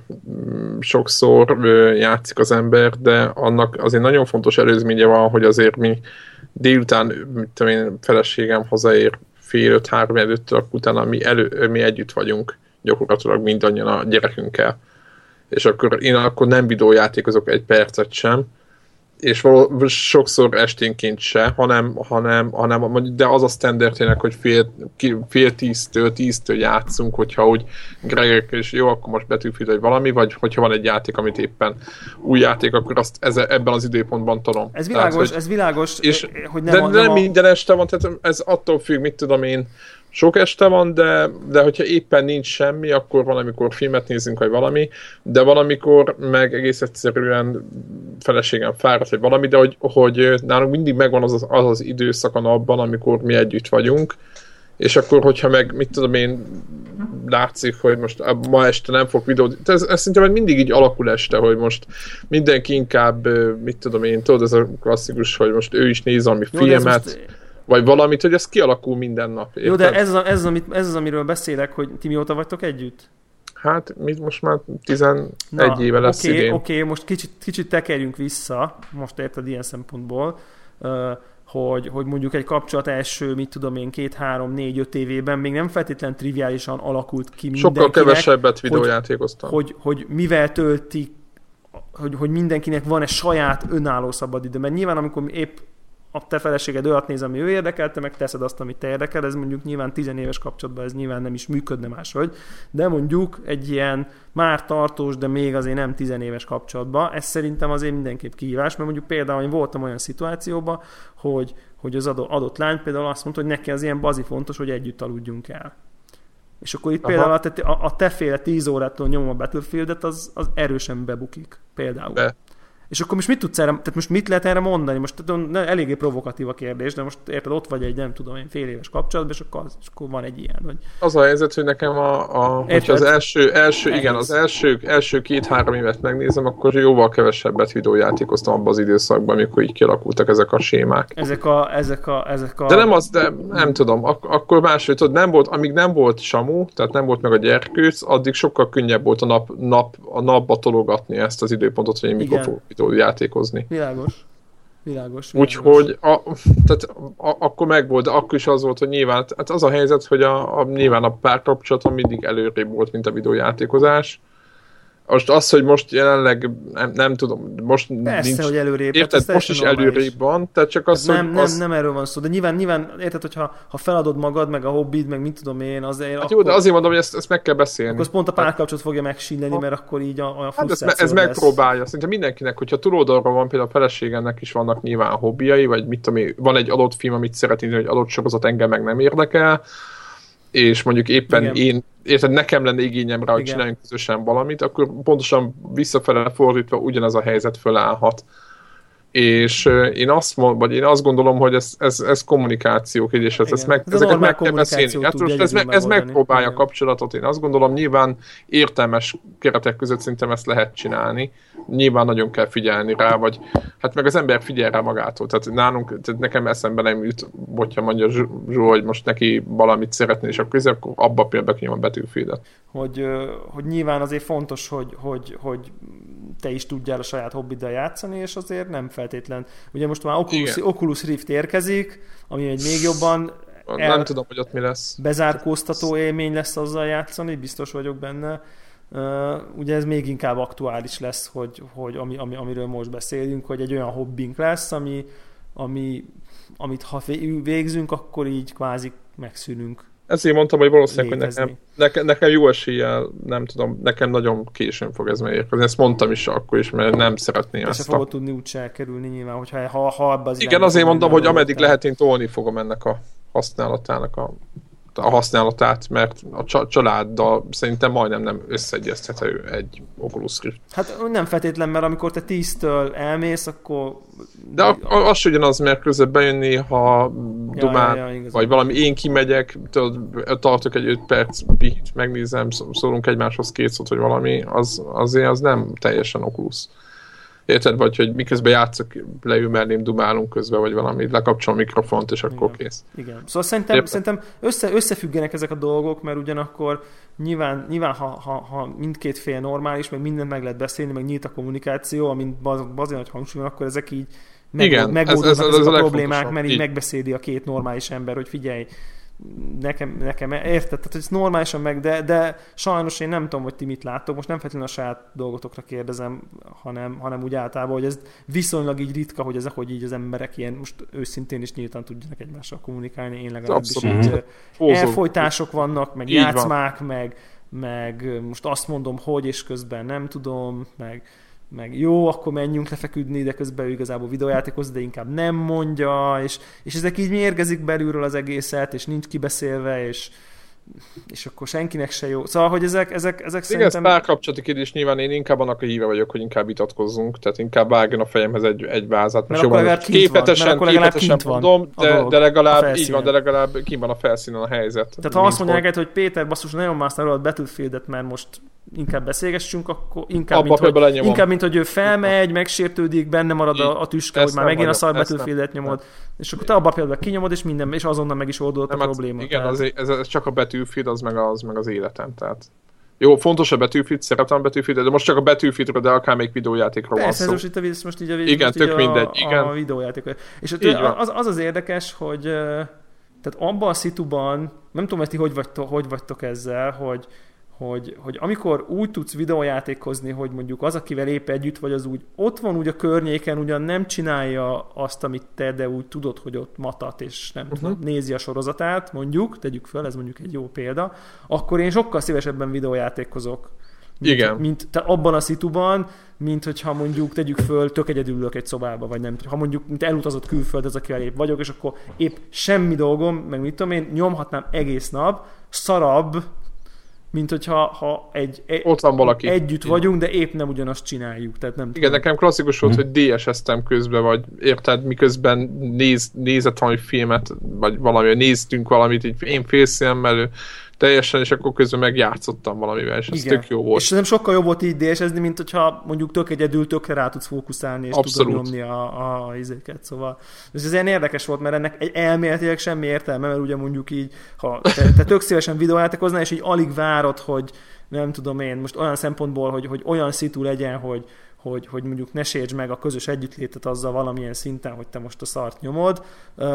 [SPEAKER 1] sokszor ö, játszik az ember, de annak azért nagyon fontos előzménye van, hogy azért mi délután, mit tudom én, feleségem hazaér fél öt, három előtt, akkor utána mi, elő, mi együtt vagyunk gyakorlatilag mindannyian a gyerekünkkel. És akkor én akkor nem videójátékozok egy percet sem, és való, sokszor esténként se, hanem, hanem, hanem de az a standard tényleg, hogy fél, fél tíztől, tíztől játszunk, hogyha úgy Gregek, és jó, akkor most Battlefield vagy valami, vagy hogyha van egy játék, amit éppen új játék, akkor azt ez, ebben az időpontban tudom.
[SPEAKER 2] Ez világos, tehát, hogy, ez világos,
[SPEAKER 1] és,
[SPEAKER 2] hogy nem
[SPEAKER 1] de
[SPEAKER 2] a,
[SPEAKER 1] nem,
[SPEAKER 2] nem a...
[SPEAKER 1] minden este van, tehát ez attól függ, mit tudom én, sok este van, de, de hogyha éppen nincs semmi, akkor van, amikor filmet nézünk, vagy valami, de valamikor meg egész egyszerűen feleségem fáradt, vagy valami, de hogy, hogy nálunk mindig megvan az az, az az időszak a napban, amikor mi együtt vagyunk, és akkor, hogyha meg, mit tudom én, látszik, hogy most ma este nem fog videót, ez, ez szerintem mindig így alakul este, hogy most mindenki inkább, mit tudom én, tudod, ez a klasszikus, hogy most ő is néz valami filmet, vagy valamit, hogy ez kialakul minden nap. Érted?
[SPEAKER 2] Jó, de ez az, ez, az, amit, ez az, amiről beszélek, hogy ti mióta vagytok együtt?
[SPEAKER 1] Hát, mi most már tizenegy Na, éve lesz
[SPEAKER 2] okay,
[SPEAKER 1] idén.
[SPEAKER 2] Oké, okay, most kicsit, kicsit tekerjünk vissza, most érted ilyen szempontból, hogy, hogy mondjuk egy kapcsolat első, mit tudom én, két, három, négy, öt évében még nem feltétlen triviálisan alakult ki mindenkinek.
[SPEAKER 1] Sokkal kevesebbet videójátékoztam.
[SPEAKER 2] Hogy, hogy, hogy mivel töltik, hogy, hogy mindenkinek van-e saját önálló szabadidő, mert nyilván amikor épp a te feleséged olyat néz, ami ő érdekelte, meg teszed azt, amit te érdekel, ez mondjuk nyilván tizenéves kapcsolatban ez nyilván nem is működne máshogy, de mondjuk egy ilyen már tartós, de még azért nem tizenéves kapcsolatban, ez szerintem azért mindenképp kihívás, mert mondjuk például én voltam olyan szituációban, hogy, hogy az adott lány például azt mondta, hogy neki az ilyen bazi fontos, hogy együtt aludjunk el. És akkor itt Aha. például a te, a te féle tíz órától nyomom a Battlefieldet, az, az erősen bebukik. Például. Be. És akkor most mit tudsz erre, tehát most mit lehet erre mondani? Most tudom, eléggé provokatív a kérdés, de most érted, ott vagy egy, nem tudom én, fél éves kapcsolatban, és akkor, az, és akkor van egy ilyen. Hogy...
[SPEAKER 1] Az a helyzet, hogy nekem a, a hogyha az első, első igen, az első, első két-három évet megnézem, akkor jóval kevesebbet videójátékoztam abban az időszakban, amikor így kialakultak ezek a sémák.
[SPEAKER 2] Ezek a, ezek a, ezek a...
[SPEAKER 1] De nem az, de nem tudom, ak- akkor máshogy, tudod, nem volt, amíg nem volt Samu, tehát nem volt meg a gyerkőc, addig sokkal könnyebb volt a, nap, nap, a napba tologatni ezt az időpontot, hogy én mikor fogok játékozni.
[SPEAKER 2] Világos. Világos.
[SPEAKER 1] Úgyhogy tehát a, akkor megvolt, de akkor is az volt, hogy nyilván, hát az a helyzet, hogy a, a, nyilván a párkapcsolatom mindig előrébb volt, mint a videójátékozás. Most az, hogy most jelenleg nem, nem tudom, most
[SPEAKER 2] Persze,
[SPEAKER 1] nincs,
[SPEAKER 2] hogy előrébb.
[SPEAKER 1] Érted, most is előrébb van, tehát csak az,
[SPEAKER 2] nem,
[SPEAKER 1] hogy
[SPEAKER 2] nem,
[SPEAKER 1] az...
[SPEAKER 2] nem erről van szó, de nyilván, nyilván érted, hogyha ha feladod magad, meg a hobbid, meg mit tudom én, azért...
[SPEAKER 1] Hát
[SPEAKER 2] akkor,
[SPEAKER 1] jó, de azért mondom, hogy ezt, ezt meg kell beszélni.
[SPEAKER 2] Akkor pont a párkapcsolat fogja megsínleni, mert akkor így a, a frusztráció
[SPEAKER 1] hát ez, ez megpróbálja. Szerintem mindenkinek, hogyha túloldalról van, például a feleségemnek is vannak nyilván hobbiai, vagy mit tudom én, van egy adott film, amit szeretnél, hogy adott sorozat engem meg nem érdekel, és mondjuk éppen Igen. én, érted, nekem lenne igényem rá, hogy Igen. csináljunk közösen valamit, akkor pontosan visszafele fordítva ugyanaz a helyzet fölállhat. És én azt, vagy én azt gondolom, hogy ez, ez, ez kommunikáció kérdés, ez, ez meg, ez ezeket meg kell beszélni. Hát most ez, ez megpróbálja a kapcsolatot, én azt gondolom, nyilván értelmes keretek között szerintem ezt lehet csinálni. Nyilván nagyon kell figyelni rá, vagy hát meg az ember figyel rá magától. Tehát nálunk, tehát nekem eszembe nem jut, hogyha mondja Zsó, hogy most neki valamit szeretné, és akkor, akkor abba például kinyom a Battlefieldet.
[SPEAKER 2] Hogy, hogy nyilván azért fontos, hogy, hogy, hogy te is tudjál a saját hobbiddal játszani, és azért nem feltétlen. Ugye most már Oculus, Oculus Rift érkezik, ami egy még jobban
[SPEAKER 1] el, nem tudom, hogy ott mi lesz.
[SPEAKER 2] Bezárkóztató élmény lesz azzal játszani, biztos vagyok benne. Uh, ugye ez még inkább aktuális lesz, hogy, hogy ami, ami, amiről most beszélünk, hogy egy olyan hobbink lesz, ami, ami, amit ha végzünk, akkor így kvázi megszűnünk.
[SPEAKER 1] Ezért mondtam, hogy valószínűleg, létezni. hogy nekem, nekem, nekem jó eséllyel, nem tudom, nekem nagyon későn fog ez megérkezni. Ezt mondtam is akkor is, mert nem szeretném ezt.
[SPEAKER 2] És fogod tudni úgyse elkerülni nyilván, hogyha ha, ha abba az
[SPEAKER 1] Igen, azért mondom, hogy ameddig lehet, én tolni fogom ennek a használatának a, a használatát, mert a családdal szerintem majdnem nem összeegyeztethető egy Oculus Rift.
[SPEAKER 2] Hát nem feltétlen, mert amikor te tíztől elmész, akkor...
[SPEAKER 1] De a, a, az ugyanaz, mert közben bejönni, ha dumál, ja, ja, ja, vagy valami én kimegyek, tudod, tartok egy öt perc pihit, megnézem, szólunk egymáshoz két szót, vagy valami, az, azért az nem teljesen Oculus. Érted? Vagy hogy miközben játszok, leül mellém, dumálunk közben, vagy valami, lekapcsol a mikrofont, és akkor
[SPEAKER 2] Igen.
[SPEAKER 1] kész.
[SPEAKER 2] Igen. Szóval szerintem, szerintem össze, összefüggenek ezek a dolgok, mert ugyanakkor nyilván, nyilván ha, ha, ha mindkét fél normális, meg mindent meg lehet beszélni, meg nyílt a kommunikáció, amint azért nagy hangsúly, akkor ezek így megoldódnak ezek ez, ez a, a problémák, mert így, így megbeszéli a két normális ember, hogy figyelj, nekem, nekem érted, tehát ez normálisan meg, de, de sajnos én nem tudom, hogy ti mit láttok, most nem feltétlenül a saját dolgotokra kérdezem, hanem, hanem úgy általában, hogy ez viszonylag így ritka, hogy ezek, hogy így az emberek ilyen, most őszintén is nyíltan tudjanak egymással kommunikálni, én legalábbis így elfolytások vannak, meg így játszmák, van. meg, meg most azt mondom, hogy és közben nem tudom, meg meg jó, akkor menjünk lefeküdni, de közben ő igazából videójátékoz, de inkább nem mondja, és, és ezek így mérgezik belülről az egészet, és nincs kibeszélve, és, és akkor senkinek se jó. Szóval, hogy ezek, ezek, ezek
[SPEAKER 1] igen, szerintem... Igen, ez párkapcsolati kérdés, nyilván én inkább annak a híve vagyok, hogy inkább vitatkozzunk, tehát inkább vágjon a fejemhez egy, egy vázat.
[SPEAKER 2] Most mert akkor képletesen, van, képletesen
[SPEAKER 1] mondom, de, de legalább így van, de legalább kint van a felszínen a helyzet.
[SPEAKER 2] Tehát ha azt mondja neked, hogy Péter, basszus, nagyon más a Battlefieldet, mert most inkább beszélgessünk, akkor inkább, mint hogy, inkább mint hogy ő felmegy, megsértődik, benne marad a, a tüske, hogy már megint a szar Battlefieldet nyomod, nem. És akkor te abba például kinyomod, és minden, és azonnal meg is oldódott a probléma.
[SPEAKER 1] Igen, az, ez, ez csak a Battlefield, az meg az, meg az életem, tehát jó, fontos a Battlefield, szeretem a Battlefield, de most csak a Battlefieldről, de akár még videójátékról van szó.
[SPEAKER 2] Most itt a, most így a,
[SPEAKER 1] igen,
[SPEAKER 2] most
[SPEAKER 1] tök
[SPEAKER 2] így
[SPEAKER 1] mindegy,
[SPEAKER 2] a,
[SPEAKER 1] igen.
[SPEAKER 2] A videójátékról. És az, az az érdekes, hogy tehát abban a szituban, nem tudom, hogy ti hogy vagytok, hogy vagytok ezzel, hogy Hogy, hogy amikor úgy tudsz videójátékozni, hogy mondjuk az, akivel épp együtt vagy, az úgy ott van úgy a környéken, ugyan nem csinálja azt, amit te, de úgy tudod, hogy ott matat, és nem uh-huh. tudom, nézi a sorozatát, mondjuk, tegyük föl, ez mondjuk egy jó példa, akkor én sokkal szívesebben videójátékozok. Mint,
[SPEAKER 1] igen.
[SPEAKER 2] Mint te abban a szituban, mint hogyha mondjuk tegyük föl, tök egyedül ülök egy szobába, vagy nem. Ha mondjuk mint elutazott külföld, az, akivel épp vagyok, és akkor épp semmi dolgom, meg mit tudom én, nyomhatnám egész nap, szarabb, mint hogyha ha egy, egy
[SPEAKER 1] ott van valaki.
[SPEAKER 2] Együtt vagyunk, de épp nem ugyanazt csináljuk. Tehát nem
[SPEAKER 1] igen, tudom. Nekem klasszikus volt, hmm. hogy dé es eztem közben, vagy érted, miközben néz, nézett valami filmet, vagy valami, néztünk valamit, így én félszínemmel teljesen, és akkor közben megjátszottam valamivel, és ez igen. Tök jó volt.
[SPEAKER 2] És nem sokkal jobb volt így dé es-ezni, mint hogyha mondjuk tök egyedül tökre rá tudsz fókuszálni, és
[SPEAKER 1] abszolút.
[SPEAKER 2] Tudod nyomni a, a, a izéket. Szóval ez azért érdekes volt, mert ennek egy elméletileg semmi értelme, mert ugye mondjuk így, ha te, te tök szívesen videójátékoznál, és így alig várod, hogy nem tudom én, most olyan szempontból, hogy, hogy olyan szitu legyen, hogy Hogy, hogy mondjuk ne sértsd meg a közös együttlétet azzal valamilyen szinten, hogy te most a szart nyomod,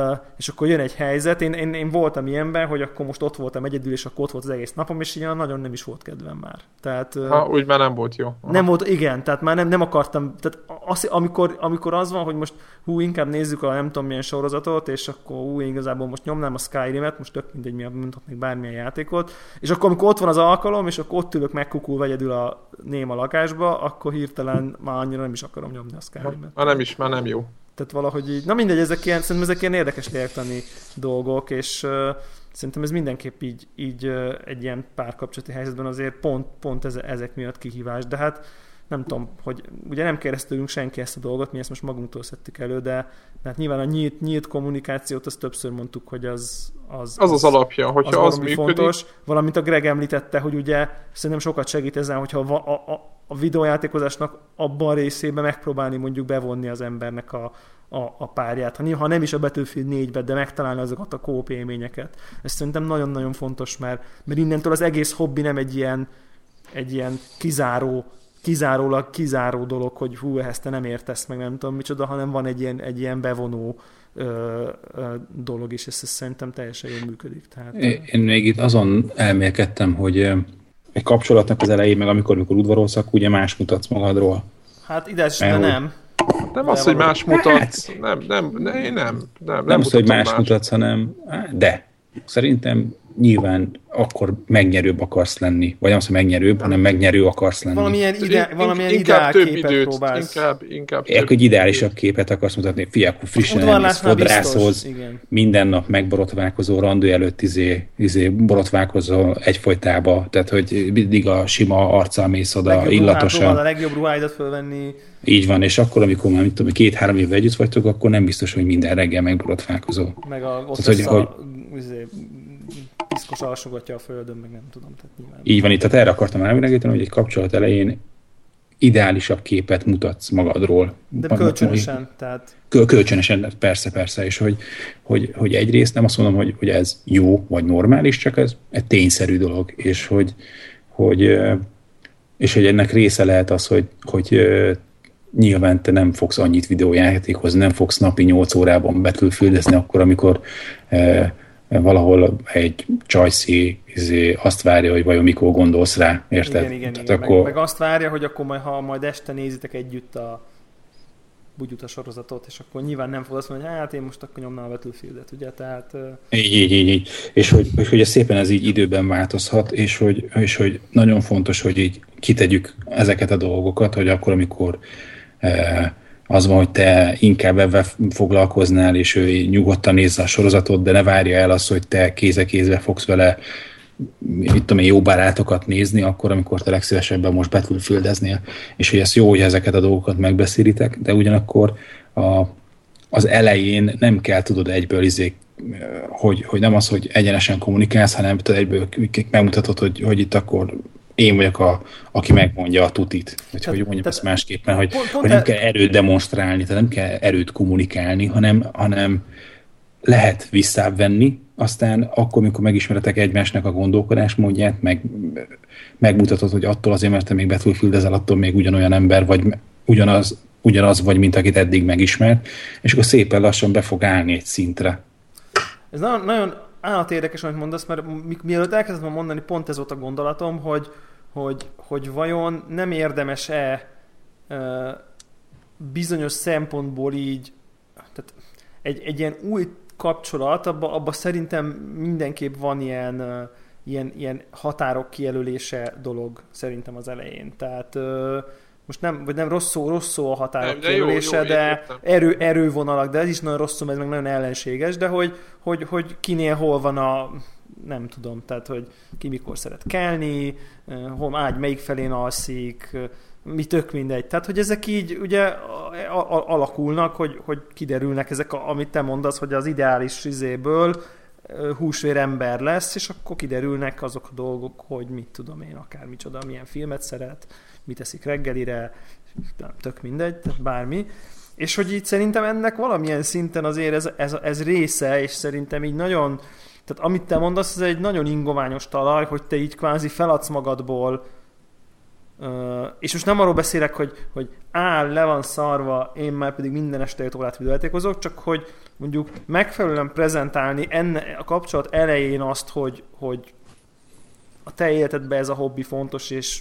[SPEAKER 2] és akkor jön egy helyzet. Én, én, én voltam ilyenben, hogy akkor most ott voltam egyedül, és akkor ott volt az egész napom, és ilyen nagyon nem is volt kedvem már. Tehát,
[SPEAKER 1] ha, úgy már nem volt jó. Aha.
[SPEAKER 2] Nem volt, igen, tehát már nem, nem akartam, tehát az, amikor, amikor az van, hogy most hú, inkább nézzük a nem tudom milyen sorozatot, és akkor hú, igazából most nyomnám a Skyrimet, most tök mindegy, miatt mondhatnék bármilyen játékot, és akkor amikor ott van az alkalom, és akkor ott ülök megkukulva egyedül a néma lakásba, akkor hirtelen már annyira nem is akarom nyomni a Skyrimet.
[SPEAKER 1] Már nem is, már nem jó.
[SPEAKER 2] Tehát valahogy így, na mindegy, ezek ilyen, szerintem ezek ilyen érdekes lélektani dolgok, és uh, szerintem ez mindenképp így, így uh, egy ilyen párkapcsolati helyzetben azért pont, pont ez, ezek miatt kihívás, de hát nem tudom, hogy ugye nem kérdeztünk senki ezt a dolgot, mi ezt most magunktól szedtük elő, de hát nyilván a nyílt, nyílt kommunikációt azt többször mondtuk, hogy az az,
[SPEAKER 1] az, az alapja, hogyha az, az működik.
[SPEAKER 2] Fontos, valamint a Greg említette, hogy ugye szerintem sokat segít ezen, hogyha a, a, a, a videójátékozásnak abban a részében megpróbálni mondjuk bevonni az embernek a, a, a párját. Ha, ha nem is a Battlefield négybe, de megtalálni azokat a co-op élményeket. Ez szerintem nagyon-nagyon fontos, mert, mert innentől az egész hobbi nem egy ilyen, egy ilyen kizáró kizárólag kizáró dolog, hogy hú, ehhez te nem értesz, meg nem tudom micsoda, hanem van egy ilyen, egy ilyen bevonó ö, ö, dolog is, és ez szerintem teljesen jól működik. Tehát,
[SPEAKER 3] én, én még itt azon elmélkedtem, hogy egy kapcsolatnak az elején, meg amikor, amikor udvarolsz, akkor ugye más mutatsz magadról.
[SPEAKER 2] Hát ide de nem.
[SPEAKER 1] Nem az, hogy más mutatsz. Hát, nem, nem, nem, nem. Nem, nem,
[SPEAKER 3] nem az, hogy más, más mutatsz, hanem de. Szerintem nyilván akkor megnyerőbb akarsz lenni. Vagy nem az, hogy megnyerőbb, hanem megnyerő akarsz lenni.
[SPEAKER 2] Valamilyen, ide, valamilyen ideál képet időt, próbálsz.
[SPEAKER 1] Inkább, inkább
[SPEAKER 3] Akkor egy ideálisabb képet akarsz mutatni. Fia, akkor frissen elmész fodrászhoz, minden nap megborotválkozó, randő előtt izé, izé borotválkozó egyfolytába, tehát hogy mindig a sima arccal mész oda, legjobb illatosan.
[SPEAKER 2] Ruhát, a legjobb ruháidat fölvenni.
[SPEAKER 3] Így van, és akkor, amikor már tudom, két-három évvel együtt vagytok, akkor nem biztos, hogy minden reggel megborotválkozó.
[SPEAKER 2] Meg a, ott tehát, hogy, a, hogy, piszkos alsogatja a földön, meg nem tudom. Tehát nyilván.
[SPEAKER 3] Így van, itt tehát erre akartam elvilegíteni, hogy egy kapcsolat elején ideálisabb képet mutatsz magadról.
[SPEAKER 2] De kölcsönösen, tehát...
[SPEAKER 3] Kölcsönösen, persze, persze, és hogy, hogy, hogy egyrészt nem azt mondom, hogy, hogy ez jó vagy normális, csak ez egy tényszerű dolog, és hogy, hogy, és hogy ennek része lehet az, hogy, hogy nyilván te nem fogsz annyit videójátékhoz, nem fogsz napi nyolc órában Battlefieldezni akkor, amikor eh, valahol egy csajszé izé, azt várja, hogy vajon mikor gondolsz rá, érted?
[SPEAKER 2] Igen, igen, igen. Akkor... Meg, meg azt várja, hogy akkor majd, ha majd este nézitek együtt a bugyuta sorozatot, és akkor nyilván nem fog azt mondani, hogy hát én most akkor nyomnám a Battlefieldet, ugye? Tehát,
[SPEAKER 3] így, így, így, így. És hogy, hogy ez szépen ez így időben változhat, és hogy, és hogy nagyon fontos, hogy így kitegyük ezeket a dolgokat, hogy akkor, amikor eh, az van, hogy te inkább ebben foglalkoznál, és ő nyugodtan nézze a sorozatot, de ne várja el azt, hogy te kéze-kézbe fogsz vele mit tudom én, jó barátokat nézni, akkor, amikor te legszívesebben most Battlefieldeznél. És hogy ez jó, hogy ezeket a dolgokat megbeszélitek, de ugyanakkor a, az elején nem kell tudod egyből izé, hogy, hogy nem az, hogy egyenesen kommunikálsz, hanem tudod egyből megmutatod, hogy, hogy itt akkor én vagyok, a, aki megmondja a tutit. Vagy hogy mondjam ezt másképpen, hogy, pont, pont hogy nem el... kell erőt demonstrálni, tehát nem kell erőt kommunikálni, hanem, hanem lehet visszább venni, aztán akkor, amikor megismeretek egymásnak a gondolkodásmódját, meg, megmutatod, hogy attól azért, mert te még Battlefieldezel, attól még ugyanolyan ember, vagy ugyanaz, ugyanaz vagy, mint akit eddig megismert, és akkor szépen lassan be fog állni egy szintre.
[SPEAKER 2] Ez nagyon, nagyon állat érdekes, amit mondasz, mert mi, mielőtt elkezdtem mondani, pont ez volt a gondolatom, hogy, hogy, hogy vajon nem érdemes-e uh, bizonyos szempontból így, tehát egy, egy ilyen új kapcsolat, abban abba szerintem mindenképp van ilyen, uh, ilyen, ilyen határok kijelölése dolog szerintem az elején. Tehát uh, most nem, vagy nem rossz szó, rossz szó a határok de kijelölése, jó, jó, de erő, erővonalak, de ez is nagyon rossz szó, ez meg nagyon ellenséges, de hogy, hogy, hogy kinél hol van a, nem tudom, tehát hogy ki mikor szeret kelni, hol ágy melyik felén alszik, mi tök mindegy. Tehát, hogy ezek így ugye alakulnak, hogy, hogy kiderülnek ezek, a, amit te mondasz, hogy az ideális izéből húsvér ember lesz, és akkor kiderülnek azok a dolgok, hogy mit tudom én, akármicsoda, milyen filmet szeret, mit eszik reggelire, tök mindegy, tehát bármi. És hogy így szerintem ennek valamilyen szinten azért ez, ez, ez része, és szerintem így nagyon, tehát amit te mondasz, ez egy nagyon ingoványos talaj, hogy te így kvázi feladsz magadból, Uh, és most nem arról beszélek, hogy, hogy áll, le van szarva, én már pedig minden este öt órát videójátékozok, csak hogy mondjuk megfelelően prezentálni enne, a kapcsolat elején azt, hogy, hogy a te életedben ez a hobbi fontos, és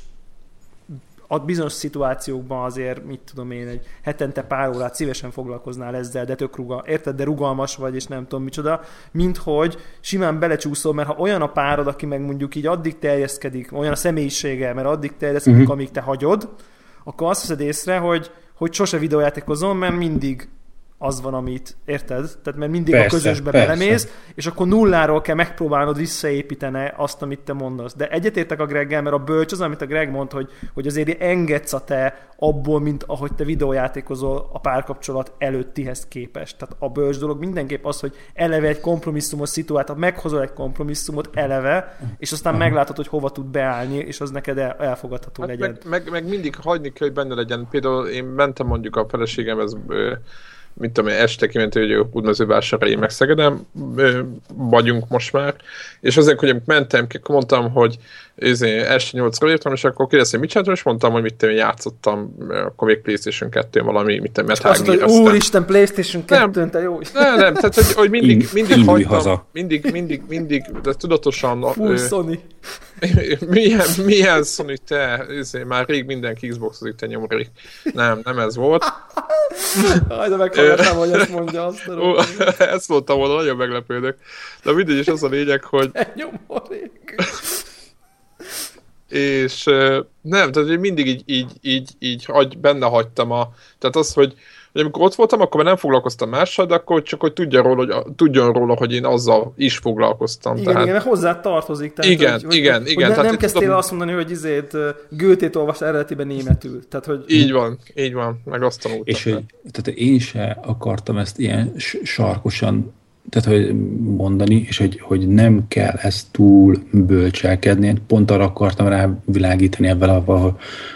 [SPEAKER 2] a bizonyos szituációkban azért, mit tudom én, egy hetente pár órát szívesen foglalkoznál ezzel, de tök rugal, érted, de rugalmas vagy, és nem tudom micsoda, mint hogy simán belecsúszol, mert ha olyan a párod, aki meg mondjuk így addig terjeszkedik, olyan a személyisége, mert addig terjeszkedik, uh-huh. amíg te hagyod, akkor azt veszed észre, hogy, hogy sose videójátékozol, mert mindig az van, amit, érted? Tehát mert mindig persze, a közösbe persze. belemész, és akkor nulláról kell megpróbálnod visszaépíteni azt, amit te mondasz. De egyetértek a Greggel, mert a bölcs az, amit a Greg mond, hogy, hogy azért engedsz a te abból, mint ahogy te videójátékozol a párkapcsolat előttihez képest. Tehát a bölcs dolog mindenképp az, hogy eleve egy kompromisszumos szituációt, meghozol egy kompromisszumot eleve, és aztán uh-huh. meglátod, hogy hova tud beállni, és az neked elfogadható hát legyen.
[SPEAKER 1] Meg, meg, meg mindig hagyni kell, hogy benne legyen. Például én mentem mondjuk a feleségemhez mint tudom én, este kiment, hogy Hódmezővásárhelyen meg Szegeden vagyunk most már, és azért, hogy mentem, mondtam, hogy este nyolcra értem, és akkor kérdeztem, hogy mit csináltam, és mondtam, hogy mit tudom, játszottam, akkor még PlayStation kettő valami, mit tudom, Metal
[SPEAKER 2] Gear. Azt úristen, PlayStation kettő, te jó.
[SPEAKER 1] Nem, nem, tehát hogy, hogy mindig, mindig hagytam, mindig, mindig, mindig, de tudatosan...
[SPEAKER 2] Full ö, Sony.
[SPEAKER 1] milyen, milyen Sony, te, ezért, már rég mindenki Xbox-ozik, te nyomrik. Nem, nem ez volt.
[SPEAKER 2] Aj, de meghallgatnám, hogy ezt mondja azt.
[SPEAKER 1] Ó, ezt mondtam volna, nagyon meglepődök. De mindegy is az a lényeg, hogy...
[SPEAKER 2] Nyomorék.
[SPEAKER 1] És nem, tehát mindig így, így, így, így hagy, benne hagytam a... Tehát az, hogy, hogy amikor ott voltam, akkor már nem foglalkoztam mással, de akkor csak, hogy tudja róla, hogy, tudjon róla, hogy én azzal is foglalkoztam.
[SPEAKER 2] Igen, tehát... igen, hozzá tartozik. Tehát,
[SPEAKER 1] igen,
[SPEAKER 2] hogy,
[SPEAKER 1] igen,
[SPEAKER 2] hogy,
[SPEAKER 1] igen.
[SPEAKER 2] Hogy
[SPEAKER 1] tehát
[SPEAKER 2] nem kezdtél tudom... azt mondani, hogy izét Goethe-t olvast eredetiben németül. Tehát, hogy...
[SPEAKER 1] Így van, így van, meg azt tanultam.
[SPEAKER 3] És hogy, tehát én se akartam ezt ilyen sarkosan tehát, hogy mondani, és hogy, hogy nem kell ezt túl bölcselkedni. Pont arra akartam rávilágítani ebben, avval,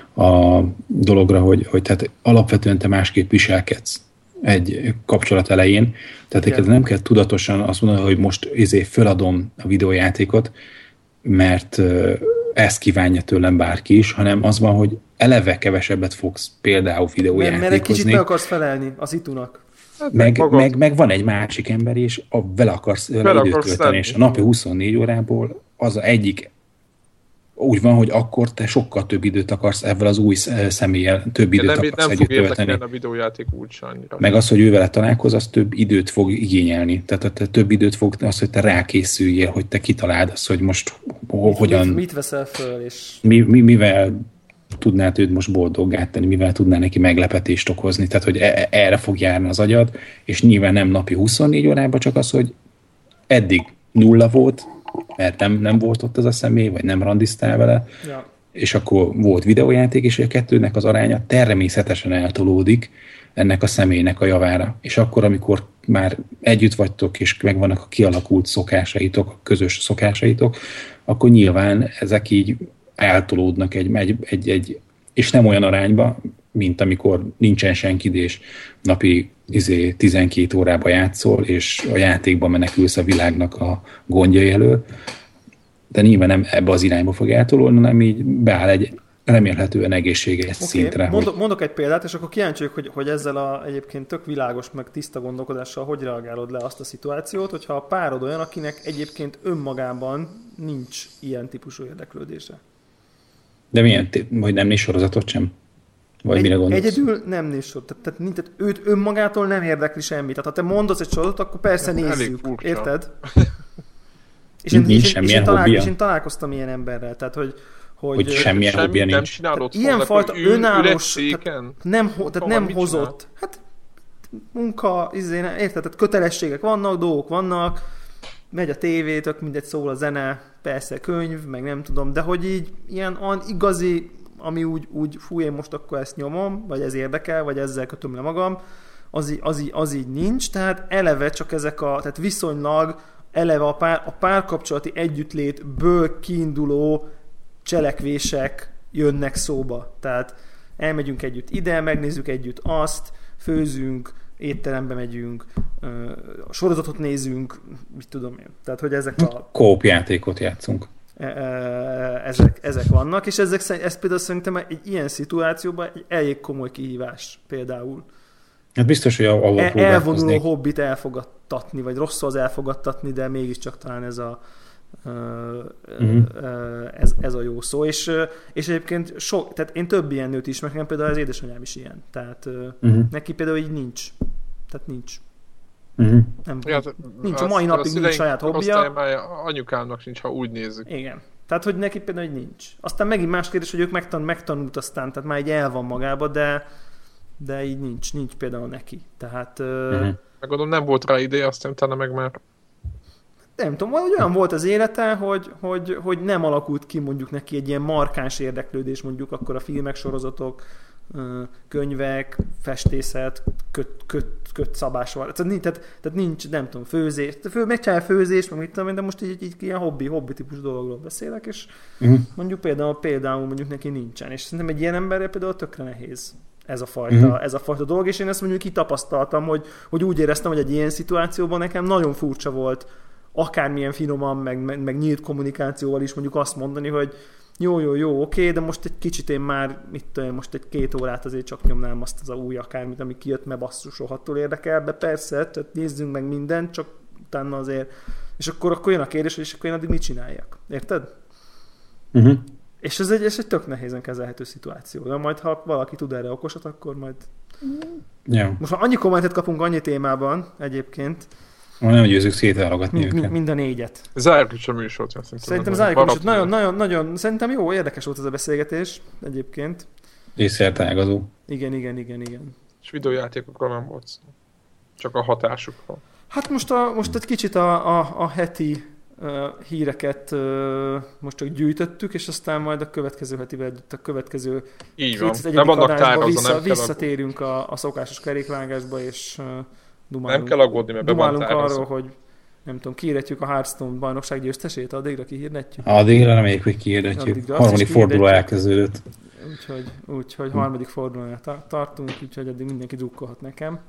[SPEAKER 3] a dologra, hogy, hogy tehát alapvetően te másképp viselkedsz egy kapcsolat elején. Tehát yeah. nem kell tudatosan azt mondani, hogy most izé föladom a videójátékot, mert ezt kívánja tőlem bárki is, hanem az van, hogy eleve kevesebbet fogsz például videójátékozni.
[SPEAKER 2] Mert, mert egy kicsit be akarsz felelni az itunak.
[SPEAKER 3] Hát meg, meg, meg van egy másik ember, és a, vele akarsz vele időt tölteni, és a napi huszonnégy órából az egyik úgy van, hogy akkor te sokkal több időt akarsz ebben az új személlyel, több időt
[SPEAKER 1] nem,
[SPEAKER 3] akarsz
[SPEAKER 1] nem
[SPEAKER 3] együtt tölteni.
[SPEAKER 1] a videójáték úgy annyira.
[SPEAKER 3] Meg az, hogy ő vele találkoz, az több időt fog igényelni. Tehát te több időt fog az, hogy te rákészüljél, hogy te kitaláld azt, hogy most
[SPEAKER 2] mit,
[SPEAKER 3] hogyan...
[SPEAKER 2] Mit, mit veszel föl, és...
[SPEAKER 3] Mi, mi, mivel tudnád őt most boldoggá tenni, mivel tudná neki meglepetést okozni. Tehát, hogy erre fog járni az agyad, és nyilván nem napi huszonnégy órában, csak az, hogy eddig nulla volt, mert nem, nem volt ott az a személy, vagy nem randiztál vele, ja. és akkor volt videójáték, és a kettőnek az aránya természetesen eltolódik ennek a személynek a javára. És akkor, amikor már együtt vagytok, és megvannak a kialakult szokásaitok, a közös szokásaitok, akkor nyilván ezek így eltolódnak egy, egy, egy, egy és nem olyan arányba, mint amikor nincsen senkid, és napi izé, tizenkét órába játszol, és a játékban menekülsz a világnak a gondjai elől, de nyilván nem ebbe az irányba fog eltolódni, hanem így beáll egy remélhetően egészséges okay. szintre.
[SPEAKER 2] Mondok, hogy... mondok egy példát, és akkor kíváncsi vagyok, hogy, hogy ezzel a egyébként tök világos, meg tiszta gondolkodással hogy reagálod le azt a szituációt, hogyha a párod olyan, akinek egyébként önmagában nincs ilyen típusú érdeklődése.
[SPEAKER 3] De milyen, hogy nem néz sorozatot sem? Vagy egy, mire gondolsz?
[SPEAKER 2] Egyedül nem néz sorozatot. Tehát, tehát, tehát őt önmagától nem érdekli semmi. Tehát ha te mondasz egy sorozatot, akkor persze nézzük. Érted? és, én, és, és, én talál, és én találkoztam ilyen emberrel. Tehát, hogy hogy,
[SPEAKER 3] hogy semmilyen
[SPEAKER 1] semmi
[SPEAKER 3] hobbija
[SPEAKER 1] nem
[SPEAKER 3] nincs.
[SPEAKER 1] Csinálod
[SPEAKER 2] ilyen fajta
[SPEAKER 1] ül,
[SPEAKER 2] önállós, tehát nem, tehát nem hozott.
[SPEAKER 1] Csinál?
[SPEAKER 2] Hát munka, izé, érted? Tehát kötelességek vannak, dolgok vannak, megy a tévé, tök mindegy, szól a zene, persze könyv, meg nem tudom, de hogy így ilyen igazi, ami úgy, úgy fú, én most akkor ezt nyomom, vagy ez érdekel, vagy ezzel kötöm le magam, az így, az így, az így nincs, tehát eleve csak ezek a, tehát viszonylag eleve a, pár, a párkapcsolati együttlétből kiinduló cselekvések jönnek szóba. Tehát elmegyünk együtt ide, megnézzük együtt azt, főzünk, étterembe megyünk, a sorozatot nézünk, mit tudom én. Tehát, hogy ezek a...
[SPEAKER 3] Kópjátékot játszunk.
[SPEAKER 2] Ezek, ezek vannak, és ezek, ez például szerintem egy ilyen szituációban egy elég komoly kihívás például.
[SPEAKER 3] Hát biztos, hogy ahol
[SPEAKER 2] El, elvonuló hobbit elfogadtatni, vagy rossz az elfogadtatni, de mégiscsak talán ez a uh-huh. ez, ez a jó szó. És, és egyébként sok, tehát én több ilyen nőt ismerek, nekem például az édesanyám is ilyen. Tehát uh-huh. neki például így nincs. Tehát nincs.
[SPEAKER 3] Uh-huh.
[SPEAKER 2] Nem, ja, nincs a mai napig nincs saját hobbija.
[SPEAKER 1] Anyukámnak sincs, ha úgy nézzük.
[SPEAKER 2] Igen. Tehát, hogy neki például így nincs. Aztán megint más kérdés, hogy ők megtan, megtanult aztán, tehát már így el van magába, de, de így nincs, nincs például neki. Tehát... Uh-huh.
[SPEAKER 1] Megadom, nem volt rá ideje, aztán utána meg már...
[SPEAKER 2] Nem tudom, hogy olyan volt az élete, hogy, hogy, hogy nem alakult ki mondjuk neki egy ilyen markáns érdeklődés, mondjuk akkor a filmek, sorozatok, könyvek, festészet, köt, köt, köt szabás van. Tehát, tehát, tehát nincs, nem tudom, főzés. Fő, megcsinálja főzés, meg mit tudom én, de most így, így ilyen hobbi, hobbi típus dologról beszélek, és uh-huh. mondjuk például, például mondjuk neki nincsen. És szerintem egy ilyen emberre például tökre nehéz ez a fajta, uh-huh. ez a fajta dolog, és én ezt mondjuk kitapasztaltam, hogy, hogy úgy éreztem, hogy egy ilyen szituációban nekem nagyon furcsa volt akármilyen finoman, meg, meg, meg nyílt kommunikációval is mondjuk azt mondani, hogy jó, jó, jó, oké, de most egy kicsit én már, mit tudom, most egy két órát azért csak nyomnám azt az a új akármit, ami kijött, mert basszus, rohadtul érdekel, de persze, tehát nézzünk meg mindent, csak utána azért, és akkor, akkor jön a kérdés, hogy és akkor én addig mit csináljak, érted?
[SPEAKER 3] Uh-huh.
[SPEAKER 2] És ez egy, ez egy tök nehézen kezelhető szituáció, de majd ha valaki tud erre okosat, akkor majd...
[SPEAKER 3] Yeah.
[SPEAKER 2] Most már annyi kommentet kapunk annyi témában egyébként,
[SPEAKER 3] nem győzzük szételragatni
[SPEAKER 2] mind,
[SPEAKER 3] őket.
[SPEAKER 2] Mind a négyet.
[SPEAKER 1] Zárjuk is a műsort. Szerintem,
[SPEAKER 2] szerintem zárjuk a műsort. Nagyon, nagyon, nagyon, szerintem jó, érdekes volt ez a beszélgetés egyébként.
[SPEAKER 3] És szertágazó.
[SPEAKER 2] Igen, igen, igen, igen.
[SPEAKER 1] És videójátékokról nem volt szó. Csak a hatásukról.
[SPEAKER 2] Hát most, a, most egy kicsit a, a, a heti uh, híreket uh, most csak gyűjtöttük, és aztán majd a következő hetivel, a következő
[SPEAKER 1] így van. Nem vannak tározva,
[SPEAKER 2] vissza,
[SPEAKER 1] nem
[SPEAKER 2] visszatérünk a, a szokásos kerékvágásba, és uh, dumálunk,
[SPEAKER 1] nem kell aggódni, mert be van
[SPEAKER 2] arról, hogy nem tudom, kihirdetjük a Hearthstone bajnokság győztesét, addigra kihirdetjük?
[SPEAKER 3] Addigra reméljük, hogy kihirdetjük. Harmadik forduló elkezdődött.
[SPEAKER 2] Úgyhogy, úgyhogy harmadik fordulónál tartunk, úgyhogy addig mindenki drukkolhat nekem.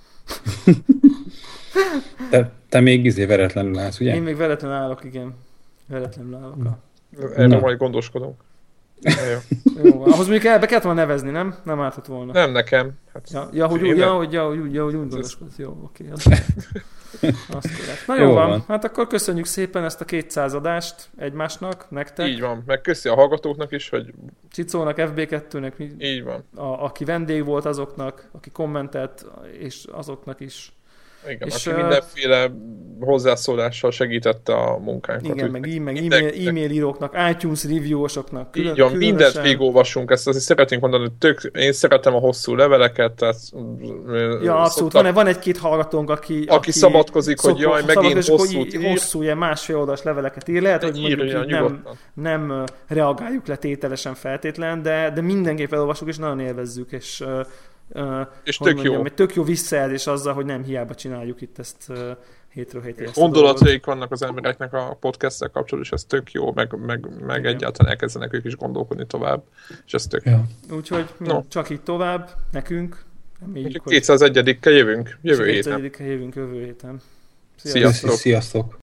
[SPEAKER 3] te, te még izé veretlenül állsz, ugye?
[SPEAKER 2] Én még veretlenül állok, igen. Veretlenül állok.
[SPEAKER 1] Erről majd gondoskodunk.
[SPEAKER 2] Jó, ahhoz mondjuk el, be kellett volna nevezni, nem? Nem ártott volna.
[SPEAKER 1] Nem nekem.
[SPEAKER 2] Hát ja, ja, hogy, úgy, ja, hogy, ja, hogy, ja, hogy úgy gondoskodsz. Jó, oké. Okay, azt Na jó, jó van. van. Hát akkor köszönjük szépen ezt a kétszáz adást egymásnak, nektek.
[SPEAKER 1] Így van. Meg köszi a hallgatóknak is, hogy...
[SPEAKER 2] Cicónak, ef bé kettőnek.
[SPEAKER 1] Így van.
[SPEAKER 2] A, aki vendég volt azoknak, aki kommentelt, és azoknak is.
[SPEAKER 1] Igen, és aki uh, mindenféle hozzászólással segítette a munkánkat.
[SPEAKER 2] Igen, meg, meg e-mail, e-mail íróknak, iTunes review-osoknak.
[SPEAKER 1] Külön, így van, mindent végigolvassunk, ezt azért szeretnénk mondani, hogy tök, én szeretem a hosszú leveleket, tehát...
[SPEAKER 2] Ja, abszolút, van, van egy-két hallgatónk, aki...
[SPEAKER 1] Aki, aki szabadkozik, szok, hogy jaj, megint hosszút
[SPEAKER 2] ír. Hosszú, ilyen másfél oldalas leveleket ír. Lehet, hogy mondjuk nem, nem reagáljuk le tételesen feltétlen, de, de mindenképp elolvasjuk, és nagyon élvezzük, és... Uh,
[SPEAKER 1] és tök mondjam, jó.
[SPEAKER 2] Tök jó visszajelzés azzal, hogy nem hiába csináljuk itt ezt uh, hétről hétre.
[SPEAKER 1] Gondolataik vannak az embereknek a podcast-tel kapcsolatban, és ez tök jó, meg, meg, meg egyáltalán elkezdenek ők is gondolkodni tovább, és ez tök jó. Ja.
[SPEAKER 2] Úgyhogy no. csak így tovább, nekünk.
[SPEAKER 1] kétszázegyedik-kel jövünk, jövő héten.
[SPEAKER 2] kétszázegyedik-kel jövünk jövő héten.
[SPEAKER 3] Sziasztok! Sziasztok!